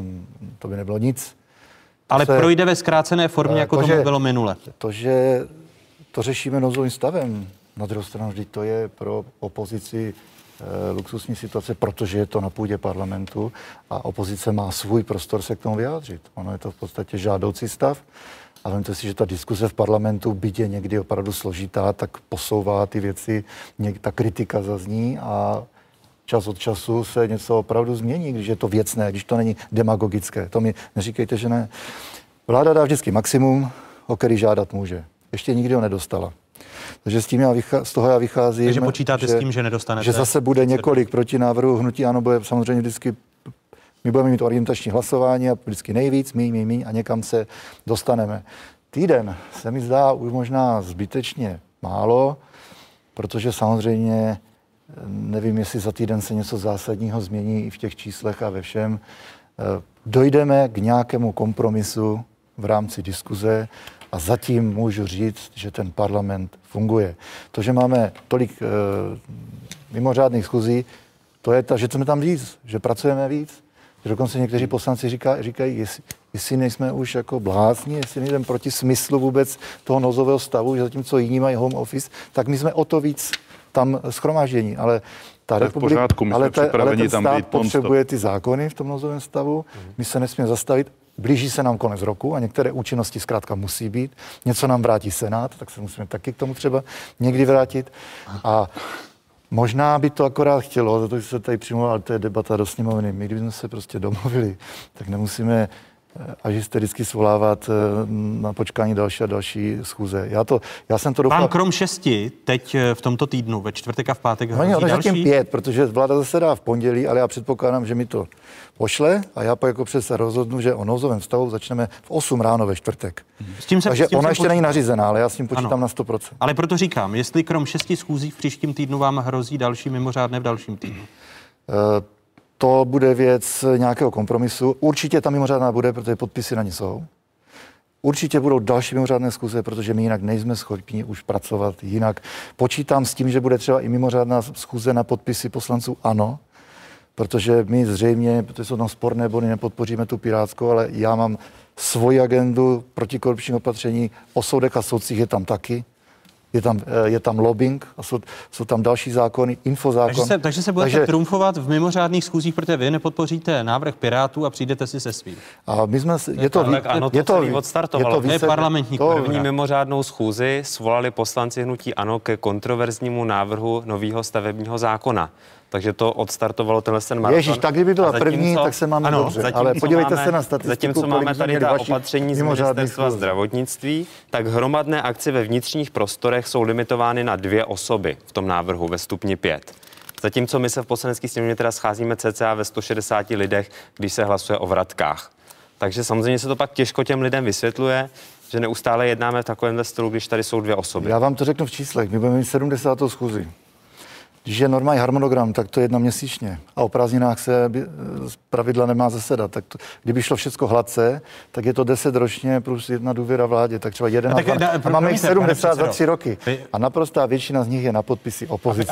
To by nebylo nic. Ale projde ve zkrácené formě, jako to bylo minule. To, že to řešíme nouzovým stavem, na druhou stranu vždyť to je pro opozici luxusní situace, protože je to na půdě parlamentu a opozice má svůj prostor se k tomu vyjádřit. Ono je to v podstatě žádoucí stav. A vemte si, že ta diskuse v parlamentu, byť je někdy opravdu složitá, tak posouvá ty věci, ta kritika zazní a čas od času se něco opravdu změní, když je to věcné, když to není demagogické. To mi neříkejte, že ne. Vláda dá vždycky maximum, o který žádat může. Ještě nikdy ho nedostala. Takže z toho já vycházím. Takže počítáte s tím, že nedostanete? Že zase bude několik protinávrhů. Hnutí ANO bude samozřejmě vždycky. My budeme mít orientační hlasování a vždycky nejvíc, míň a někam se dostaneme. Týden se mi zdá už možná zbytečně málo, protože samozřejmě nevím, jestli za týden se něco zásadního změní i v těch číslech a ve všem. Dojdeme k nějakému kompromisu v rámci diskuze a zatím můžu říct, že ten parlament funguje. To, že máme tolik mimořádných schůzí, to je že jsme tam víc, že pracujeme víc. Dokonce někteří poslanci říkají, jestli nejsme už jako blázni, jestli nejdeme proti smyslu vůbec toho nouzového stavu, že zatímco jiní mají home office, tak my jsme o to víc tam shromáždění. Ale ta republika, ale ten stát potřebuje ty zákony v tom nouzovém stavu. My se nesmíme zastavit blíží se nám konec roku a některé účinnosti zkrátka musí být. Něco nám vrátí Senát, tak se musíme taky k tomu třeba někdy vrátit. A možná by to akorát chtělo, za to se tady přimluvil, ale to je debata do sněmovny. My, kdybychom se prostě domluvili, tak nemusíme až hystericky svolávat na počkání další a další schůze. Já jsem to doufal... Pán krom 6 teď v tomto týdnu, ve čtvrtek a v pátek hrozí další? další? 5, protože vláda zasedá v pondělí, ale já předpokládám, že mi to pošle a já pak jako předseda rozhodnu, že o nouzovém stavu začneme v 8 ráno ve čtvrtek. Takže ona ještě není nařízená, ale já s tím počítám na 100%. Ale proto říkám, jestli krom 6 schůzí v příštím týdnu vám hrozí další mimořádné v dalším týdnu? To bude věc nějakého kompromisu. Určitě ta mimořádná bude, protože podpisy na ní jsou. Určitě budou další mimořádné schůze, protože my jinak nejsme schopni už pracovat jinak. Počítám s tím, že bude třeba i mimořádná schůze na podpisy poslanců ANO, protože my zřejmě, protože jsou tam sporné body, nepodpoříme tu pirátskou, ale já mám svoji agendu protikorupčních opatření, o soudech a soudcích je tam taky. Je tam lobbying a jsou tam další zákony, infozákon. Takže se budete trumfovat v mimořádných schůzích, protože vy nepodpoříte návrh Pirátů a přijdete si se svým. A my jsme, je to odstartovalo. To je parlamentní. První mimořádnou schůzi svolali poslanci hnutí ANO ke kontroverznímu návrhu nového stavebního zákona. Takže to odstartovalo ten maraton. Ježíš, tak kdyby byla první, tak se máme dobře. Ale podívejte se na statistiku. Zatímco máme tady ta opatření z ministerstva zdravotnictví, tak hromadné akce ve vnitřních prostorech jsou limitovány na 2 osoby v tom návrhu ve stupni 5. Zatímco my se v poslanecké sněmovně teda scházíme cca ve 160 lidech, když se hlasuje o vratkách. Takže samozřejmě se to pak těžko těm lidem vysvětluje, že neustále jednáme v takovémhle stylu, když tady jsou 2 osoby. Já vám to řeknu v číslech. My budeme mít 70. schůzi. Když je normální harmonogram, tak to je 1 měsíčně. A o prázdninách se pravidla nemá zasedat. Tak to, kdyby šlo všechno hladce, tak je to 10 ročně plus 1 důvěra vládě. Tak třeba 11. A máme jich 70 za 3 roky. A naprostá většina z nich je na podpisy opozice.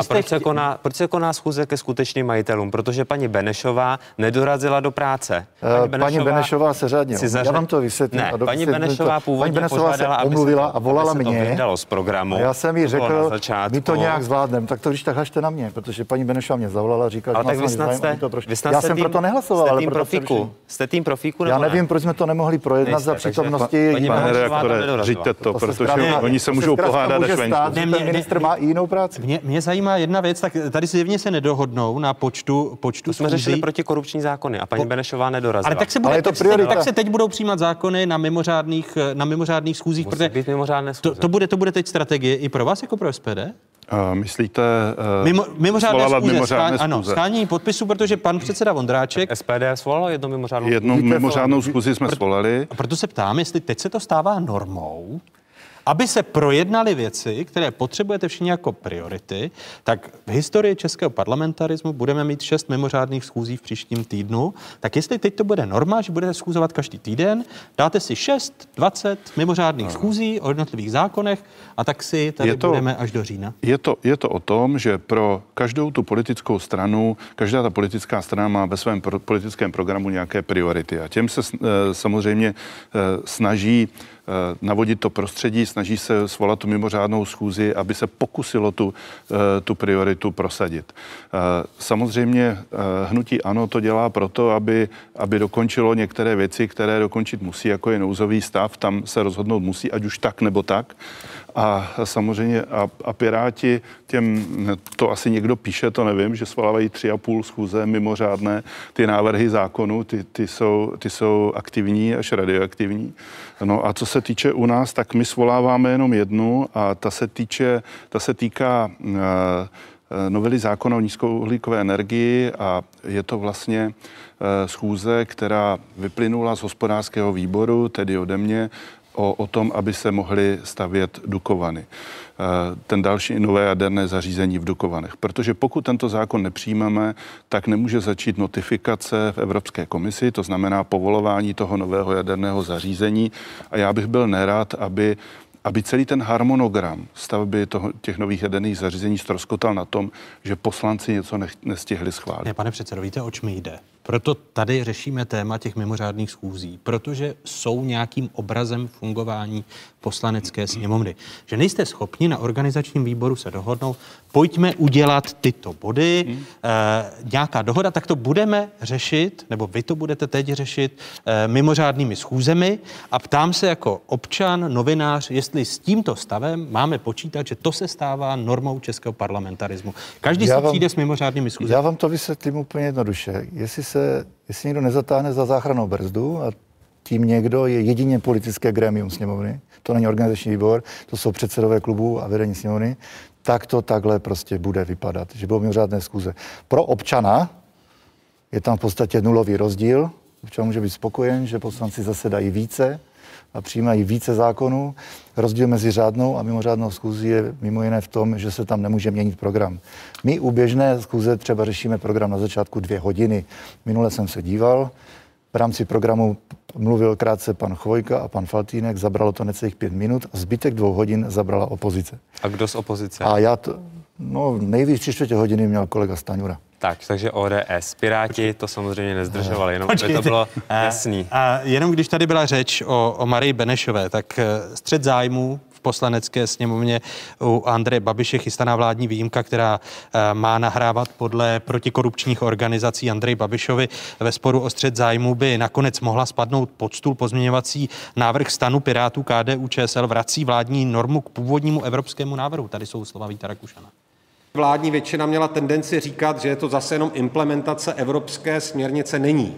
Proč se koná schůze ke skutečným majitelům? Protože paní Benešová nedorazila do práce. Paní Benešová se řádně. Já vám to vysvětlím. Ne, paní Benešová původně požádala, aby omluvila a volala mě. To vyndalo z programu. A já jsem jí řekl, my to nějak zvládneme. Tak to když tak hlašte na mě, protože paní Benešová mě zavolala a říkala, ale tak já jsem proto nehlasoval, ale jste tým profíku. Já nevím, proč jsme to nemohli projednat za přítomnosti. Pane redaktore, řiďte to, protože oni se můžou pohádat až venku. Ministr má i jinou práci. Mě zajímá jedna věc, tak tady zjevně se nedohodnou na počtu jsme řešili protikorupční zákony a paní Benešová nedorazila. Ale tak se teď budou přijímat zákony na mimořádných schůzích, protože to bude teď strategie i pro vás jako pro SPD? Myslíte mimořádné schůze, shánění podpisů, protože pan předseda Vondráček... SPD svolalo jednu mimořádnou schůzi jsme svolali. A proto se ptám, jestli teď se to stává normou, aby se projednaly věci, které potřebujete všichni jako priority, tak v historii českého parlamentarismu budeme mít 6 mimořádných schůzí v příštím týdnu. Tak jestli teď to bude norma, že budete schůzovat každý týden, dáte si 20 mimořádných schůzí o jednotlivých zákonech a tak si tady budeme až do října. Je to o tom, že pro každou tu politickou stranu, každá ta politická strana má ve svém politickém programu nějaké priority a těm se samozřejmě snaží navodit to prostředí, snaží se svolat tu mimořádnou schůzi, aby se pokusilo tu prioritu prosadit. Samozřejmě hnutí ANO to dělá proto, aby dokončilo některé věci, které dokončit musí, jako je nouzový stav, tam se rozhodnout musí, ať už tak nebo tak. A samozřejmě a Piráti, těm to asi někdo píše, to nevím, že svolávají 3,5 schůze mimořádné, ty návrhy zákonů, ty jsou aktivní až radioaktivní. No a co se týče u nás, tak my svoláváme jenom jednu a ta se týká novely zákona o nízkouhlíkové energii a je to vlastně schůze, která vyplynula z hospodářského výboru, tedy ode mě, o tom, aby se mohly stavět Dukovany. Ten další nové jaderné zařízení v Dukovanech. Protože pokud tento zákon nepřijmeme, tak nemůže začít notifikace v Evropské komisi, to znamená povolování toho nového jaderného zařízení. A já bych byl nerad, aby celý ten harmonogram stavby těch nových jaderných zařízení ztroskotal na tom, že poslanci něco nestihli schválit. Ne, pane předsedo, víte, oč mi jde? Proto tady řešíme téma těch mimořádných schůzí, protože jsou nějakým obrazem fungování Poslanecké sněmovny. Že nejste schopni na organizačním výboru se dohodnout, pojďme udělat tyto body, nějaká dohoda, tak to budeme řešit, nebo vy to budete teď řešit mimořádnými schůzemi a ptám se jako občan, novinář, jestli s tímto stavem máme počítat, že to se stává normou českého parlamentarismu. Každý si přijde s mimořádnými schůzemi. Já vám to vysvětlím úplně jednoduše. Jestli někdo nezatáhne za záchrannou brzdu a tím někdo je jedině politické grémium sněmovny, to není organizační výbor, to jsou předsedové klubů a vedení sněmovny, tak to takhle prostě bude vypadat, že budou mimořádné schůze. Pro občana je tam v podstatě nulový rozdíl. Občan může být spokojen, že poslanci zasedají více a přijímají více zákonů. Rozdíl mezi řádnou a mimořádnou schůzí je mimo jiné v tom, že se tam nemůže měnit program. My u běžné schůze třeba řešíme program na začátku 2 hodiny. Minule jsem se díval, v rámci programu mluvil krátce pan Chvojka a pan Faltýnek, zabralo to necelých 5 minut a zbytek 2 hodin zabrala opozice. A kdo z opozice? A nejvíc 3/4 hodiny měl kolega Staňura. Tak, takže ODS. Piráti to samozřejmě nezdržovali, jenom aby to bylo jasný. A jenom když tady byla řeč o Marii Benešové, tak střet zájmů v Poslanecké sněmovně u Andreje Babiše chystaná vládní výjimka, která má nahrávat podle protikorupčních organizací Andreji Babišovi ve sporu o střet zájmů by nakonec mohla spadnout pod stůl. Pozměňovací návrh STANu, Pirátů, KDU, ČSL vrací vládní normu k původnímu evropskému návrhu. Tady jsou slova Víta Rakušana. Vládní většina měla tendenci říkat, že je to zase jenom implementace evropské směrnice. Není.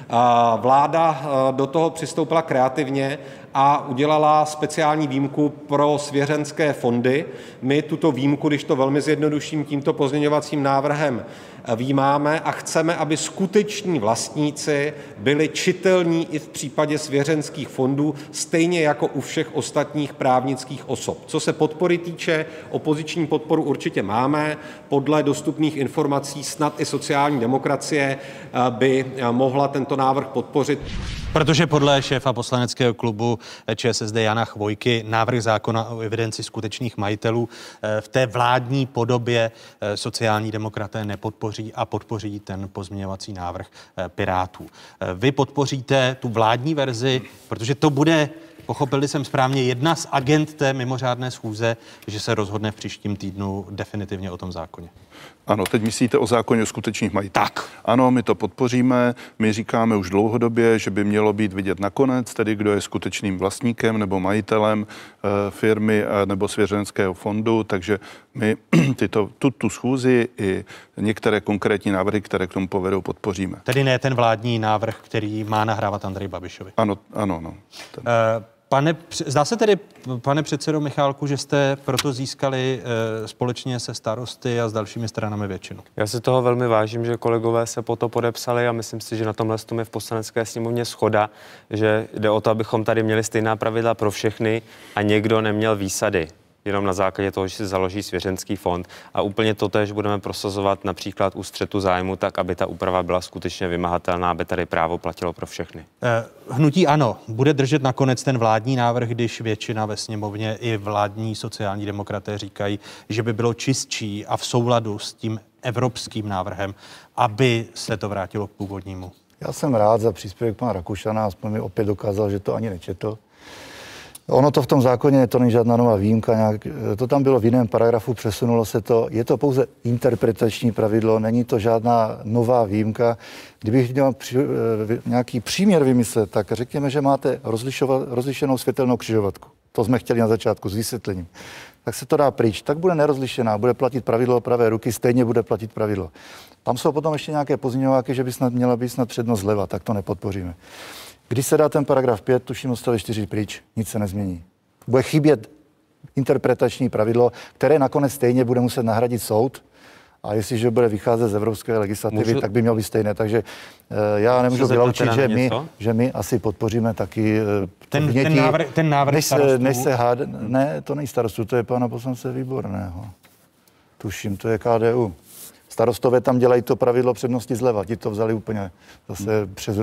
Vláda do toho přistoupila kreativně a udělala speciální výjimku pro svěřenské fondy. My tuto výjimku, když to velmi zjednoduším, tímto pozměňovacím návrhem vyjímáme a chceme, aby skuteční vlastníci byli čitelní i v případě svěřenských fondů, stejně jako u všech ostatních právnických osob. Co se podpory týče, opoziční podporu určitě máme. Podle dostupných informací snad i sociální demokracie by mohla tento návrh podpořit. Protože podle šéfa poslaneckého klubu ČSSD Jana Chvojky návrh zákona o evidenci skutečných majitelů v té vládní podobě sociální demokraté nepodpoří a podpoří ten pozměňovací návrh Pirátů. Vy podpoříte tu vládní verzi, protože to bude, pochopili jsem správně, jedna z agent té mimořádné schůze, že se rozhodne v příštím týdnu definitivně o tom zákoně. Ano, teď myslíte o zákoně o skutečných majitelů. Tak. Ano, my to podpoříme. My říkáme už dlouhodobě, že by mělo být vidět nakonec, tedy kdo je skutečným vlastníkem nebo majitelem firmy nebo svěřenského fondu, takže my tu schůzi i některé konkrétní návrhy, které k tomu povedou, podpoříme. Tedy ne ten vládní návrh, který má nahrávat Andreji Babišovi. Ano. Zdá se tedy, pane předsedo Michálku, že jste proto získali společně se Starosty a s dalšími stranami většinu. Já si toho velmi vážím, že kolegové se po to podepsali a myslím si, že na tomhle je v Poslanecké sněmovně shoda, že jde o to, abychom tady měli stejná pravidla pro všechny a někdo neměl výsady jenom na základě toho, že si založí svěřenský fond. A úplně totéž budeme prosazovat například u střetu zájmu, tak aby ta úprava byla skutečně vymahatelná, aby tady právo platilo pro všechny. Hnutí ANO bude držet nakonec ten vládní návrh, když většina ve sněmovně i vládní sociální demokraté říkají, že by bylo čistší a v souladu s tím evropským návrhem, aby se to vrátilo k původnímu. Já jsem rád za příspěvek pana Rakušana, aspoň mi opět dokázal, že to ani nečetl. Ono to v tom zákoně, to není žádná nová výjimka, to tam bylo v jiném paragrafu, přesunulo se to, je to pouze interpretační pravidlo, není to žádná nová výjimka. Kdybych měl nějaký příměr vymyslet, tak řekněme, že máte rozlišenou světelnou křižovatku. To jsme chtěli na začátku s vysvětlením. Tak se to dá pryč, tak bude nerozlišená, bude platit pravidlo pravé ruky, stejně bude platit pravidlo. Tam jsou potom ještě nějaké pozměňováky, že by snad měla být přednost zleva, tak to nepodpoříme. Když se dá ten paragraf 5, tuším odstavec 4 pryč, nic se nezmění. Bude chybět interpretační pravidlo, které nakonec stejně bude muset nahradit soud a jestliže bude vycházet z evropské legislativy, tak by mělo být stejné. Takže já nemůžu vyloučit, že my asi podpoříme taky ten návrh starostů. Ne, to není Starostů, to je pana poslance Výborného. Tuším, to je KDU. Starostové tam dělají to pravidlo přednosti zleva. Ti to vzali úplně zase přes...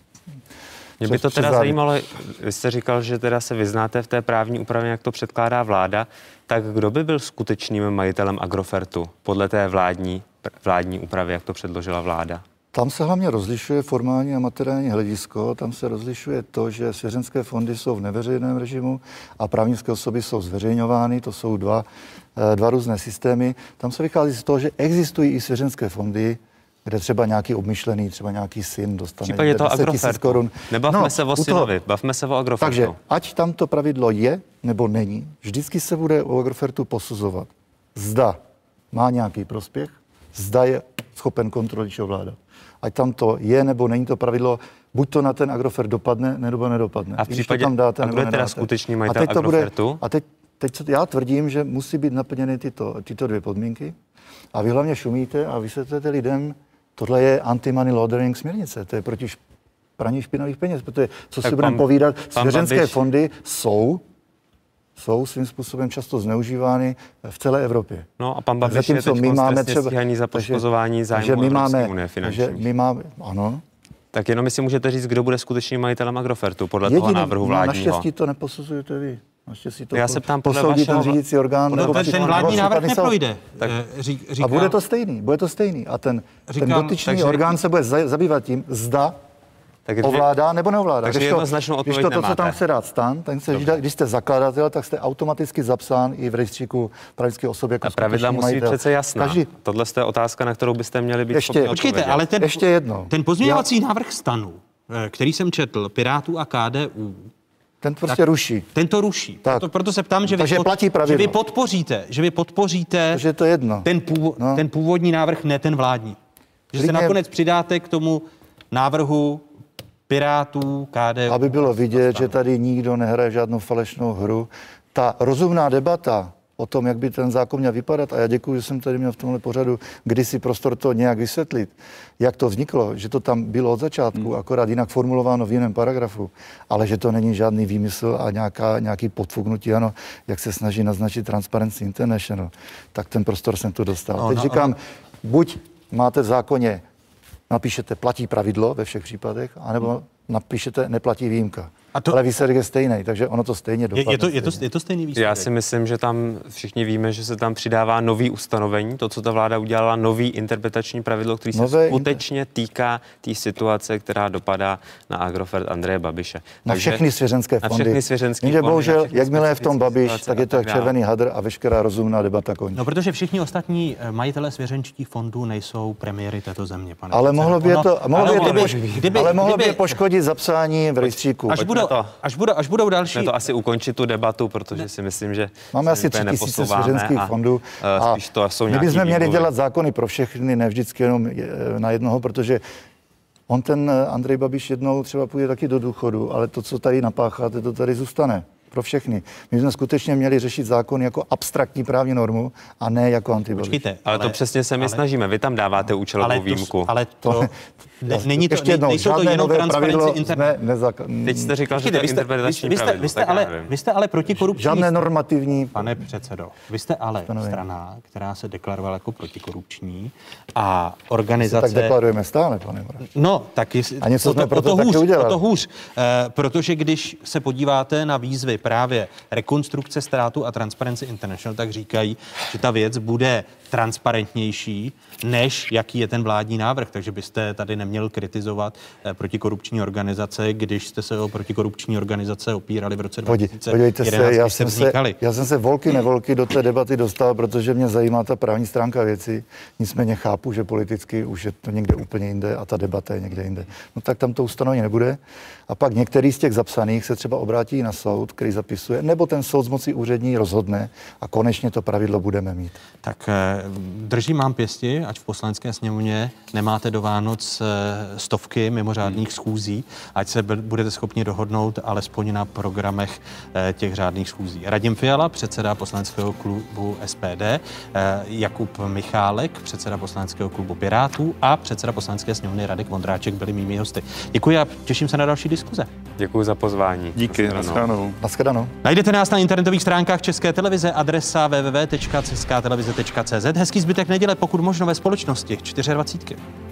Mě by to teda zajímalo, vy jste říkal, že teda se vyznáte v té právní úpravě, jak to předkládá vláda, tak kdo by byl skutečným majitelem Agrofertu podle té vládní úpravy, jak to předložila vláda? Tam se hlavně rozlišuje formální a materiální hledisko. Tam se rozlišuje to, že svěřenské fondy jsou v neveřejném režimu a právnické osoby jsou zveřejňovány. To jsou dva různé systémy. Tam se vychází z toho, že existují i svěřenské fondy, kde třeba nějaký obmyšlený, třeba nějaký syn dostane. V případě toho Agrofertu. Nebavme se o synovi, bavme se o Agrofertu. Takže ať tam to pravidlo je nebo není, vždycky se bude o Agrofertu posuzovat. Zda má nějaký prospěch, zda je schopen kontrolit či ovládat. Ať tam to je nebo není to pravidlo, buď to na ten Agrofert dopadne, nebo nedopadne. A v případě, tam dáte, nebo teda skutečný majitel Agrofertu? Teď já tvrdím, že musí být naplněny tyto dvě podmínky a vy hlavně šumíte a vysvětlete lidem, tohle je anti-money laundering směrnice, to je proti praní špinavých peněz, protože co si budeme povídat, svěřenské fondy jsou svým způsobem často zneužívány v celé Evropě. No a pan Babiš je teď trestně stíhaný za poškozování zájmu Evropské unie finanční. Ano. Tak jenom si můžete říct, kdo bude skutečným majitelem Agrofertu podle toho návrhu vládního. Naštěstí to neposuzujete vy. Já se ptám podle vašeho... ten řídící orgán. Ten vládní návrh neprojde. A bude to stejný. A ten dotyčný orgán se bude zabývat tím, zda ovládá nebo neovládá. Takže jednoznačnou odpověď nemáte. To, co tam chce dát stan, když jste zakladatel, tak jste automaticky zapsán i v rejstříku právnických osob jako skutečný majitel. Pravidla musí být přece jasná. Tohle je otázka, na kterou byste měli být schopni odpovědět. Ale ještě jedno. Ten pozměňovací návrh stanu, který jsem četl, Pirátů a KDU, ten prostě ruší. Ten to ruší. Proto se ptám, že vy podpoříte že to jedno. Ten původní návrh, ne ten vládní. Že se nakonec přidáte k tomu návrhu Pirátů, KDU. Aby bylo vidět, že tady nikdo nehraje žádnou falešnou hru. Ta rozumná debata o tom, jak by ten zákon měl vypadat, a já děkuji, že jsem tady měl v tomhle pořadu kdysi prostor to nějak vysvětlit, jak to vzniklo, že to tam bylo od začátku, akorát jinak formulováno v jiném paragrafu, ale že to není žádný výmysl a nějaký podfuknutí, ano, jak se snaží naznačit Transparency International, tak ten prostor jsem tu dostal. Teď říkám, buď máte v zákoně, napíšete platí pravidlo ve všech případech, anebo napíšete neplatí výjimka. Ale výsledek je stejný, takže ono to stejně dopadne. Je to stejný výsledek? Já si myslím, že tam všichni víme, že se tam přidává nový ustanovení, to, co ta vláda udělala, nový interpretační pravidlo, který se skutečně týká té situace, která dopadá na Agrofert Andreje Babiše. Na všechny svěřenské fondy. Na všechny svěřenské fondy. Bohužel, jakmile je v tom Babiš, tak je to jak červený hadr a veškerá rozumná debata končí. No, protože všichni ostatní majitelé svěřenčních fondů nejsou premiéry této země, pane. Ale mohlo by poškodit zapsání v rejstříku. Až budou další. Jsme to asi ukončit tu debatu, protože si myslím, že máme asi 3000 svěřenských fondů. A my bychom měli dělat zákony pro všechny, ne vždycky jenom na jednoho, protože on ten Andrej Babiš jednou třeba půjde taky do důchodu, ale to, co tady napácháte, to tady zůstane. Pro všechny. My jsme skutečně měli řešit zákon jako abstraktní právní normu a ne jako antibabiš. Počkejte, ale to přesně se my snažíme. Vy tam dáváte účelovou výjimku. Nejsou to jenom Transparency International. Teď jste říkal, že to je interpretační pravidlo. Vy jste ale protikorupční. Žádné normativní. Pane předsedo, vy jste ale strana, která se deklarovala jako protikorupční a organizace... Tak deklarujeme stále, pane Moraš. No, taky a něco jsme proto taky udělali. O to hůř, protože když se podíváte na výzvy právě rekonstrukce státu a Transparency International, tak říkají, že ta věc bude transparentnější, než jaký je ten vládní návrh. Takže byste tady neměl kritizovat protikorupční organizace, když jste se o protikorupční organizace opírali v roce 2011, já jsem se volky nevolky do té debaty dostal, protože mě zajímá ta právní stránka věci. Nicméně chápu, že politicky už je to někde úplně jinde a ta debata je někde jinde. No tak tam to ustanovení nebude. A pak některý z těch zapsaných se třeba obrátí na soud, který zapisuje, nebo ten soud z moci úřední rozhodne a konečně to pravidlo budeme mít. Tak držím vám pěsti, ať v Poslanecké sněmovně nemáte do Vánoc stovky mimořádných schůzí, ať se budete schopni dohodnout alespoň na programech těch řádných schůzí. Radim Fiala, předseda poslaneckého klubu SPD, Jakub Michálek, předseda poslaneckého klubu Pirátů a předseda Poslanecké sněmovny Radek Vondráček byli mými hosty. Děkuji a těším se na další diskuze. Děkuji za pozvání. Díky, nashledanou. Najdete nás na internetových stránkách České televize, adresa www.českatelevize.cz. Hezký zbytek neděle, pokud možno ve společnosti 24.